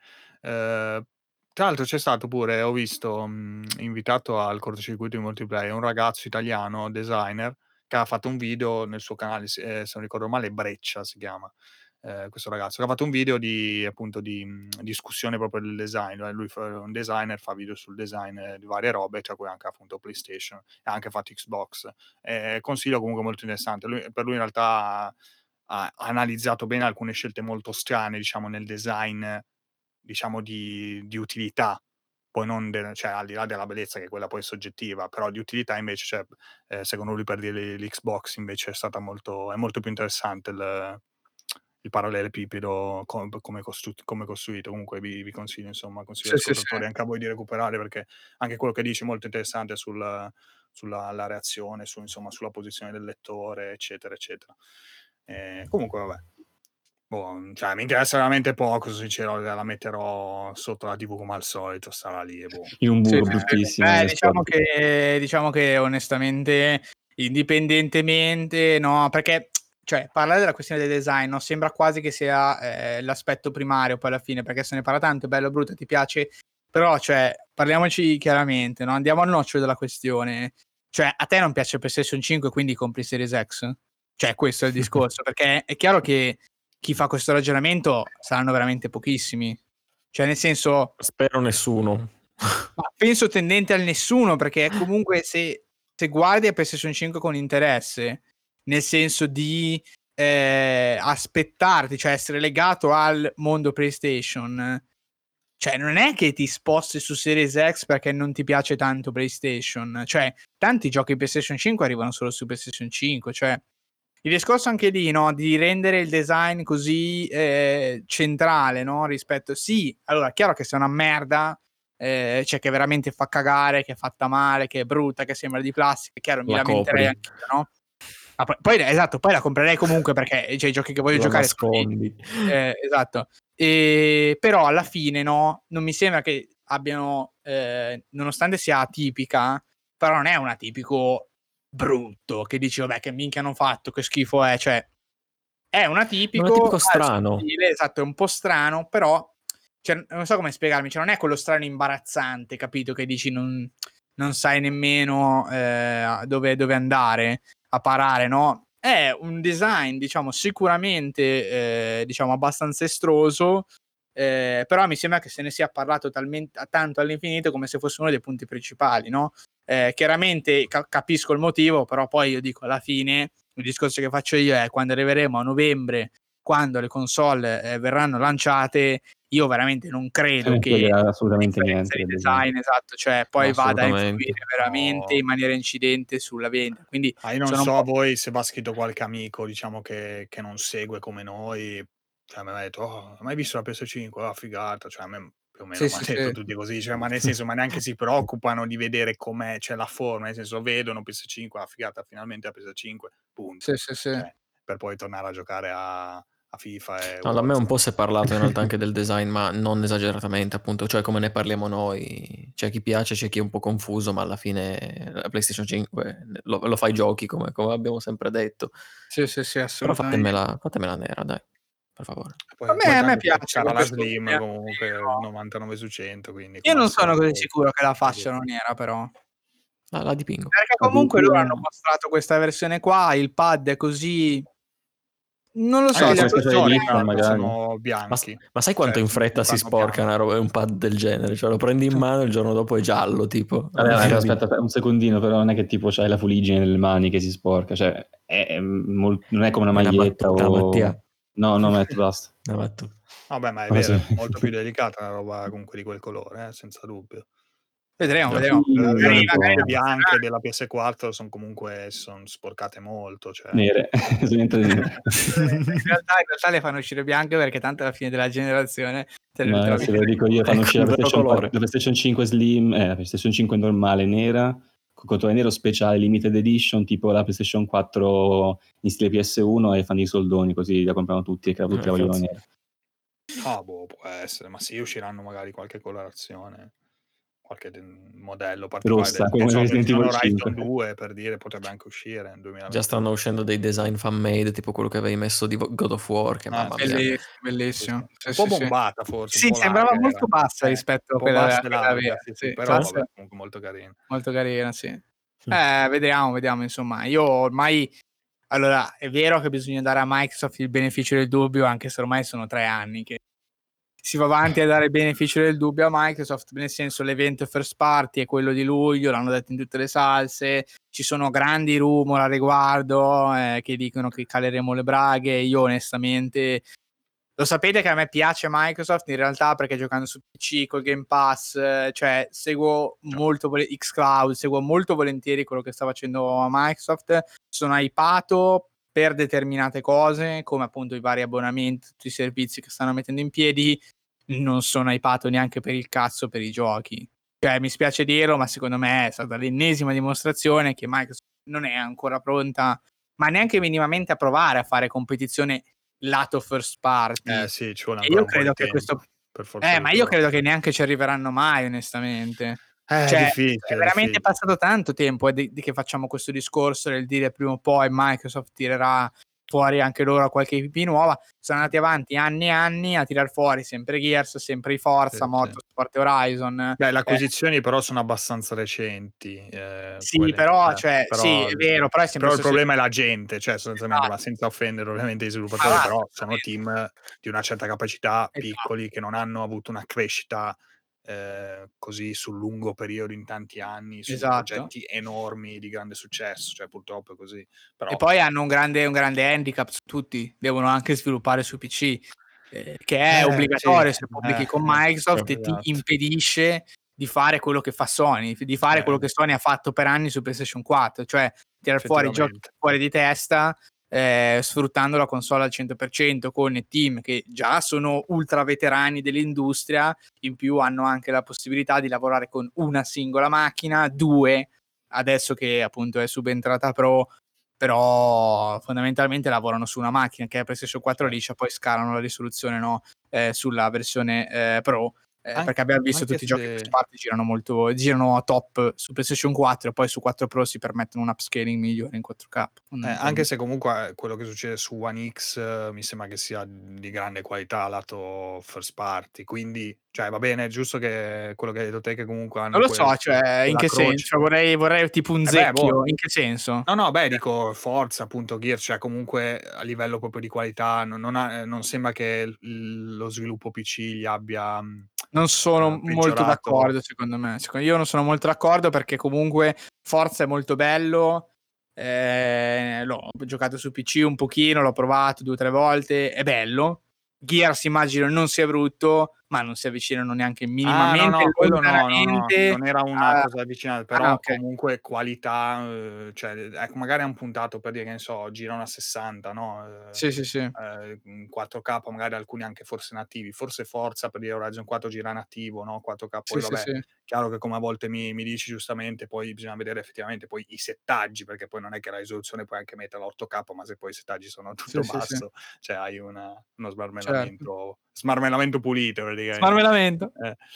Tra l'altro c'è stato pure, ho visto, invitato al cortocircuito di multiplayer, un ragazzo italiano, designer, che ha fatto un video nel suo canale, se non ricordo male Breccia si chiama, questo ragazzo, che ha fatto un video di discussione proprio del design. Lui è un designer, fa video sul design di varie robe, tra cui anche appunto PlayStation e anche fatto Xbox. Consiglio comunque molto interessante. Per lui in realtà ha analizzato bene alcune scelte molto strane, diciamo, nel design, diciamo, di utilità. Poi non cioè al di là della bellezza, che quella poi è soggettiva, però di utilità invece, cioè, secondo lui per dire l'Xbox invece è molto più interessante il parallelepipedo come costruito. Comunque vi consiglio, insomma, consiglio ascoltatori anche a voi di recuperare, perché anche quello che dice è molto interessante sulla la reazione, insomma, sulla posizione del lettore, eccetera, eccetera. Comunque vabbè. Cioè, mi interessa veramente poco, sono sincero, la metterò sotto la TV come al solito, sarà lì e boh. In un buco bruttissimo. Diciamo che onestamente, indipendentemente, no, perché cioè parlare della questione del design, no, sembra quasi che sia l'aspetto primario poi alla fine, perché se ne parla tanto, è bello, brutto, ti piace, però cioè parliamoci chiaramente, no? Andiamo al nocciolo della questione. Cioè, a te non piace PlayStation 5, quindi compri Series X? Cioè, questo è il discorso, perché è chiaro che chi fa questo ragionamento saranno veramente pochissimi. Cioè, nel senso... Spero nessuno. Ma penso tendente al nessuno, perché comunque se guardi a PlayStation 5 con interesse, nel senso di aspettarti, cioè essere legato al mondo PlayStation, cioè non è che ti sposti su Series X perché non ti piace tanto PlayStation, cioè tanti giochi PlayStation 5 arrivano solo su PlayStation 5, cioè il discorso anche lì, no, di rendere il design così centrale, no, rispetto, sì, allora chiaro che se è una merda, cioè che veramente fa cagare, che è fatta male, che è brutta, che sembra di plastica, è chiaro, mi lamenterei anche io, no? Ma poi esatto, poi la comprerei comunque perché cioè, i giochi che voglio giocare sono lì. Esatto. Però alla fine no, non mi sembra che abbiano nonostante sia atipica, però non è un atipico brutto che dici vabbè che minchia hanno fatto, che schifo è, cioè è un atipico strano. stile, esatto, è un po' strano, però cioè, non so come spiegarmi, cioè non è quello strano imbarazzante, capito, che dici non sai nemmeno dove andare a parare, no? È un design, diciamo, sicuramente diciamo abbastanza estroso, però mi sembra che se ne sia parlato talmente tanto all'infinito come se fosse uno dei punti principali, no? Chiaramente capisco il motivo, però poi io dico alla fine il discorso che faccio io è quando arriveremo a novembre, quando le console verranno lanciate, io veramente non credo che assolutamente differenza niente di design, esatto, cioè poi vada a influire veramente No. in maniera incidente sulla vendita. Quindi io non so a voi se va scritto qualche amico, diciamo, che non segue come noi, cioè mi ha detto "Oh, hai mai visto la PS5? Ah, figata", cioè a me più o meno sì, m'han sì, detto sì. tutti così, cioè, ma nel senso, ma neanche si preoccupano di vedere com'è, cioè la forma, nel senso vedono PS5, ah figata, finalmente la PS5, punto. Sì, sì, sì. Cioè, per poi tornare a giocare a FIFA e No, da me un po' si Warzone. è parlato in realtà anche del design, ma non esageratamente, appunto, cioè come ne parliamo noi. C'è chi piace, c'è chi è un po' confuso, ma alla fine la PlayStation 5 lo fa i giochi, come abbiamo sempre detto. Sì, sì, sì, Però assolutamente. fatemela nera, dai, per favore. A me tanto piace c'era la questo Slim bianco comunque nero. 99 su 100, quindi Io come al non sono così solito sicuro che la facciano nera, però. La dipingo. Perché comunque loro hanno Addirittura mostrato questa versione qua, il pad è così. Non lo so, anche gli gli questa c'è accessori edition, tra l'altro magari. sono Ma bianchi, sai quanto cioè in fretta si sembrano sporca un pad del genere? Cioè lo prendi in mano e il giorno dopo è giallo, tipo. Vabbè, aspetta un secondino, però non è che tipo c'hai la fuliggine nelle mani che si sporca, cioè non è come una È una maglietta battuta, Mattia. No, Matt, basta. Una battuta. Vabbè, ma è Ah, vero, sì. è molto più delicata una roba comunque di quel colore, senza dubbio. Vedremo. Sì, Magari le la bianche passeranno. della PS4 son sporcate molto, cioè Nere, niente di nere. In realtà le fanno uscire bianche perché tanto alla fine della generazione te le No, ritrovi se ve lo dico io, fanno Ecco, uscire il vero colore. la PlayStation 5 Slim, la PlayStation 5 normale nera, con controller nero speciale limited edition, tipo la PlayStation 4 in stile PS1 e fanno i soldoni così la comprano tutti e tutti la vogliono Cazzo. nera. boh, può essere, ma sì, usciranno magari qualche colorazione, qualche modello Rossa, particolare, come so, Resident versione Evil Horizon 5. 2 per dire, potrebbe anche uscire nel Già stanno 2022. uscendo dei design fan made, tipo quello che avevi messo di God of War, che mamma mia. bellissimo, bellissimo. Un Sì, po' sì, sì. bombata forse, un Sì, po' sembrava larga molto era, bassa rispetto un a po' quella bassa e vera. larga, sì, però Infatti, vabbè, comunque molto carina. molto carina, sì. Vediamo, insomma. Io ormai. Allora, è vero che bisogna dare a Microsoft il beneficio del dubbio, anche se ormai sono 3 anni che si va avanti a dare il beneficio del dubbio a Microsoft, nel senso l'evento first party è quello di luglio, l'hanno detto in tutte le salse, ci sono grandi rumor a riguardo che dicono che caleremo le braghe. Io onestamente lo sapete che a me piace Microsoft in realtà perché giocando su PC col Game Pass, cioè seguo molto xCloud, seguo molto volentieri quello che sta facendo Microsoft, sono hypato per determinate cose come appunto i vari abbonamenti, tutti i servizi che stanno mettendo in piedi, non sono hypato neanche per il cazzo per i giochi. Cioè mi spiace dirlo, ma secondo me è stata l'ennesima dimostrazione che Microsoft non è ancora pronta, ma neanche minimamente a provare a fare competizione lato first party. Sì, ci vuole E ancora io un po' credo di che tempo, questo per forza di ma io cose. credo che neanche ci arriveranno mai onestamente. È Cioè, è difficile, veramente difficile. passato tanto tempo di che facciamo questo discorso nel dire prima o poi Microsoft tirerà fuori anche loro qualche IP nuova. Sono andati avanti anni e anni a tirar fuori sempre Gears, sempre i Forza, Sì, sì. Motorsport e Horizon. Beh, le acquisizioni però sono abbastanza recenti, Sì, quelle però cioè sì, però è vero, però è sempre però il stesso. problema è la gente, cioè sostanzialmente, ma Esatto. senza offendere ovviamente gli Ma sviluppatori, va, però sono assolutamente. team di una certa capacità, Esatto. piccoli, che non hanno avuto una crescita, così sul lungo periodo in tanti anni, su Esatto. progetti enormi di grande successo, cioè purtroppo è così. Però E poi hanno un grande handicap su tutti, devono anche sviluppare su PC. che è obbligatorio sì, se pubblichi con Microsoft e ti esatto. impedisce di fare quello che fa Sony, di fare quello che Sony ha fatto per anni su PlayStation 4, cioè tirare fuori giochi fuori di testa, sfruttando la console al 100%, con team che già sono ultra veterani dell'industria, in più hanno anche la possibilità di lavorare con una singola macchina, 2 adesso che appunto è subentrata Pro, però fondamentalmente lavorano su una macchina che è PlayStation 4 liscia, poi scalano la risoluzione, no, sulla versione Pro, perché abbiamo visto tutti i giochi first party girano a top su PlayStation 4 e poi su 4 Pro si permettono un upscaling migliore in 4K. Anche se comunque quello che succede su One X mi sembra che sia di grande qualità lato first party, quindi cioè va bene, è giusto che quello che hai detto te che comunque hanno non lo so, cioè in che senso? Vorrei tipo un zecchio, in che senso? No, dico Forza, appunto, Gears, cioè comunque a livello proprio di qualità non sembra che lo sviluppo PC gli abbia non sono molto d'accordo, secondo me. Io non sono molto d'accordo perché comunque Forza è molto bello. L'ho giocato su PC un pochino, l'ho provato 2 o 3 volte, è bello. Gears immagino non sia brutto, ma non si avvicinano neanche minimamente, quello lontanamente. non era una cosa avvicinata, però okay. comunque qualità, cioè ecco, magari han puntato per dire, che ne so, girano a 60, no, Sì. 4K, magari alcuni anche forse nativi, forse Forza per dire Horizon 4 gira nativo, no, 4K, poi vabbè, chiaro che come a volte mi dici giustamente, poi bisogna vedere effettivamente poi i settaggi, perché poi non è che la risoluzione puoi anche metterla a 8K, ma se poi i settaggi sono tutto basso, cioè hai uno smarmellamento pulito praticamente. Smarmellamento.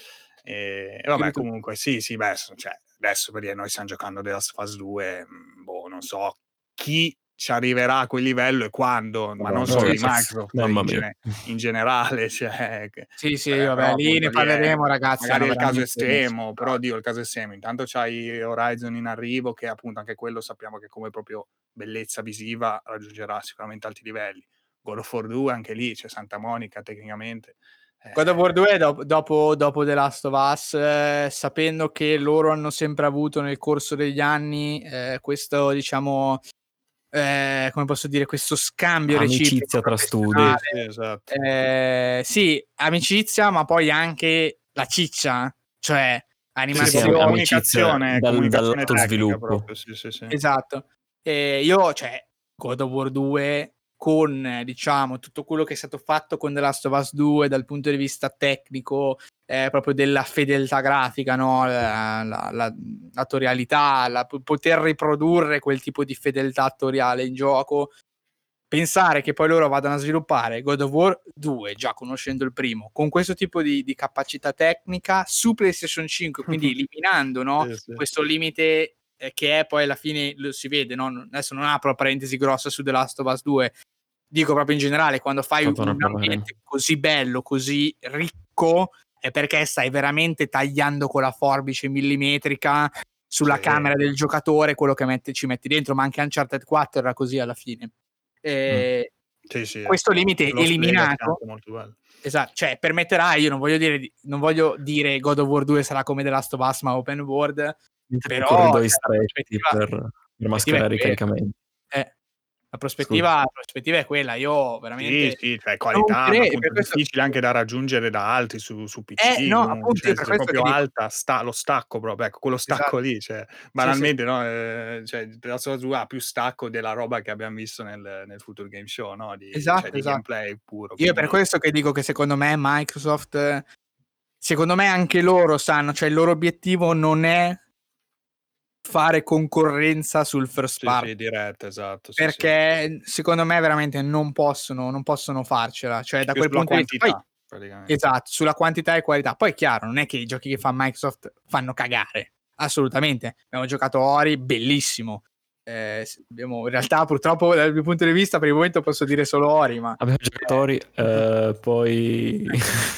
E vabbè, comunque sì, beh, cioè, adesso per dire noi stiamo giocando The Last of Us 2, non so chi ci arriverà a quel livello e quando, ma non solo di Microsoft, in generale, cioè vabbè, lì ne parleremo, ragazzi. Magari il caso estremo, però il caso estremo. Intanto c'hai Horizon in arrivo, che appunto anche quello sappiamo che come proprio bellezza visiva raggiungerà sicuramente alti livelli. God of War 2 anche lì, c'è Santa Monica tecnicamente. God of War 2 dopo The Last of Us, sapendo che loro hanno sempre avuto nel corso degli anni questo, diciamo, come posso dire, questo scambio amicizia tra studi. Esatto. Sì, amicizia, ma poi anche la ciccia, cioè animazione, comunicazione dal lato sviluppo. Proprio, sì. Esatto. Io, cioè, God of War 2 con, diciamo, tutto quello che è stato fatto con The Last of Us 2 dal punto di vista tecnico, proprio della fedeltà grafica, no? L'attorialità, poter riprodurre quel tipo di fedeltà attoriale in gioco. Pensare che poi loro vadano a sviluppare God of War 2, già conoscendo il primo, con questo tipo di capacità tecnica su PlayStation 5, quindi eliminando, no, questo limite che è poi alla fine lo si vede, no? Adesso non apro la parentesi grossa su The Last of Us 2, dico proprio in generale, quando fai un ambiente così bello, così ricco, è perché stai veramente tagliando con la forbice millimetrica sulla camera del giocatore quello che ci metti dentro, ma anche Uncharted 4 era così alla fine. Questo limite eliminato, esatto, cioè permetterà, io non voglio dire God of War 2 sarà come The Last of Us ma open world, però corridoi stretti per mascherare i caricamenti. La prospettiva è quella. Io veramente cioè qualità, appunto, difficile anche da raggiungere da altri su PC. No, appunto, cioè, per proprio alta, lo stacco proprio, ecco, quello stacco lì, cioè banalmente, no, cioè la sua ha più stacco della roba che abbiamo visto nel Future Game Show, no, di gameplay puro. Io per questo che dico che secondo me Microsoft, secondo me anche loro sanno, cioè il loro obiettivo non è fare concorrenza sul first party diretta, esatto, perché secondo me veramente non possono farcela, cioè da quel punto di vista esatto, sulla quantità e qualità. Poi è chiaro, non è che i giochi che fa Microsoft fanno cagare, assolutamente. Abbiamo giocato Ori, bellissimo. In realtà purtroppo dal mio punto di vista per il momento posso dire solo Ori, ma abbiamo giocato Ori, poi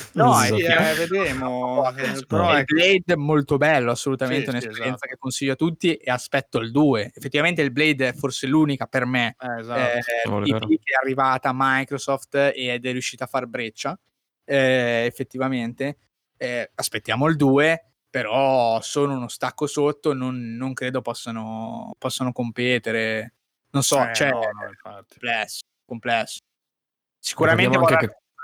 vedremo. Però il Blade è molto bello, assolutamente un'esperienza che consiglio a tutti e aspetto il 2. Effettivamente il Blade è forse l'unica per me IP che è arrivata a Microsoft ed è riuscita a far breccia, effettivamente. Aspettiamo il 2, però sono uno stacco sotto, non credo possano competere, non so, cioè complesso. Sicuramente vorrà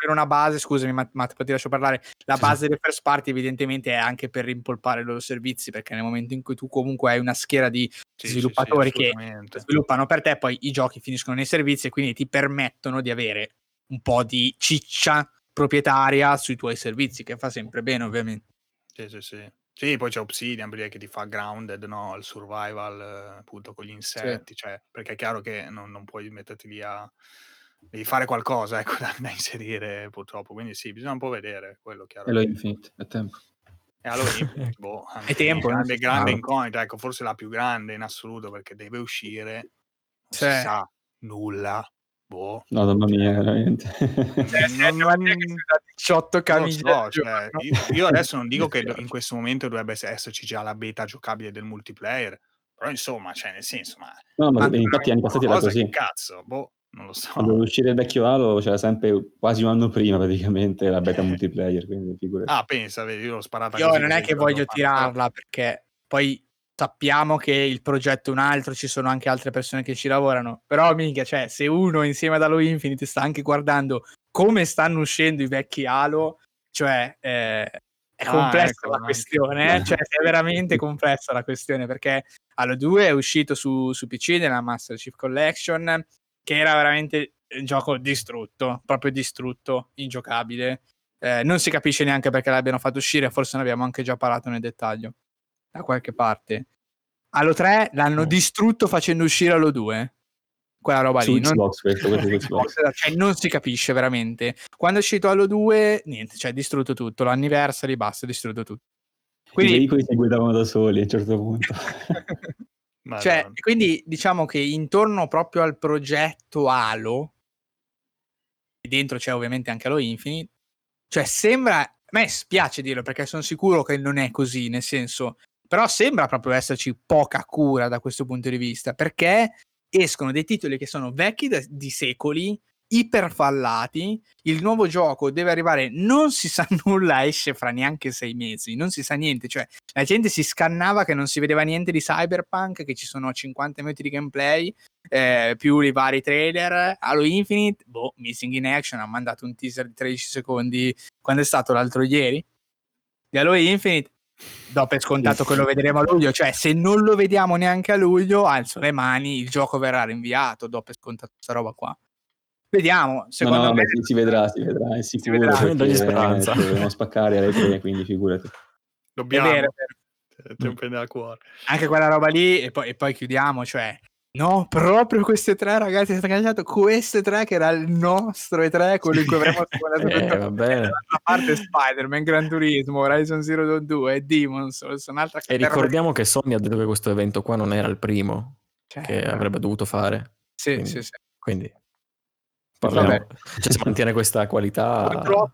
avere una base, scusami Matt, poi ti lascio parlare, la base delle first party evidentemente è anche per rimpolpare i loro servizi, perché nel momento in cui tu comunque hai una schiera di sviluppatori che sviluppano per te, poi i giochi finiscono nei servizi e quindi ti permettono di avere un po' di ciccia proprietaria sui tuoi servizi, che fa sempre bene ovviamente. Sì, poi c'è Obsidian che ti fa Grounded, no? Il survival appunto con gli insetti, cioè, perché è chiaro che non puoi metterti lì devi fare qualcosa, ecco, da inserire purtroppo, quindi sì, bisogna un po' vedere quello, chiaro. Halo Infinite, è tempo. E Halo Infinite, è tempo, grande incognita, ecco, forse la più grande in assoluto, perché deve uscire, non si sa nulla. No, mamma mia, veramente. Non 18 camicie. Io adesso non dico che in questo momento dovrebbe esserci già la beta giocabile del multiplayer, però insomma, cioè nel senso, no, ma infatti anni passati era così. Che cazzo, non lo so. Quando doveva uscire il vecchio Halo c'era sempre quasi un anno prima praticamente la beta multiplayer, quindi figurati. Pensa, vedi, io l'ho sparata io così. Non è che voglio tirarla, perché poi sappiamo che il progetto è un altro, ci sono anche altre persone che ci lavorano, però mica, cioè, se uno insieme ad Halo Infinite sta anche guardando come stanno uscendo i vecchi Halo, cioè è complessa la questione, cioè è veramente complessa la questione, perché Halo 2 è uscito su PC nella Master Chief Collection, che era veramente un gioco distrutto, proprio distrutto, ingiocabile. Non si capisce neanche perché l'abbiano fatto uscire, forse ne abbiamo anche già parlato nel dettaglio da qualche parte. Halo 3 l'hanno distrutto facendo uscire Halo 2, quella roba lì. Cioè, non si capisce veramente. Quando è uscito Halo 2, niente, cioè distrutto tutto, l'anniversary, basta, distrutto tutto. Quindi, i veicoli si guidavano da soli a un certo punto. Cioè, quindi diciamo che intorno proprio al progetto Halo, dentro c'è ovviamente anche Halo Infinite, cioè sembra, a me spiace dirlo perché sono sicuro che non è così, nel senso, però sembra proprio esserci poca cura da questo punto di vista, perché escono dei titoli che sono vecchi di secoli, iperfallati, il nuovo gioco deve arrivare, non si sa nulla, esce fra neanche 6 mesi, non si sa niente, cioè la gente si scannava che non si vedeva niente di Cyberpunk, che ci sono 50 minuti di gameplay, più i vari trailer. Halo Infinite, Missing in Action ha mandato un teaser di 13 secondi, quando è stato l'altro ieri, di Halo Infinite, dopo è scontato che lo vedremo a luglio, cioè se non lo vediamo neanche a luglio, alzo le mani, il gioco verrà rinviato, dopo è scontato questa roba qua. Vediamo, secondo me si vedrà, è sicuro, perché speranza. Dobbiamo spaccare alle 3, quindi figurati. Dobbiamo, è vero. Ti prende a cuore. Anche quella roba lì, e poi chiudiamo, cioè no, proprio queste 3, ragazzi, è stato cancellato queste 3 che era il nostro E3, quello in cui avremmo va bene. Dall'altra parte Spider-Man, Gran Turismo, Horizon Zero Dawn 2 e Demon's Souls, un'altra e ricordiamo che Sony ha detto che questo evento qua non era il primo che avrebbe dovuto fare. Sì. Quindi parliamo, cioè, si mantiene questa qualità.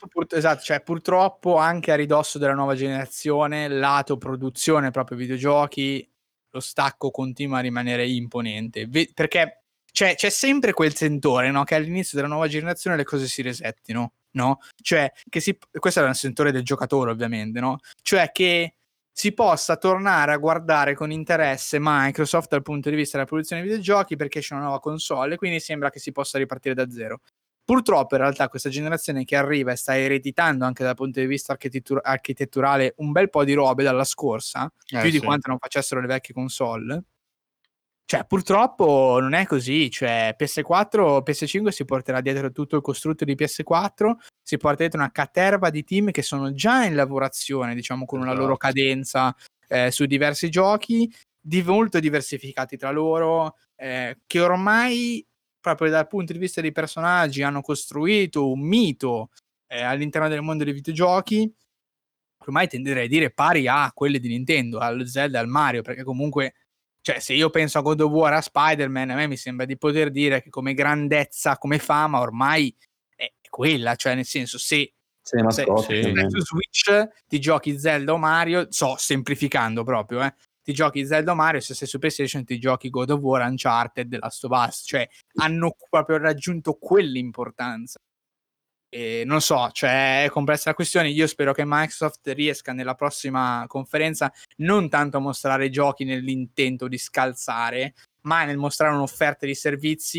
Purtroppo anche a ridosso della nuova generazione, lato produzione proprio videogiochi, lo stacco continua a rimanere imponente, perché c'è sempre quel sentore, no? Che all'inizio della nuova generazione le cose si resettino, no? Cioè questo è il sentore del giocatore, ovviamente, no? Cioè che si possa tornare a guardare con interesse Microsoft dal punto di vista della produzione di videogiochi, perché c'è una nuova console, quindi sembra che si possa ripartire da zero. Purtroppo in realtà questa generazione che arriva e sta ereditando anche dal punto di vista architetturale un bel po' di robe dalla scorsa, più di quanto non facessero le vecchie console. Cioè purtroppo non è così, cioè PS4, PS5 si porterà dietro tutto il costrutto di PS4, si porta dietro una caterva di team che sono già in lavorazione, diciamo, con una loro cadenza su diversi giochi, molto diversificati tra loro, che ormai proprio dal punto di vista dei personaggi hanno costruito un mito all'interno del mondo dei videogiochi, ormai tenderei a dire pari a quelli di Nintendo, al Zelda, al Mario, perché comunque, cioè, se io penso a God of War, a Spider-Man, a me mi sembra di poter dire che come grandezza, come fama, ormai è quella, cioè nel senso, se su Switch ti giochi Zelda o Mario, semplificando proprio, ti giochi Zelda o Mario, se sei su PlayStation ti giochi God of War, Uncharted, The Last of Us, cioè hanno proprio raggiunto quell'importanza. E non so, cioè è complessa la questione. Io spero che Microsoft riesca nella prossima conferenza non tanto a mostrare giochi nell'intento di scalzare, ma nel mostrare un'offerta di servizi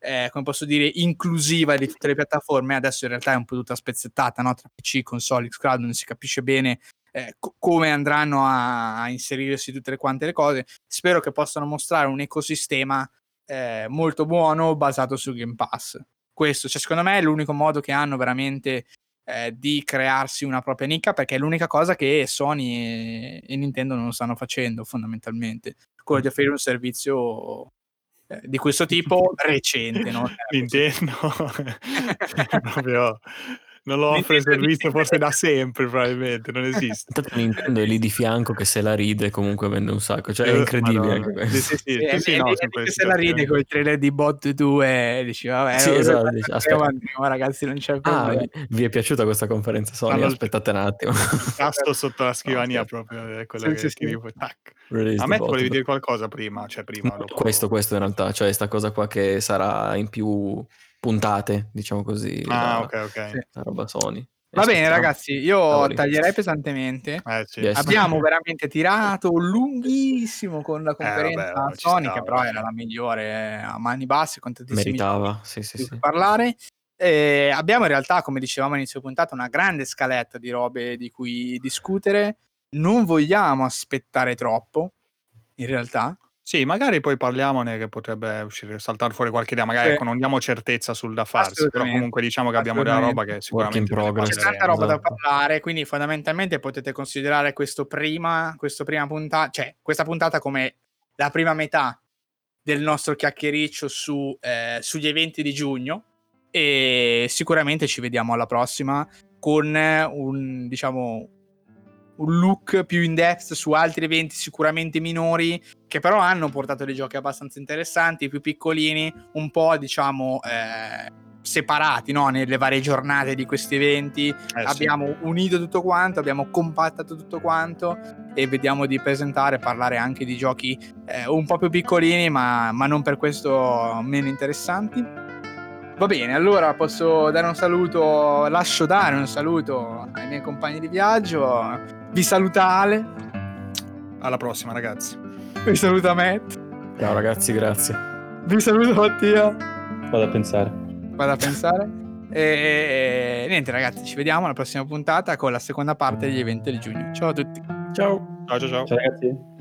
come posso dire, inclusiva di tutte le piattaforme. Adesso in realtà è un po' tutta spezzettata, no? Tra PC, console, xCloud, non si capisce bene come andranno a inserirsi tutte quante le cose. Spero che possano mostrare un ecosistema molto buono basato su Game Pass. Questo, cioè, secondo me è l'unico modo che hanno veramente di crearsi una propria nicchia, perché è l'unica cosa che Sony e Nintendo non stanno facendo fondamentalmente, quello di offrire un servizio di questo tipo recente, no? Nintendo proprio non lo offre il servizio forse da sempre, probabilmente non esiste. Tanto Nintendo è lì di fianco che se la ride comunque vende un sacco, cioè è incredibile anche questo. Sì, no, sempre se la ride con il trailer di Bot 2 dici vabbè, sì, esatto, ma ragazzi non c'è problema. Vi è piaciuta questa conferenza Sony? Allora, aspettate un attimo. tasto sotto la scrivania, Okay. proprio è quello che tiri poi, tac. Release A me the volevi bot. dire qualcosa prima, cioè prima o dopo? Questo in realtà, cioè sta cosa qua che sarà in più puntate, diciamo così, ok. la roba Sony. Va bene ragazzi, io Cavoli. taglierei pesantemente. Sì. Abbiamo veramente tirato lunghissimo con la conferenza vabbè, Sony, stava, che però era la migliore a mani basse, con tantissimi meritava, giochi sì. di cui parlare. Abbiamo in realtà, come dicevamo all'inizio puntata, una grande scaletta di robe di cui discutere. Non vogliamo aspettare troppo, in realtà. Sì, magari poi parliamone, che potrebbe saltare fuori qualche idea, magari non diamo certezza sul da farsi, però comunque diciamo che abbiamo della roba che sicuramente Work in progress. c'è tanta roba da Esatto. parlare, quindi fondamentalmente potete considerare questa prima puntata, cioè questa puntata come la prima metà del nostro chiacchiericcio sugli eventi di giugno, e sicuramente ci vediamo alla prossima con un look più in depth su altri eventi sicuramente minori, che però hanno portato dei giochi abbastanza interessanti, più piccolini, un po' separati, no? Nelle varie giornate di questi eventi. Abbiamo unito tutto quanto, abbiamo compattato tutto quanto e vediamo di parlare anche di giochi un po' più piccolini, ma non per questo meno interessanti. Va bene, allora lascio dare un saluto ai miei compagni di viaggio. Vi saluta Ale. Alla prossima, ragazzi. Vi saluta Matt. Ciao ragazzi, grazie. Vi saluta Mattia. Vado a pensare. E niente ragazzi, ci vediamo alla prossima puntata con la seconda parte degli eventi di giugno. Ciao a tutti. Ciao. Ciao. Ciao ragazzi.